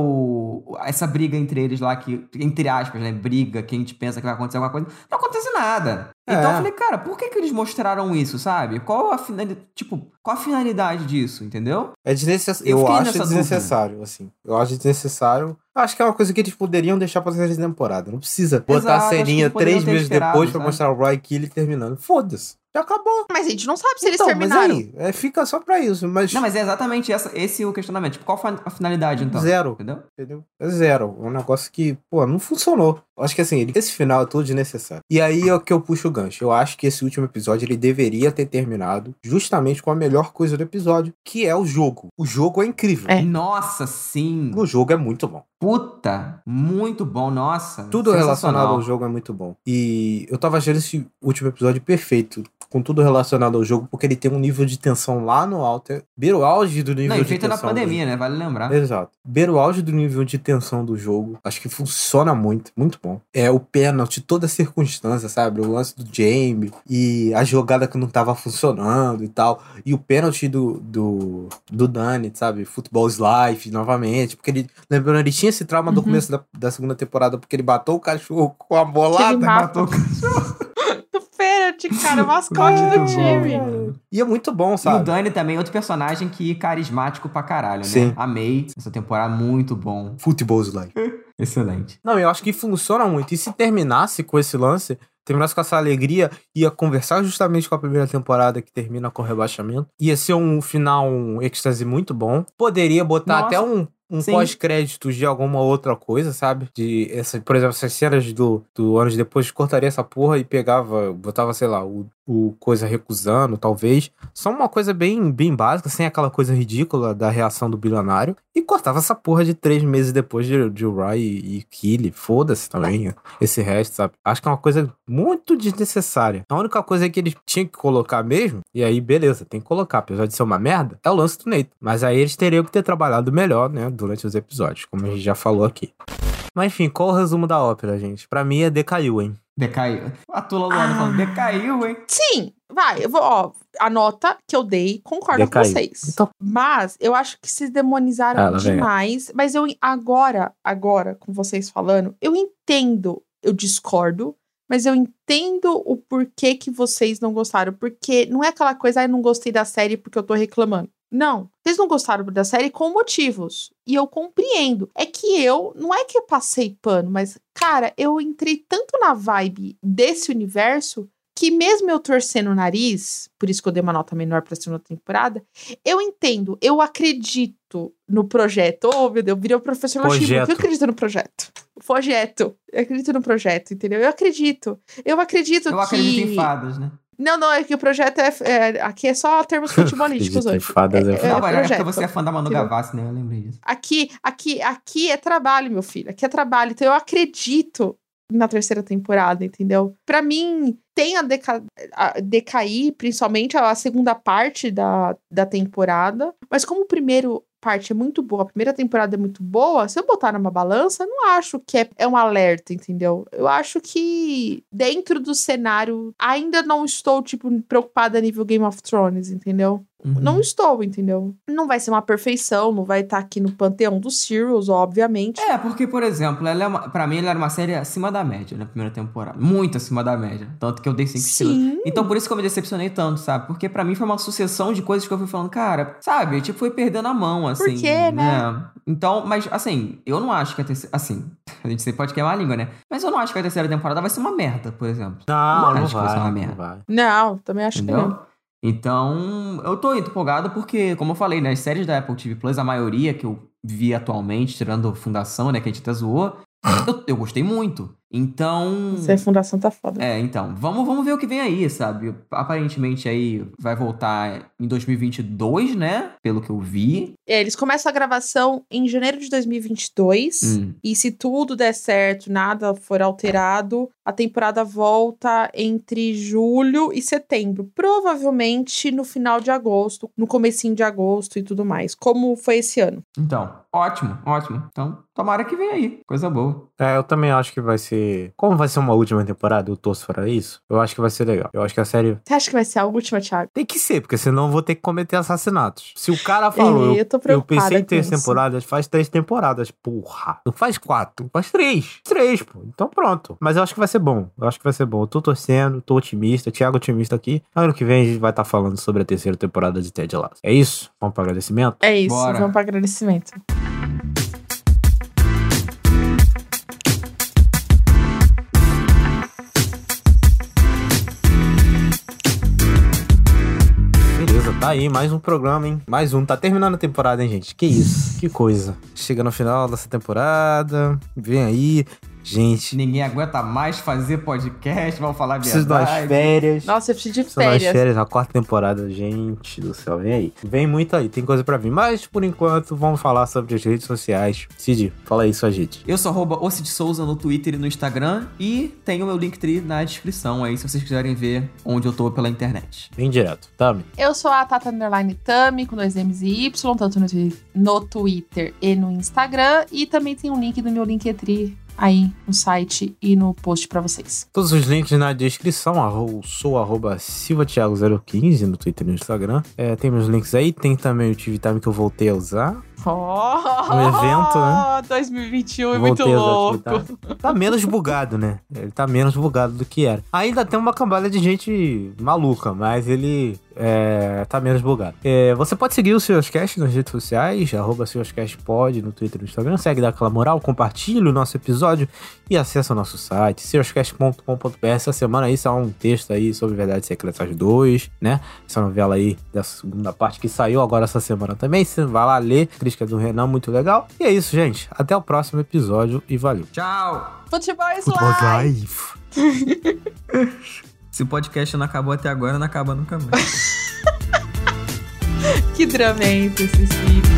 essa briga entre eles lá, que, entre aspas, né? Briga, que a gente pensa que vai acontecer alguma coisa, não acontece nada. Então eu falei, cara, por que eles mostraram isso, sabe? Qual a finalidade disso, entendeu? É desnecessário. Eu acho desnecessário, assim. Eu acho desnecessário. Acho que é uma coisa que eles poderiam deixar pra terceira temporada. Não precisa botar a ceninha 3 meses depois pra mostrar o Roy Kelly terminando. Foda-se. Já acabou. Mas a gente não sabe se eles terminaram. Mas aí, fica só pra isso. Mas... Não, mas é exatamente esse o questionamento. Tipo, qual foi a finalidade, então? Zero. Entendeu? É zero. É um negócio que, não funcionou. Eu acho que assim, esse final é todo desnecessário. E aí é o que eu puxo o gancho. Eu acho que esse último episódio, ele deveria ter terminado justamente com a melhor coisa do episódio, que é o jogo. O jogo é incrível. Nossa, sim. O jogo é muito bom. Puta, muito bom, nossa. Tudo relacionado ao jogo é muito bom. E eu tava achando esse último episódio perfeito, com tudo relacionado ao jogo, porque ele tem um nível de tensão lá no alto, beira o auge do nível de tensão. Feito na pandemia, né? Vale lembrar. Exato. Beira o auge do nível de tensão do jogo. Acho que funciona muito, muito bom. É o pênalti, toda a circunstância, sabe? O lance do Jamie e a jogada que não tava funcionando e tal. E o pênalti do Dani, sabe? Football's Life, novamente. Porque ele, lembrando, ele tinha esse trauma do começo da segunda temporada, porque ele matou o cachorro com a bolada. Matou o cachorro. Pênalti, cara, o mascote do time. E é muito bom, sabe? E o Dani também, outro personagem que carismático pra caralho, né? Sim. Amei essa temporada, muito bom. Football's Life. Excelente. Não, eu acho que funciona muito. E se terminasse com esse lance, terminasse com essa alegria, ia conversar justamente com a primeira temporada que termina com o rebaixamento. Ia ser um final, um êxtase muito bom. Poderia botar até um pós-créditos de alguma outra coisa, sabe? Por exemplo, essas cenas do anos depois, cortaria essa porra e botava, sei lá, o coisa recusando, talvez. Só uma coisa bem, bem básica, sem aquela coisa ridícula da reação do bilionário. E cortava essa porra de 3 meses depois de Roy e Kelly. Foda-se também, esse resto, sabe? Acho que é uma coisa muito desnecessária. A única coisa que eles tinham que colocar mesmo, e aí beleza, tem que colocar, apesar de ser uma merda, é o lance do Nathan. Mas aí eles teriam que ter trabalhado melhor, né, durante os episódios, como a gente já falou aqui. Mas enfim, qual o resumo da ópera, gente? Pra mim decaiu, hein? Decaiu. A Tula Luana falando, decaiu, hein? Sim, vai. Eu vou, a nota que eu dei, concordo com vocês. Então... Mas eu acho que se demonizaram demais. Mas eu agora, com vocês falando, eu entendo, eu discordo, mas eu entendo o porquê que vocês não gostaram. Porque não é aquela coisa, eu não gostei da série porque eu tô reclamando. Não, vocês não gostaram da série com motivos. E eu compreendo. É que não é que eu passei pano, mas, cara, eu entrei tanto na vibe desse universo que mesmo eu torcendo o nariz, por isso que eu dei uma nota menor pra segunda temporada, eu entendo, eu acredito no projeto. Oh, meu Deus, virei o professor Lochibo, eu acredito no projeto. Projeto. Eu acredito no projeto, entendeu? Eu acredito acredito em fadas, né? Não, é que o projeto aqui é só termos futebolísticos hoje. Fadas é porque você é fã da Manu Gavassi, né? Eu lembrei disso. Aqui é trabalho, meu filho. Aqui é trabalho. Então eu acredito na terceira temporada, entendeu? Pra mim, tem a decair, principalmente a segunda parte da temporada. Mas como o primeiro parte é muito boa, a primeira temporada é muito boa, se eu botar numa balança, eu não acho que é um alerta, entendeu? Eu acho que dentro do cenário, ainda não estou, tipo, preocupada a nível Game of Thrones, entendeu? Não estou, entendeu? Não vai ser uma perfeição, não vai estar aqui no panteão dos Serials, obviamente. Porque, por exemplo, pra mim ela era uma série acima da média na primeira temporada. Muito acima da média. Tanto que eu dei 5 estrelas. Então, por isso que eu me decepcionei tanto, sabe? Porque pra mim foi uma sucessão de coisas que eu fui falando, cara, sabe? Tipo, foi perdendo a mão, assim. Por quê, né? Então, mas, assim, eu não acho que a terceira... Assim, a gente sempre pode queimar a língua, né? Mas eu não acho que a terceira temporada vai ser uma merda, por exemplo. Não acho que vai ser uma vai, merda. não vai. Não, também acho que não. Então, eu tô empolgado porque, como eu falei, né, as séries da Apple TV Plus, a maioria que eu vi atualmente, tirando Fundação, né, que a gente até zoou, eu gostei muito. Então... Essa Fundação tá foda. Então, vamos ver o que vem aí, sabe? Aparentemente aí vai voltar em 2022, né? Pelo que eu vi. Eles começam a gravação em janeiro de 2022. E se tudo der certo, nada for alterado, a temporada volta entre julho e setembro. Provavelmente no final de agosto, no comecinho de agosto e tudo mais. Como foi esse ano. Então, ótimo. Então, tomara que venha aí. Coisa boa. Eu também acho que vai ser... Como vai ser uma última temporada, eu torço para isso, eu acho que vai ser legal. Eu acho que a série... Você acha que vai ser a última, Thiago? Tem que ser, porque senão eu vou ter que cometer assassinatos. Se o cara falou, eu pensei em 3 temporadas, faz 3 temporadas, porra. Não faz 4, faz 3. 3, pô. Então pronto. Mas eu acho que vai ser bom. Eu tô torcendo, tô otimista, Thiago otimista aqui. Ano que vem a gente vai estar falando sobre a terceira temporada de Ted Lasso. É isso? Vamos para agradecimento? É isso, Bora. Vamos para agradecimento. Tá aí, mais um programa, hein? Mais um. Tá terminando a temporada, hein, gente? Que isso? Que coisa. Chega no final dessa temporada. Vem aí. Gente... Ninguém aguenta mais fazer podcast, vamos falar a verdade. Preciso das férias. Nossa, eu preciso de Preciso das férias. férias, a 4ª temporada. Gente do céu, vem aí. Vem muito aí, tem coisa pra vir. Mas, por enquanto, vamos falar sobre as redes sociais. Cid, fala aí sua gente. Eu sou @OCidSouza no Twitter e no Instagram. E tem o meu Linktree na descrição aí, se vocês quiserem ver onde eu tô pela internet. Bem direto, Tami. Eu sou a Tata Tami, com 2 M's e Y, tanto no Twitter e no Instagram. E também tem um link do meu Linktree aí no site e no post pra vocês. Todos os links na descrição. Eu sou @SilvaThiago015 no Twitter e no Instagram. Tem meus links aí. Tem também o TV Time que eu voltei a usar. Um evento, né? 2021 é muito louco. Tá menos bugado, né? Ele tá menos bugado do que era. Ainda tem uma cambada de gente maluca, mas ele tá menos bugado. Você pode seguir o Serioscast nas redes sociais, @SerioscastPod no Twitter e no Instagram. Segue, dá aquela moral, compartilha o nosso episódio e acessa o nosso site, serioscast.com.br. Essa semana aí saiu um texto aí sobre Verdades Secretas 2, né? Essa novela aí da segunda parte que saiu agora essa semana também. Você vai lá ler. Crítica do Renan, muito legal. E é isso, gente. Até o próximo episódio e valeu. Tchau! Futebol is life! Se o podcast não acabou até agora, não acaba nunca mais. Que dramento esse filho.